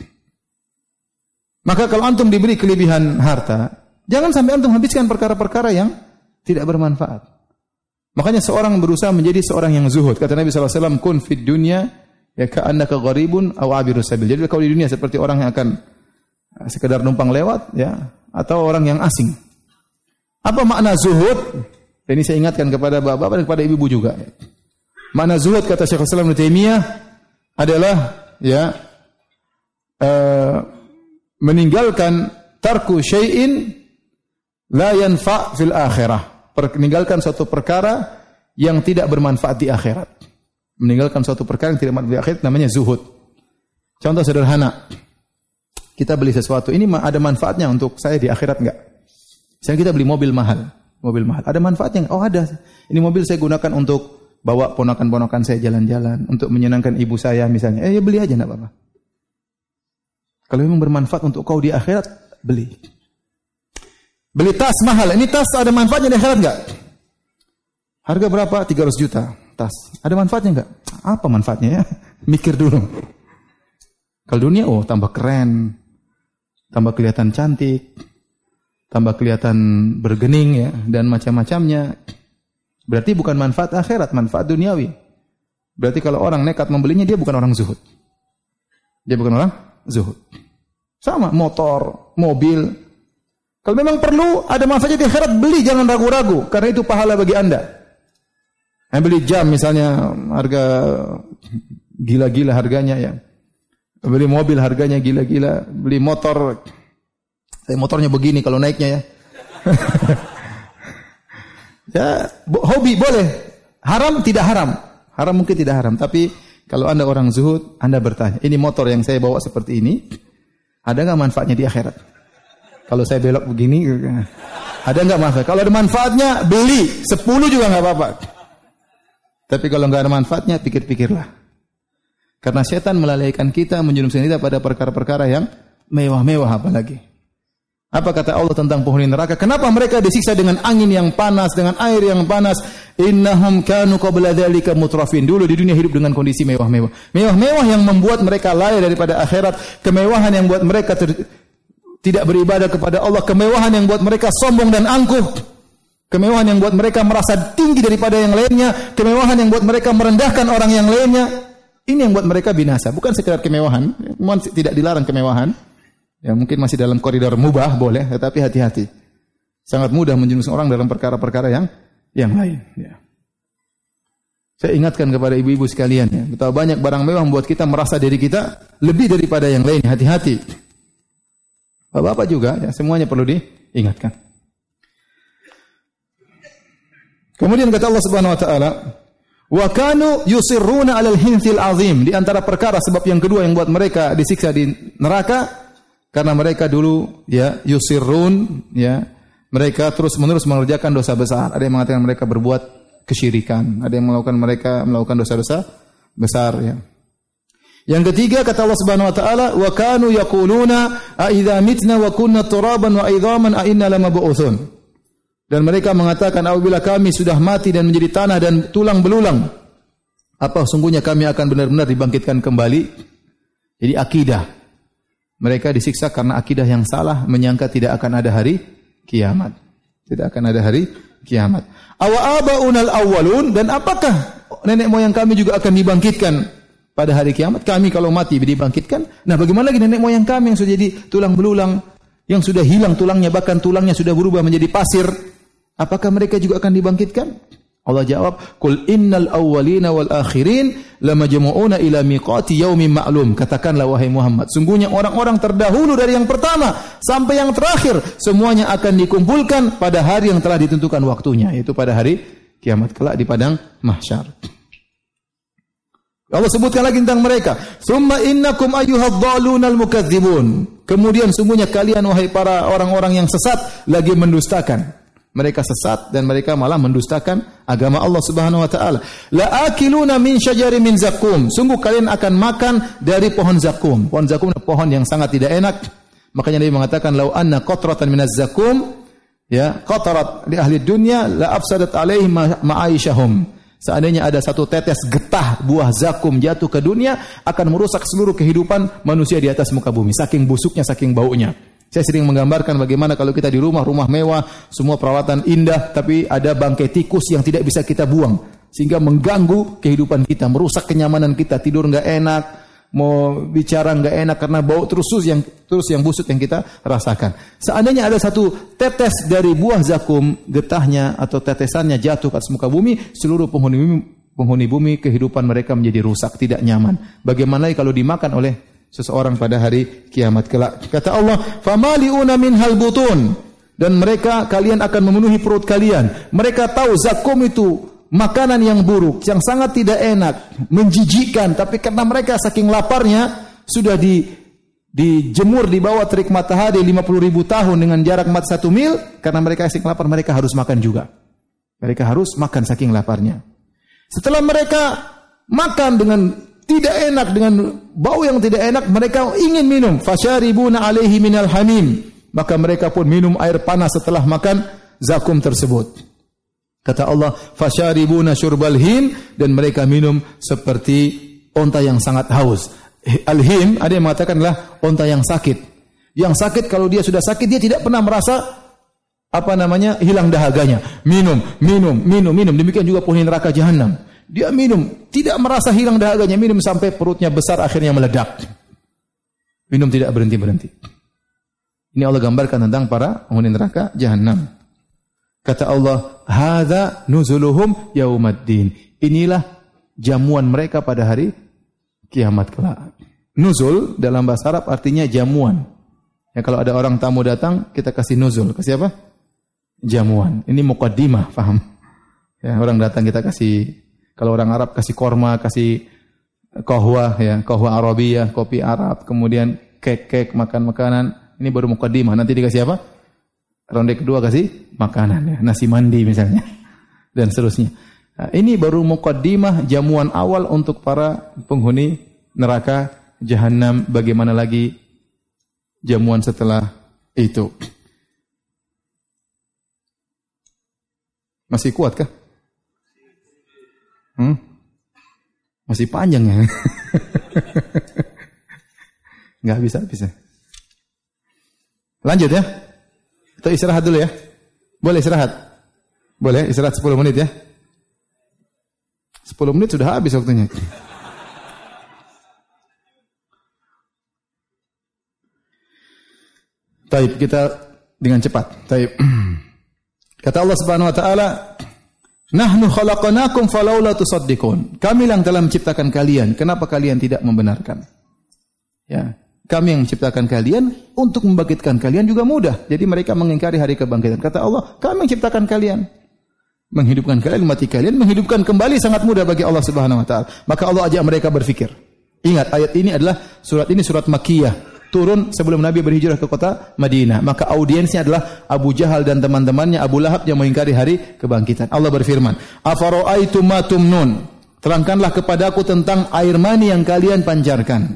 S1: Maka kalau antum diberi kelebihan harta, jangan sampai antum habiskan perkara-perkara yang tidak bermanfaat. Makanya seorang berusaha menjadi seorang yang zuhud. Kata Nabi sallallahu alaihi wasallam, "Kun fid dunya ya ka'annaka gharibun aw 'abirus sabil." Jadi kau di dunia seperti orang yang akan sekedar numpang lewat ya, atau orang yang asing. Apa makna zuhud? Dan ini saya ingatkan kepada bapak-bapak dan kepada ibu-ibu juga. Makna zuhud kata Syekhul Islam Ibnu Taimiyah adalah ya uh, meninggalkan tarku syai'in la yanfa' fil akhirah. Meninggalkan suatu perkara yang tidak bermanfaat di akhirat. Meninggalkan suatu perkara yang tidak bermanfaat di akhirat namanya zuhud. Contoh sederhana. Kita beli sesuatu, ini ada manfaatnya untuk saya di akhirat enggak? Misalnya kita beli mobil mahal. Mobil mahal. Ada manfaatnya enggak? Oh ada. Ini mobil saya gunakan untuk bawa ponakan-ponakan saya jalan-jalan, untuk menyenangkan ibu saya misalnya. Eh ya beli aja enggak apa-apa. Kalau memang bermanfaat untuk kau di akhirat, beli. Beli tas mahal. Ini tas ada manfaatnya di akhirat enggak? Harga berapa? tiga ratus juta tas. Ada manfaatnya enggak? Apa manfaatnya ya? Mikir dulu. Kalau dunia, oh tambah keren. Tambah kelihatan cantik. Tambah kelihatan bergening ya. Dan macam-macamnya. Berarti bukan manfaat akhirat, manfaat duniawi. Berarti kalau orang nekat membelinya, dia bukan orang zuhud. Dia bukan orang zuhud. Sama, motor, mobil. Kalau memang perlu, ada manfaatnya di akhirat, beli, jangan ragu-ragu. Karena itu pahala bagi Anda. Yang beli jam misalnya, harga gila-gila harganya ya. Beli mobil harganya gila-gila. Beli motor, saya motornya begini kalau naiknya ya. Ya, hobi boleh. Haram tidak haram. Haram mungkin tidak haram. Tapi kalau Anda orang zuhud, Anda bertanya, ini motor yang saya bawa seperti ini, ada nggak manfaatnya di akhirat? Kalau saya belok begini, ada nggak manfaat? Kalau ada manfaatnya, beli. Sepuluh juga nggak apa-apa. Tapi kalau nggak ada manfaatnya, pikir-pikirlah. Karena setan melalaikan kita, menjerumuskan kita pada perkara-perkara yang mewah-mewah apalagi. Apa kata Allah tentang penghuni neraka? Kenapa mereka disiksa dengan angin yang panas, dengan air yang panas? Innahum kanu qabla dzalika mutrafin. Dulu di dunia hidup dengan kondisi mewah-mewah. Mewah-mewah yang membuat mereka lalai daripada akhirat, kemewahan yang membuat mereka ter, tidak beribadah kepada Allah, kemewahan yang membuat mereka sombong dan angkuh, kemewahan yang membuat mereka merasa tinggi daripada yang lainnya, kemewahan yang membuat mereka merendahkan orang yang lainnya. Ini yang membuat mereka binasa, bukan sekedar kemewahan. Tidak dilarang kemewahan. Ya mungkin masih dalam koridor mubah boleh, tetapi hati-hati. Sangat mudah menjerumuskan orang dalam perkara-perkara yang yang lain. Ya. Saya ingatkan kepada ibu-ibu sekalian, ya, betapa banyak barang mewah membuat kita merasa diri kita lebih daripada yang lain. Hati-hati. Bapak-bapak juga, ya, semuanya perlu diingatkan. Kemudian kata Allah Subhanahu Wa Taala, wa kanu yusirruna alal hinthil azim. Di antara perkara sebab yang kedua yang buat mereka disiksa di neraka. Karena mereka dulu ya yusirrun ya mereka terus-menerus mengerjakan dosa besar. Ada yang mengatakan mereka berbuat kesyirikan, ada yang melakukan mereka melakukan dosa-dosa besar ya. Yang ketiga kata Allah Subhanahu wa taala wa kanu yaquluna a idza mitna wa kunna turaban wa idhaman a inna lamab'utsun. Dan mereka mengatakan apabila kami sudah mati dan menjadi tanah dan tulang belulang, apa sungguhnya kami akan benar-benar dibangkitkan kembali? Jadi akidah. Mereka disiksa karena akidah yang salah, menyangka tidak akan ada hari kiamat. Tidak akan ada hari kiamat. Awa abaunal awwalun, dan apakah nenek moyang kami juga akan dibangkitkan pada hari kiamat? Kami kalau mati dibangkitkan. Nah, bagaimana lagi nenek moyang kami yang sudah jadi tulang belulang, yang sudah hilang tulangnya, bahkan tulangnya sudah berubah menjadi pasir? Apakah mereka juga akan dibangkitkan? Allah jawab, "Qul innal awwalina wal akhirin lamajmu'una ila miqati yaumin ma'lum." Katakanlah wahai Muhammad, sungguhnya orang-orang terdahulu dari yang pertama sampai yang terakhir semuanya akan dikumpulkan pada hari yang telah ditentukan waktunya, yaitu pada hari kiamat kelak di padang mahsyar. Allah sebutkan lagi tentang mereka, "Tsumma innakum ayyuhadh-dhalunal mukadzibun." Kemudian sungguhnya kalian wahai para orang-orang yang sesat lagi mendustakan. Mereka sesat dan mereka malah mendustakan agama Allah Subhanahu wa taala. La akiluna min syajarin min zakum. Sungguh kalian akan makan dari pohon zakum. Pohon zakum adalah pohon yang sangat tidak enak. Makanya Nabi mengatakan lau anna qatratan minaz zakum ya qatarat li ahli dunya la afsadat alaihim ma'aishahum. Seandainya ada satu tetes getah buah zakum jatuh ke dunia akan merusak seluruh kehidupan manusia di atas muka bumi. Saking busuknya, saking baunya. Saya sering menggambarkan bagaimana kalau kita di rumah, rumah mewah, semua perawatan indah, tapi ada bangkai tikus yang tidak bisa kita buang. Sehingga mengganggu kehidupan kita, merusak kenyamanan kita, tidur nggak enak, mau bicara nggak enak karena bau terus yang terus yang busuk yang kita rasakan. Seandainya ada satu tetes dari buah zakum, getahnya atau tetesannya jatuh ke atas muka bumi, seluruh penghuni bumi, penghuni bumi kehidupan mereka menjadi rusak, tidak nyaman. Bagaimana kalau dimakan oleh seseorang pada hari kiamat kelak? Kata Allah, "Famali'una minhal butun." Dan mereka, kalian akan memenuhi perut kalian. Mereka tahu zakum itu makanan yang buruk, yang sangat tidak enak, menjijikkan, tapi karena mereka saking laparnya sudah di dijemur di bawah terik matahari lima puluh ribu tahun dengan jarak mat satu mil, karena mereka saking lapar mereka harus makan juga. Mereka harus makan saking laparnya. Setelah mereka makan dengan tidak enak, dengan bau yang tidak enak, mereka ingin minum. Fasyaribuna alaihi minal hamim. Maka mereka pun minum air panas setelah makan zakum tersebut. Kata Allah, fasyaribuna syurbal him, dan mereka minum seperti onta yang sangat haus. Al-him, ada yang mengatakanlah onta yang sakit. Yang sakit kalau dia sudah sakit, dia tidak pernah merasa apa namanya hilang dahaganya. Minum, minum, minum, minum. Demikian juga penghuni neraka jahanam. Dia minum, tidak merasa hilang dahaganya. Minum sampai perutnya besar, akhirnya meledak. Minum tidak berhenti-berhenti. Ini Allah gambarkan tentang para penghuni neraka jahanam. Kata Allah, hadza nuzuluhum yaumaddin. Inilah jamuan mereka pada hari kiamat kelak. Nuzul dalam bahasa Arab artinya jamuan. Ya, kalau ada orang tamu datang, kita kasih nuzul. Kasih apa? Jamuan. Ini muqaddimah, paham? Ya, orang datang kita kasih, kalau orang Arab kasih korma, kasih qahwah, ya, qahwah Arabiyah, kopi Arab, kemudian kek-kek, makan makanan. Ini baru muqaddimah. Nanti dikasih apa? Ronde kedua kasih makanan, ya, nasi mandi misalnya, dan seterusnya. Nah, ini baru muqaddimah, jamuan awal untuk para penghuni neraka jahanam. Bagaimana lagi jamuan setelah itu? Masih kuat kah? Hmm? Masih panjang ya? Nggak bisa, bisa. Lanjut ya? Atau istirahat dulu ya? Boleh istirahat? Boleh istirahat sepuluh menit ya? sepuluh menit sudah habis waktunya. Taib, kita dengan cepat. Taib. Kata Allah Subhanahu wa taala, "Nahnu khalaqnakum falaula tusaddiqun." Kami yang telah menciptakan kalian, kenapa kalian tidak membenarkan? Ya, kami yang menciptakan kalian, untuk membangkitkan kalian juga mudah. Jadi mereka mengingkari hari kebangkitan. Kata Allah, kami yang menciptakan kalian, menghidupkan kalian, mati kalian, menghidupkan kembali sangat mudah bagi Allah Subhanahu wa taala. Maka Allah ajak mereka berfikir. Ingat, ayat ini adalah surat ini surat Makkiyah, turun sebelum Nabi berhijrah ke kota Madinah. Maka audiensnya adalah Abu Jahal dan teman-temannya, Abu Lahab yang mengingkari hari kebangkitan. Allah berfirman, "Afara'aitum ma tumnun?" Terangkanlah kepadaku tentang air mani yang kalian pancarkan.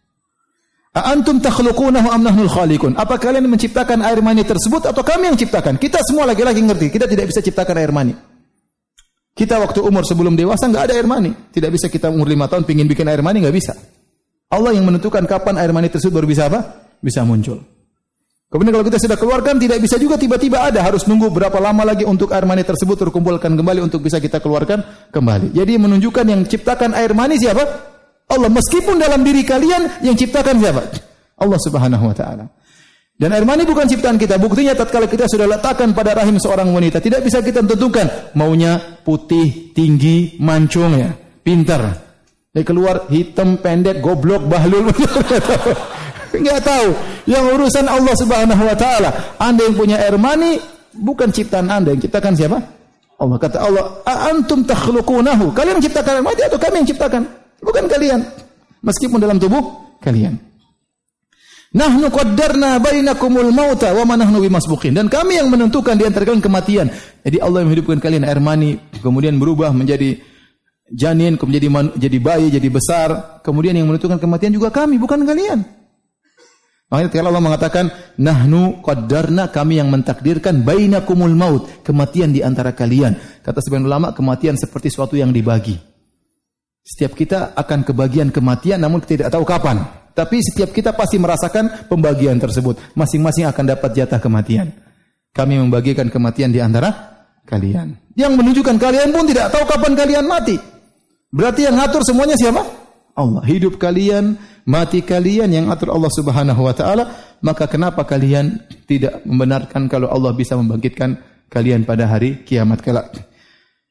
S1: "A antum takhluqunahu am nahnul khaliqun?" Apa kalian menciptakan air mani tersebut atau kami yang ciptakan? Kita semua laki-laki ngerti, kita tidak bisa ciptakan air mani. Kita waktu umur sebelum dewasa enggak ada air mani. Tidak bisa kita umur lima tahun pingin bikin air mani, enggak bisa. Allah yang menentukan kapan air mani tersebut baru bisa apa? Bisa muncul. Kemudian kalau kita sudah keluarkan, tidak bisa juga tiba-tiba ada, harus nunggu berapa lama lagi untuk air mani tersebut terkumpulkan kembali untuk bisa kita keluarkan kembali. Jadi menunjukkan yang ciptakan air mani siapa? Allah. Meskipun dalam diri kalian yang ciptakan siapa? Allah Subhanahu wa taala. Dan air mani bukan ciptaan kita. Buktinya tatkala kita sudah letakkan pada rahim seorang wanita, tidak bisa kita tentukan maunya putih, tinggi, mancung ya, pintar. Dia keluar hitam, pendek, goblok, bahlul. Enggak tahu. Yang urusan Allah Subhanahu wa taala. Anda yang punya air mani bukan ciptaan Anda, yang ciptakan siapa? Allah. Kata Allah, "A antum takhluqunahu?" Kalian menciptakan air mani atau kami yang ciptakan? Bukan kalian. Meskipun dalam tubuh kalian. Nahnu qaddarna bainakumul mauta wa ma nahnu bimasbuqin. Dan kami yang menentukan di antara kalian kematian. Jadi Allah yang menghidupkan kalian air mani, kemudian berubah menjadi janin, kemudian jadi, jadi bayi, jadi besar. Kemudian yang menentukan kematian juga kami, bukan kalian. Makanya kalau Allah mengatakan, nahnu qaddarna, kami yang mentakdirkan bainakumul maut, kematian di antara kalian. Kata sebagian ulama, kematian seperti suatu yang dibagi. Setiap kita akan kebagian kematian, namun kita tidak tahu kapan. Tapi setiap kita pasti merasakan pembagian tersebut. Masing-masing akan dapat jatah kematian. Kami membagikan kematian di antara kalian. Yang menunjukkan kalian pun tidak tahu kapan kalian mati. Berarti yang ngatur semuanya siapa? Allah. Hidup kalian, mati kalian yang atur Allah Subhanahu wa taala. Maka kenapa kalian tidak membenarkan kalau Allah bisa membangkitkan kalian pada hari kiamat kelak?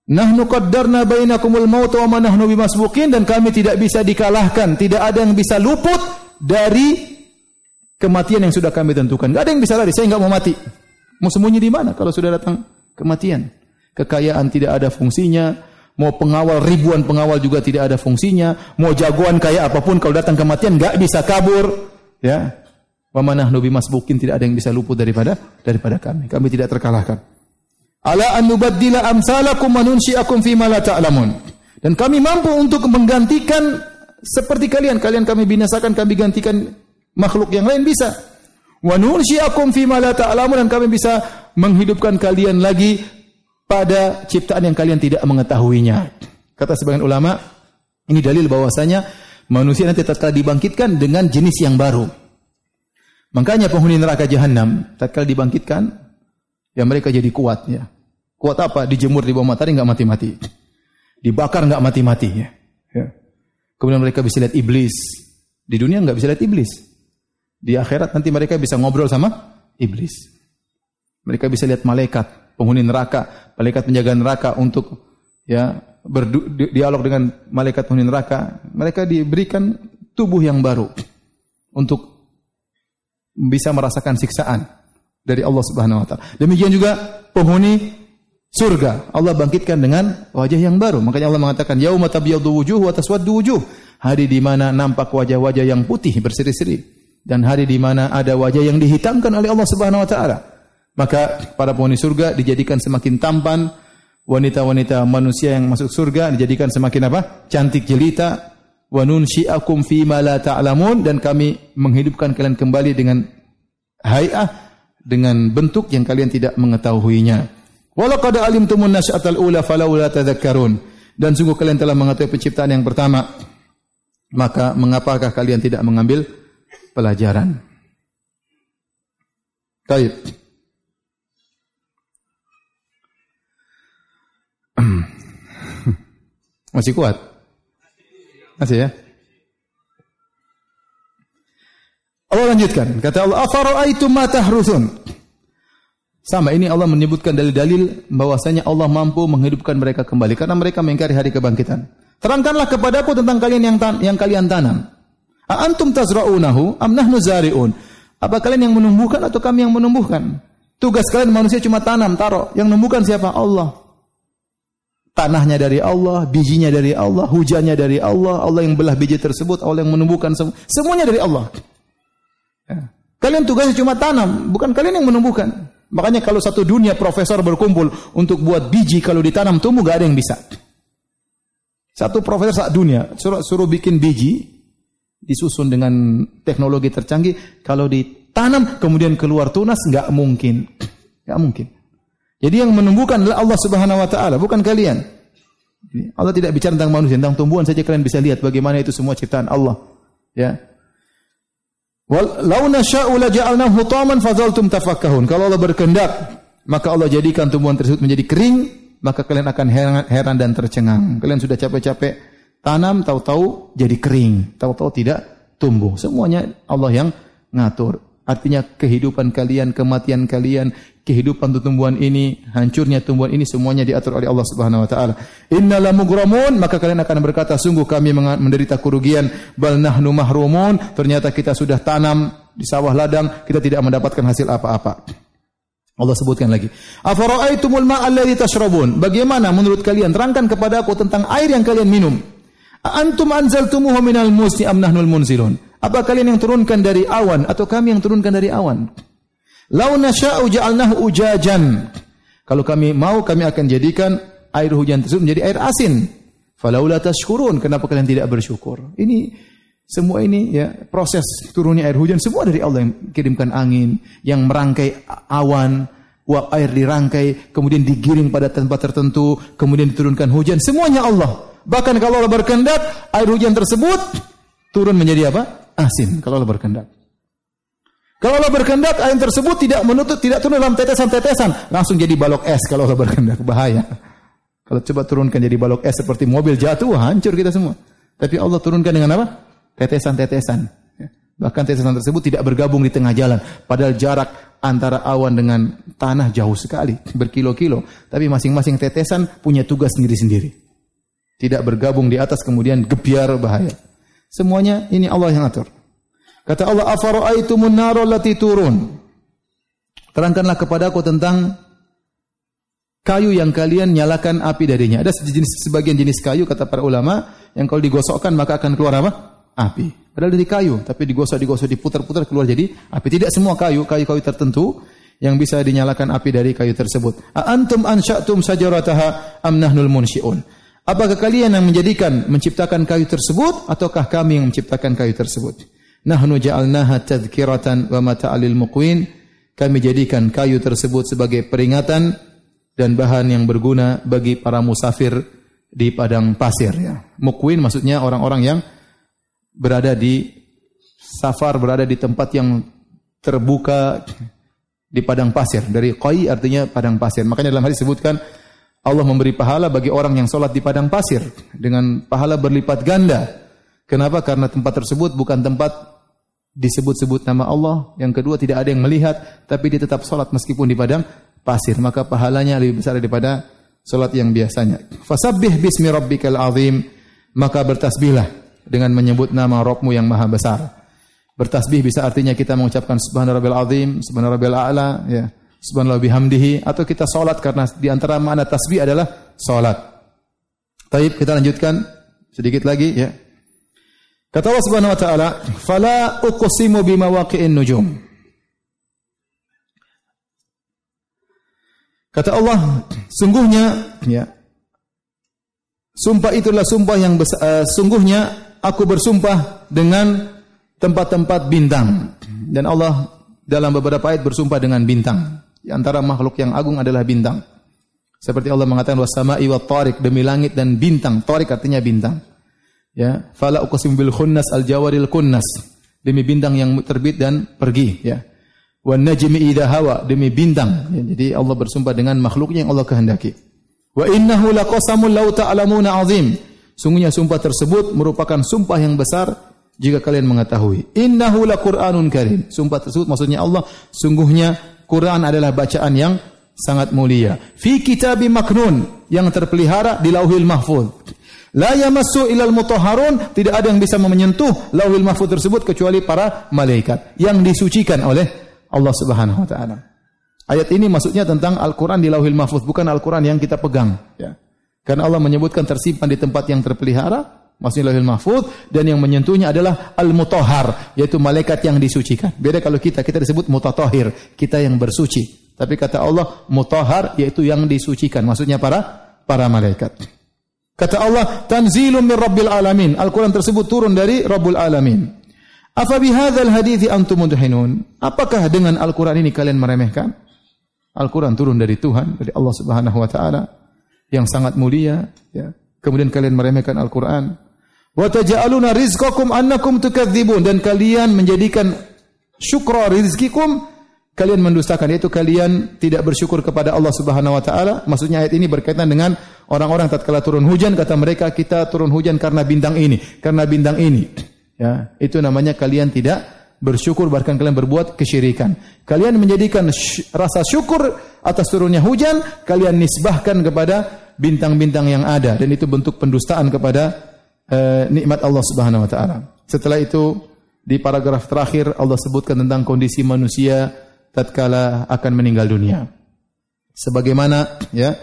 S1: Nahnu qaddarna bainakumul maut wa ma nahnu bimasbuqin, dan kami tidak bisa dikalahkan, tidak ada yang bisa luput dari kematian yang sudah kami tentukan. Enggak ada yang bisa lari, saya enggak mau mati. Mau sembunyi di mana kalau sudah datang kematian? Kekayaan tidak ada fungsinya, mau pengawal ribuan pengawal juga tidak ada fungsinya, mau jagoan kayak apapun kalau datang kematian enggak bisa kabur, ya. Wa ma nahnu bimasbuqin, tidak ada yang bisa luput daripada daripada kami. Kami tidak terkalahkan. Ala an nubaddila amsalakum wa nunsyi'akum fi ma la ta'lamun. Dan kami mampu untuk menggantikan seperti kalian, kalian kami binasakan, kami gantikan makhluk yang lain bisa. Wa nunsyi'akum fi ma la ta'lamun, dan kami bisa menghidupkan kalian lagi pada ciptaan yang kalian tidak mengetahuinya. Kata sebagian ulama, ini dalil bahwasanya manusia nanti tatkala dibangkitkan dengan jenis yang baru. Makanya penghuni neraka jahanam tatkala dibangkitkan, ya mereka jadi kuat, ya. Kuat apa? Dijemur di bawah matahari enggak mati-mati. Dibakar enggak mati-mati, ya. Ya. Kemudian mereka bisa lihat iblis. Di dunia enggak bisa lihat iblis. Di akhirat nanti mereka bisa ngobrol sama iblis. Mereka bisa lihat malaikat penghuni neraka, malaikat penjaga neraka untuk ya berdialog dengan malaikat penghuni neraka. Mereka diberikan tubuh yang baru untuk bisa merasakan siksaan dari Allah Subhanahu wa taala. Demikian juga penghuni surga, Allah bangkitkan dengan wajah yang baru. Makanya Allah mengatakan yauma tabyaddu wujuh wa taswaddu wujuh. Hari di mana nampak wajah-wajah yang putih berseri-seri, dan hari di mana ada wajah yang dihitamkan oleh Allah Subhanahu wa taala. Maka para penghuni surga dijadikan semakin tampan, wanita-wanita manusia yang masuk surga dijadikan semakin apa? Cantik jelita. Wa nunsyi'akum fi ma la ta'lamun, dan kami menghidupkan kalian kembali dengan hay'ah, dengan bentuk yang kalian tidak mengetahuinya. Walaqad alimtumun nasy'atal ula falaula tadhakkarun, dan sungguh kalian telah mengetahui penciptaan yang pertama, maka mengapakah kalian tidak mengambil pelajaran? Baik. Masih kuat? Masih ya? Allah lanjutkan, kata Allah, afara'aitum ma tahrusun. Sama ini Allah menyebutkan dalil-dalil bahwasanya Allah mampu menghidupkan mereka kembali karena mereka mengingkari hari kebangkitan. Terangkanlah kepadaku tentang kalian yang tan- yang kalian tanam. A antum tazra'unahu am nahnu zari'un? Apa kalian yang menumbuhkan atau kami yang menumbuhkan? Tugas kalian manusia cuma tanam, taruh. Yang menumbuhkan siapa? Allah. Tanahnya dari Allah, bijinya dari Allah, hujannya dari Allah, Allah yang belah biji tersebut, Allah yang menumbuhkan semua. Semuanya dari Allah. Ya. Kalian tugasnya cuma tanam, bukan kalian yang menumbuhkan. Makanya kalau satu dunia profesor berkumpul untuk buat biji, kalau ditanam tumbuh gak ada yang bisa. Satu profesor satu dunia suruh, suruh bikin biji, disusun dengan teknologi tercanggih, kalau ditanam kemudian keluar tunas, gak mungkin. Gak mungkin. Jadi yang menumbuhkan adalah Allah Subhanahu wa taala, bukan kalian. Allah tidak bicara tentang manusia, tentang tumbuhan saja kalian bisa lihat bagaimana itu semua ciptaan Allah. Ya. Wal law nasya'u la ja'alnahu hutaman fadzaltum tafakkahun. Kalau Allah berkehendak, maka Allah jadikan tumbuhan tersebut menjadi kering, maka kalian akan heran, heran dan tercengang. Kalian sudah capek-capek tanam, tahu-tahu jadi kering, tahu-tahu tidak tumbuh. Semuanya Allah yang ngatur. Artinya kehidupan kalian, kematian kalian, kehidupan tumbuhan ini, hancurnya tumbuhan ini semuanya diatur oleh Allah Subhanahu wa taala. Innal mughramun, maka kalian akan berkata sungguh kami menderita kerugian, bal nahnu mahrumun, ternyata kita sudah tanam di sawah ladang, kita tidak mendapatkan hasil apa-apa. Allah sebutkan lagi. Afara'aitumul ma'a alladhi tashrabun? Bagaimana menurut kalian? Terangkan kepada aku tentang air yang kalian minum. Antum anzaltumuhu minal muzni am nahnul munzilun? Apa kalian yang turunkan dari awan atau kami yang turunkan dari awan? Lau nasya'u ja'alnahu ujajan. Kalau kami mau, kami akan jadikan air hujan tersebut menjadi air asin. Falaula tashkurun, kenapa kalian tidak bersyukur? Ini semua ini ya proses turunnya air hujan semua dari Allah, yang kirimkan angin, yang merangkai awan, uap air dirangkai, kemudian digiring pada tempat tertentu, kemudian diturunkan hujan, semuanya Allah. Bahkan kalau Allah berkehendak, air hujan tersebut turun menjadi apa? Asin, kalau Allah berkehendak. Kalau Allah berkehendak, air tersebut tidak menutup, tidak turun dalam tetesan-tetesan, langsung jadi balok es kalau Allah berkehendak, bahaya. Kalau coba turunkan jadi balok es seperti mobil jatuh, hancur kita semua. Tapi Allah turunkan dengan apa? Tetesan-tetesan. Bahkan tetesan tersebut tidak bergabung di tengah jalan, padahal jarak antara awan dengan tanah jauh sekali, berkilo-kilo, tapi masing-masing tetesan punya tugas sendiri-sendiri. Tidak bergabung di atas kemudian gebyar bahaya. Semuanya ini Allah yang atur. Kata Allah, afara'aitumun nara allati turun. Terangkanlah kepadaku tentang kayu yang kalian nyalakan api darinya. Ada sejenis, sebagian jenis kayu kata para ulama yang kalau digosokkan maka akan keluar apa? Api. Padahal dari kayu, tapi digosok-digosok diputar-putar keluar jadi api. Tidak semua kayu, kayu-kayu tertentu yang bisa dinyalakan api dari kayu tersebut. A antum ansya'tum sajarataha am nahnul munsyi'un. Apakah kalian yang menjadikan menciptakan kayu tersebut ataukah kami yang menciptakan kayu tersebut? Nahnu ja'alnaha tadhkiratan wa mata'alil muqwin. Kami jadikan kayu tersebut sebagai peringatan dan bahan yang berguna bagi para musafir di padang pasir ya. Muqwin maksudnya orang-orang yang berada di safar, berada di tempat yang terbuka di padang pasir. Dari qai artinya padang pasir. Makanya dalam hadis disebutkan Allah memberi pahala bagi orang yang sholat di padang pasir dengan pahala berlipat ganda. Kenapa? Karena tempat tersebut bukan tempat disebut-sebut nama Allah. Yang kedua tidak ada yang melihat, tapi dia tetap sholat meskipun di padang pasir. Maka pahalanya lebih besar daripada sholat yang biasanya. Fasabbih bismi rabbikal azim. Maka bertasbihlah dengan menyebut nama Rabbmu yang maha besar. Bertasbih bisa artinya kita mengucapkan subhana rabbil azim, subhana rabbil a'la, ya, subhanallah bihamdihi, atau kita salat karena di antara makna tasbih adalah salat. Baik, kita lanjutkan sedikit lagi ya. Kata Allah Subhanahu wa taala, "Fala uqsimu bimawaqi'in nujum." Kata Allah, sungguhnya ya, sumpah itulah sumpah yang besar, uh, sungguhnya aku bersumpah dengan tempat-tempat bintang. Dan Allah dalam beberapa ayat bersumpah dengan bintang. Di antara makhluk yang agung adalah bintang. Seperti Allah mengatakan was-sama'i wat-thariq, demi langit dan bintang. Thariq artinya bintang. Ya, fala uqsimu bil khunnas al-jawaril kunnas, demi bintang yang terbit dan pergi, ya. Wan najmi idza hawa, demi bintang. Ya, jadi Allah bersumpah dengan makhluknya yang Allah kehendaki. Wa innahu laqasamul law ta'lamuna azim. Sungguhnya sumpah tersebut merupakan sumpah yang besar jika kalian mengetahui. Innahu laqur'anun karim. Sumpah tersebut maksudnya Allah, sungguhnya Quran adalah bacaan yang sangat mulia. Fi kitabim maknun, yang terpelihara di Lauhil Mahfuz. La yamassu ilal mutahharun, tidak ada yang bisa menyentuh Lauhil Mahfuz tersebut kecuali para malaikat yang disucikan oleh Allah Subhanahu wa taala. Ayat ini maksudnya tentang Al-Qur'an di Lauhil Mahfuz, bukan Al-Qur'an yang kita pegang, ya. Karena Allah menyebutkan tersimpan di tempat yang terpelihara, maksudnya Lauhil Mahfuz, dan yang menyentuhnya adalah Al-Mutahhar, yaitu malaikat yang disucikan. Beda kalau kita, kita disebut mutatahhir, kita yang bersuci. Tapi kata Allah Mutahhar, yaitu yang disucikan, maksudnya para para malaikat. Kata Allah, tanzilun min rabbil alamin. Al-Quran tersebut turun dari Rabbul Alamin. Afa bihadzal hadithi antum mudhinun. Apakah dengan Al-Quran ini kalian meremehkan? Al-Quran turun dari Tuhan, dari Allah Subhanahu wa taala yang sangat mulia, ya. Kemudian kalian meremehkan Al-Quran. Wa taj'aluna rizqakum annakum tukadzibun, dan kalian menjadikan syukra rizqikum, kalian mendustakan, yaitu kalian tidak bersyukur kepada Allah Subhanahu wa taala. Maksudnya ayat ini berkaitan dengan orang-orang tatkala turun hujan, kata mereka kita turun hujan karena bintang ini, karena bintang ini. Ya, itu namanya kalian tidak bersyukur, bahkan kalian berbuat kesyirikan. Kalian menjadikan sh- rasa syukur atas turunnya hujan kalian nisbahkan kepada bintang-bintang yang ada, dan itu bentuk pendustaan kepada uh, nikmat Allah Subhanahu wa taala. Setelah itu di paragraf terakhir Allah sebutkan tentang kondisi manusia tatkala akan meninggal dunia. Sebagaimana ya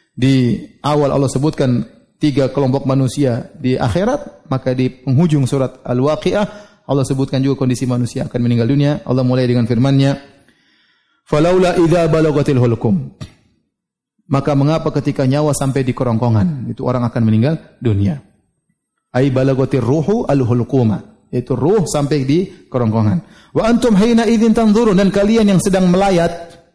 S1: di awal Allah sebutkan tiga kelompok manusia di akhirat, maka di penghujung surat Al-Waqiah Allah sebutkan juga kondisi manusia akan meninggal dunia. Allah mulai dengan firman-Nya, "Falaula idza balagatil hulqum." Maka mengapa ketika nyawa sampai di kerongkongan, itu orang akan meninggal dunia. Ai balagatir ruhu al-hulquma, yaitu ruh sampai di kerongkongan. Wa antum hina idzin tanzurun, dan kalian yang sedang melayat,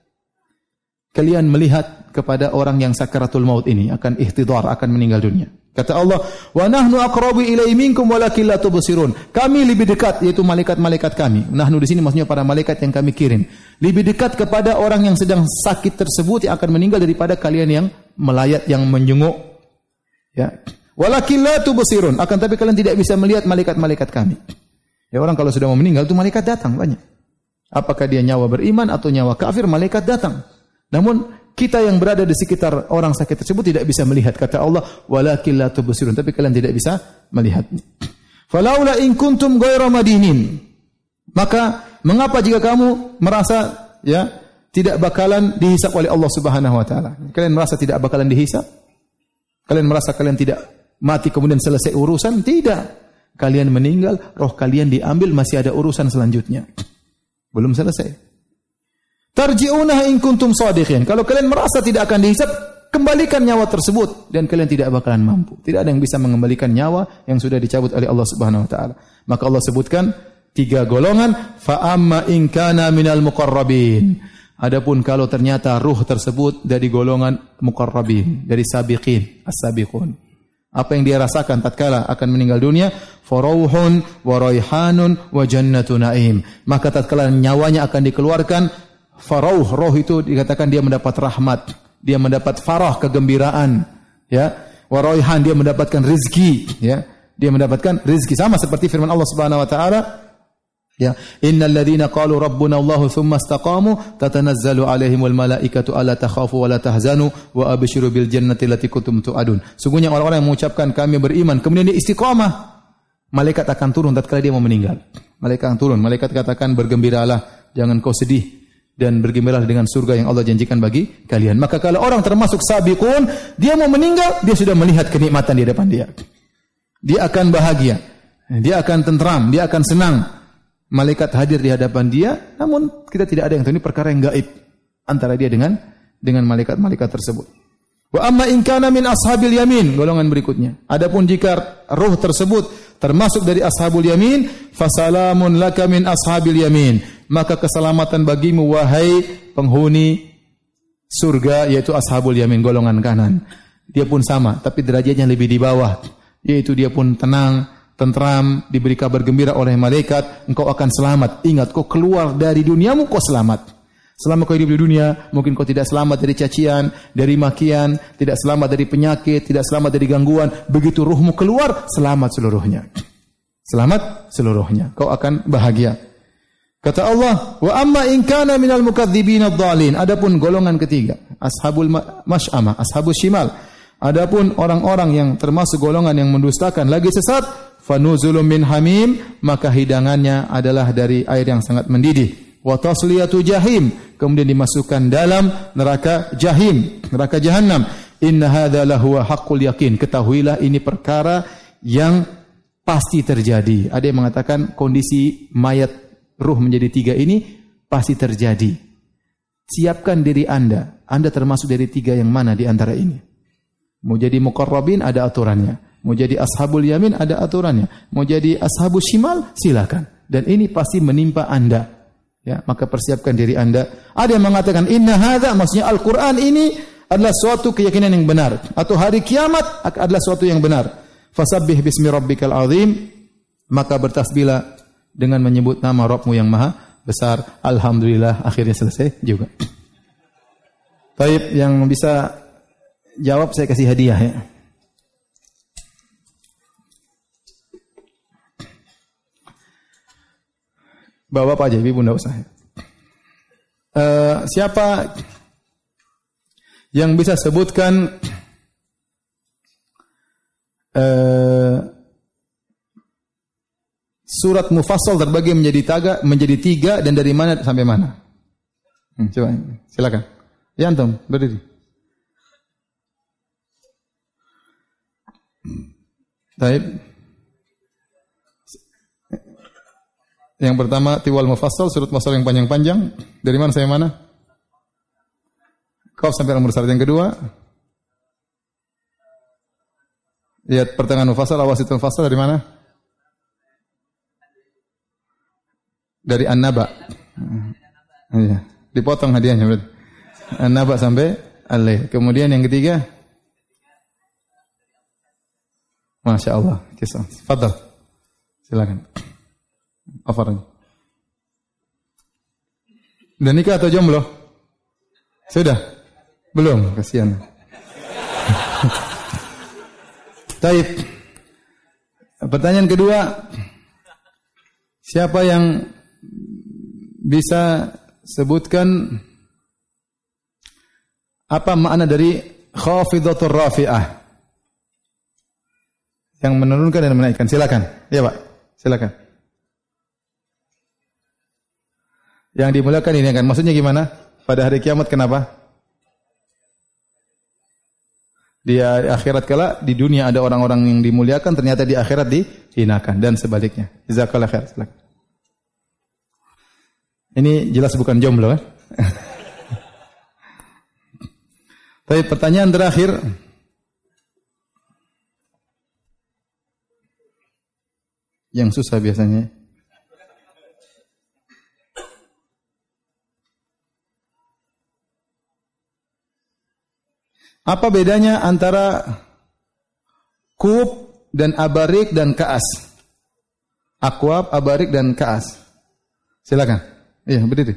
S1: kalian melihat kepada orang yang sakaratul maut ini akan ihtidar, akan meninggal dunia. Kata Allah, wa nahnu aqrabu ilaihi minkum walakin la tubsirun. Kami lebih dekat, yaitu malaikat-malaikat kami. Nahnu di sini maksudnya para malaikat yang kami kirim. Lebih dekat kepada orang yang sedang sakit tersebut yang akan meninggal daripada kalian yang melayat, yang menjenguk. Ya. Walakin la tubsirun, akan tapi kalian tidak bisa melihat malaikat-malaikat kami. Ya, orang kalau sudah mau meninggal itu malaikat datang banyak. Apakah dia nyawa beriman atau nyawa kafir, malaikat datang. Namun kita yang berada di sekitar orang sakit tersebut tidak bisa melihat. Kata Allah, walakin la tubsirun, tapi kalian tidak bisa melihatnya. Falaula in kuntum ghairu madinin. Maka mengapa jika kamu merasa ya tidak bakalan dihisap oleh Allah Subhanahu wa taala? Kalian merasa tidak bakalan dihisap? Kalian merasa kalian tidak mati kemudian selesai urusan? Tidak. Kalian meninggal, roh kalian diambil, masih ada urusan selanjutnya. Belum selesai. Tarji'unah in kuntum shadiqin. Kalau kalian merasa tidak akan dihisap, kembalikan nyawa tersebut dan kalian tidak bakalan mampu. Tidak ada yang bisa mengembalikan nyawa yang sudah dicabut oleh Allah Subhanahu wa taala. Maka Allah sebutkan tiga golongan, fa amma in kana minal muqarrabin. Adapun kalau ternyata ruh tersebut dari golongan muqarrabin, dari sabiqin, as-sabiqun. Apa yang dia rasakan tatkala akan meninggal dunia, farauhun wa raihanun wa jannatu naim. Maka tatkala nyawanya akan dikeluarkan, farauh, roh itu dikatakan dia mendapat rahmat, dia mendapat farah, kegembiraan, ya. Wa raihan, dia mendapatkan rezeki, ya. Dia mendapatkan rezeki sama seperti firman Allah Subhanahu wa taala, ya, innal ladzina qalu rabbuna Allah tsumma istaqamu tatanazzalu alaihimul malaikatu alla takhafu wa la tahzanu wa abshiru bil jannati allati kuntum tu'adun. Sungguhnya orang-orang yang mengucapkan kami beriman kemudian dia istiqamah, malaikat akan turun tatkala dia mau meninggal. Malaikat akan turun, malaikat katakan bergembiralah, jangan kau sedih, dan bergembiralah dengan surga yang Allah janjikan bagi kalian. Maka kalau orang termasuk sabiqun, dia mau meninggal, dia sudah melihat kenikmatan di depan dia. Dia akan bahagia, dia akan tentram, dia akan senang. Malaikat hadir di hadapan dia, namun kita tidak ada yang tahu, ini perkara yang gaib antara dia dengan dengan malaikat-malaikat tersebut. Wa amma in kana min ashabil yamin, golongan berikutnya. Adapun jika ruh tersebut termasuk dari ashabul yamin, fasalamun laka min ashabil yamin, maka keselamatan bagimu wahai penghuni surga, yaitu ashabul yamin, golongan kanan. Dia pun sama, tapi derajatnya lebih di bawah, yaitu dia pun tenang, tentram, diberi kabar gembira oleh malaikat, engkau akan selamat. Ingat, kau keluar dari duniamu, kau selamat. Selama kau hidup di dunia, mungkin kau tidak selamat dari cacian, dari makian, tidak selamat dari penyakit, tidak selamat dari gangguan. Begitu ruhmu keluar, selamat seluruhnya. Selamat seluruhnya. Kau akan bahagia. Kata Allah, wa amma in kana minal mukadzibin ad-dhalin. Adapun golongan ketiga, ashabul masy'amah, ashabus shimal. Adapun orang-orang yang termasuk golongan yang mendustakan lagi sesat, fanuzulun min hamim, maka hidangannya adalah dari air yang sangat mendidih. Wa tasliyatu jahim, kemudian dimasukkan dalam neraka jahim, neraka jahanam. Inna hadza lahu haqqul yakin. Ketahuilah ini perkara yang pasti terjadi. Ada yang mengatakan kondisi mayat ruh menjadi tiga ini pasti terjadi. Siapkan diri Anda. Anda termasuk dari tiga yang mana di antara ini? Mau jadi muqarrabin ada aturannya. Mau jadi ashabul yamin ada aturannya. Mau jadi ashabus shimal silakan. Dan ini pasti menimpa Anda. Ya, maka persiapkan diri Anda. Ada yang mengatakan inna hadza, maksudnya Al-Qur'an ini adalah suatu keyakinan yang benar, atau hari kiamat adalah suatu yang benar. Fasabbih bismi rabbikal azim, maka bertasbihlah dengan menyebut nama Rabbmu yang maha besar. Alhamdulillah, akhirnya selesai juga. Baik, yang bisa jawab saya kasih hadiah ya. Bapak aja, ibu enggak usah. Uh, siapa yang bisa sebutkan uh, surat mufassal terbagi menjadi tiga, menjadi tiga dan dari mana sampai mana? Hmm, coba, silakan. Ya antum, berdiri. Baik. Yang pertama tiwal mufassal, surat mufassal yang panjang-panjang. Dari mana saya mana? Qaf sampai al-mursalat. Yang kedua, lihat pertengahan mufassal, awas itu mufassal dari mana? Dari An-Naba. Iya, dipotong hadiahnya berarti. An-Naba sampai Al-Lail. Kemudian yang ketiga, Masya Allah, kisah. Fadal, silakan. Afaran. Udah nikah atau jomblo? Sudah? Belum, kasihan. Taib. Pertanyaan kedua, siapa yang bisa sebutkan Apa makna dari khafidatur rafi'ah? Yang menurunkan dan menaikkan. Silakan. Ya, Pak. Silakan. Yang dimuliakan ini kan maksudnya gimana? Pada hari kiamat kenapa? Di akhirat kala di dunia ada orang-orang yang dimuliakan, ternyata di akhirat dihinakan dan sebaliknya. Jazakallahu khair. Silakan. Ini jelas bukan jomblo kan? Tapi pertanyaan terakhir. Yang susah biasanya. Apa bedanya antara kub dan abarik dan kaas? Akwab, abarik dan kaas. Silakan. Iya, berdiri.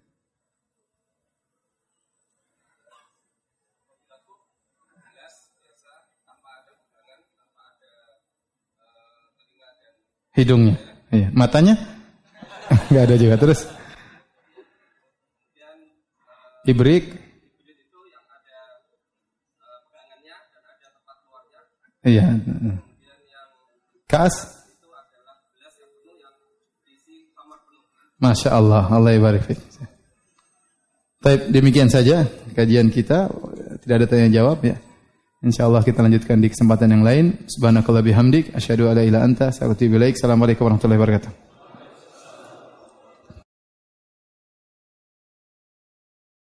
S1: Hidungnya. Iya, matanya? Enggak ada juga. Terus ibrik. Iya. Kaas. Masya Allah, Allah ibarik fiik. Baik, demikian saja kajian kita. Tidak ada tanya jawab ya. Insyaallah kita lanjutkan di kesempatan yang lain. Subhanakallah bihamdik, asyhadu alla ilaha illa anta, astaghfiruka wa atubu ilaik. Assalamualaikum warahmatullahi wabarakatuh.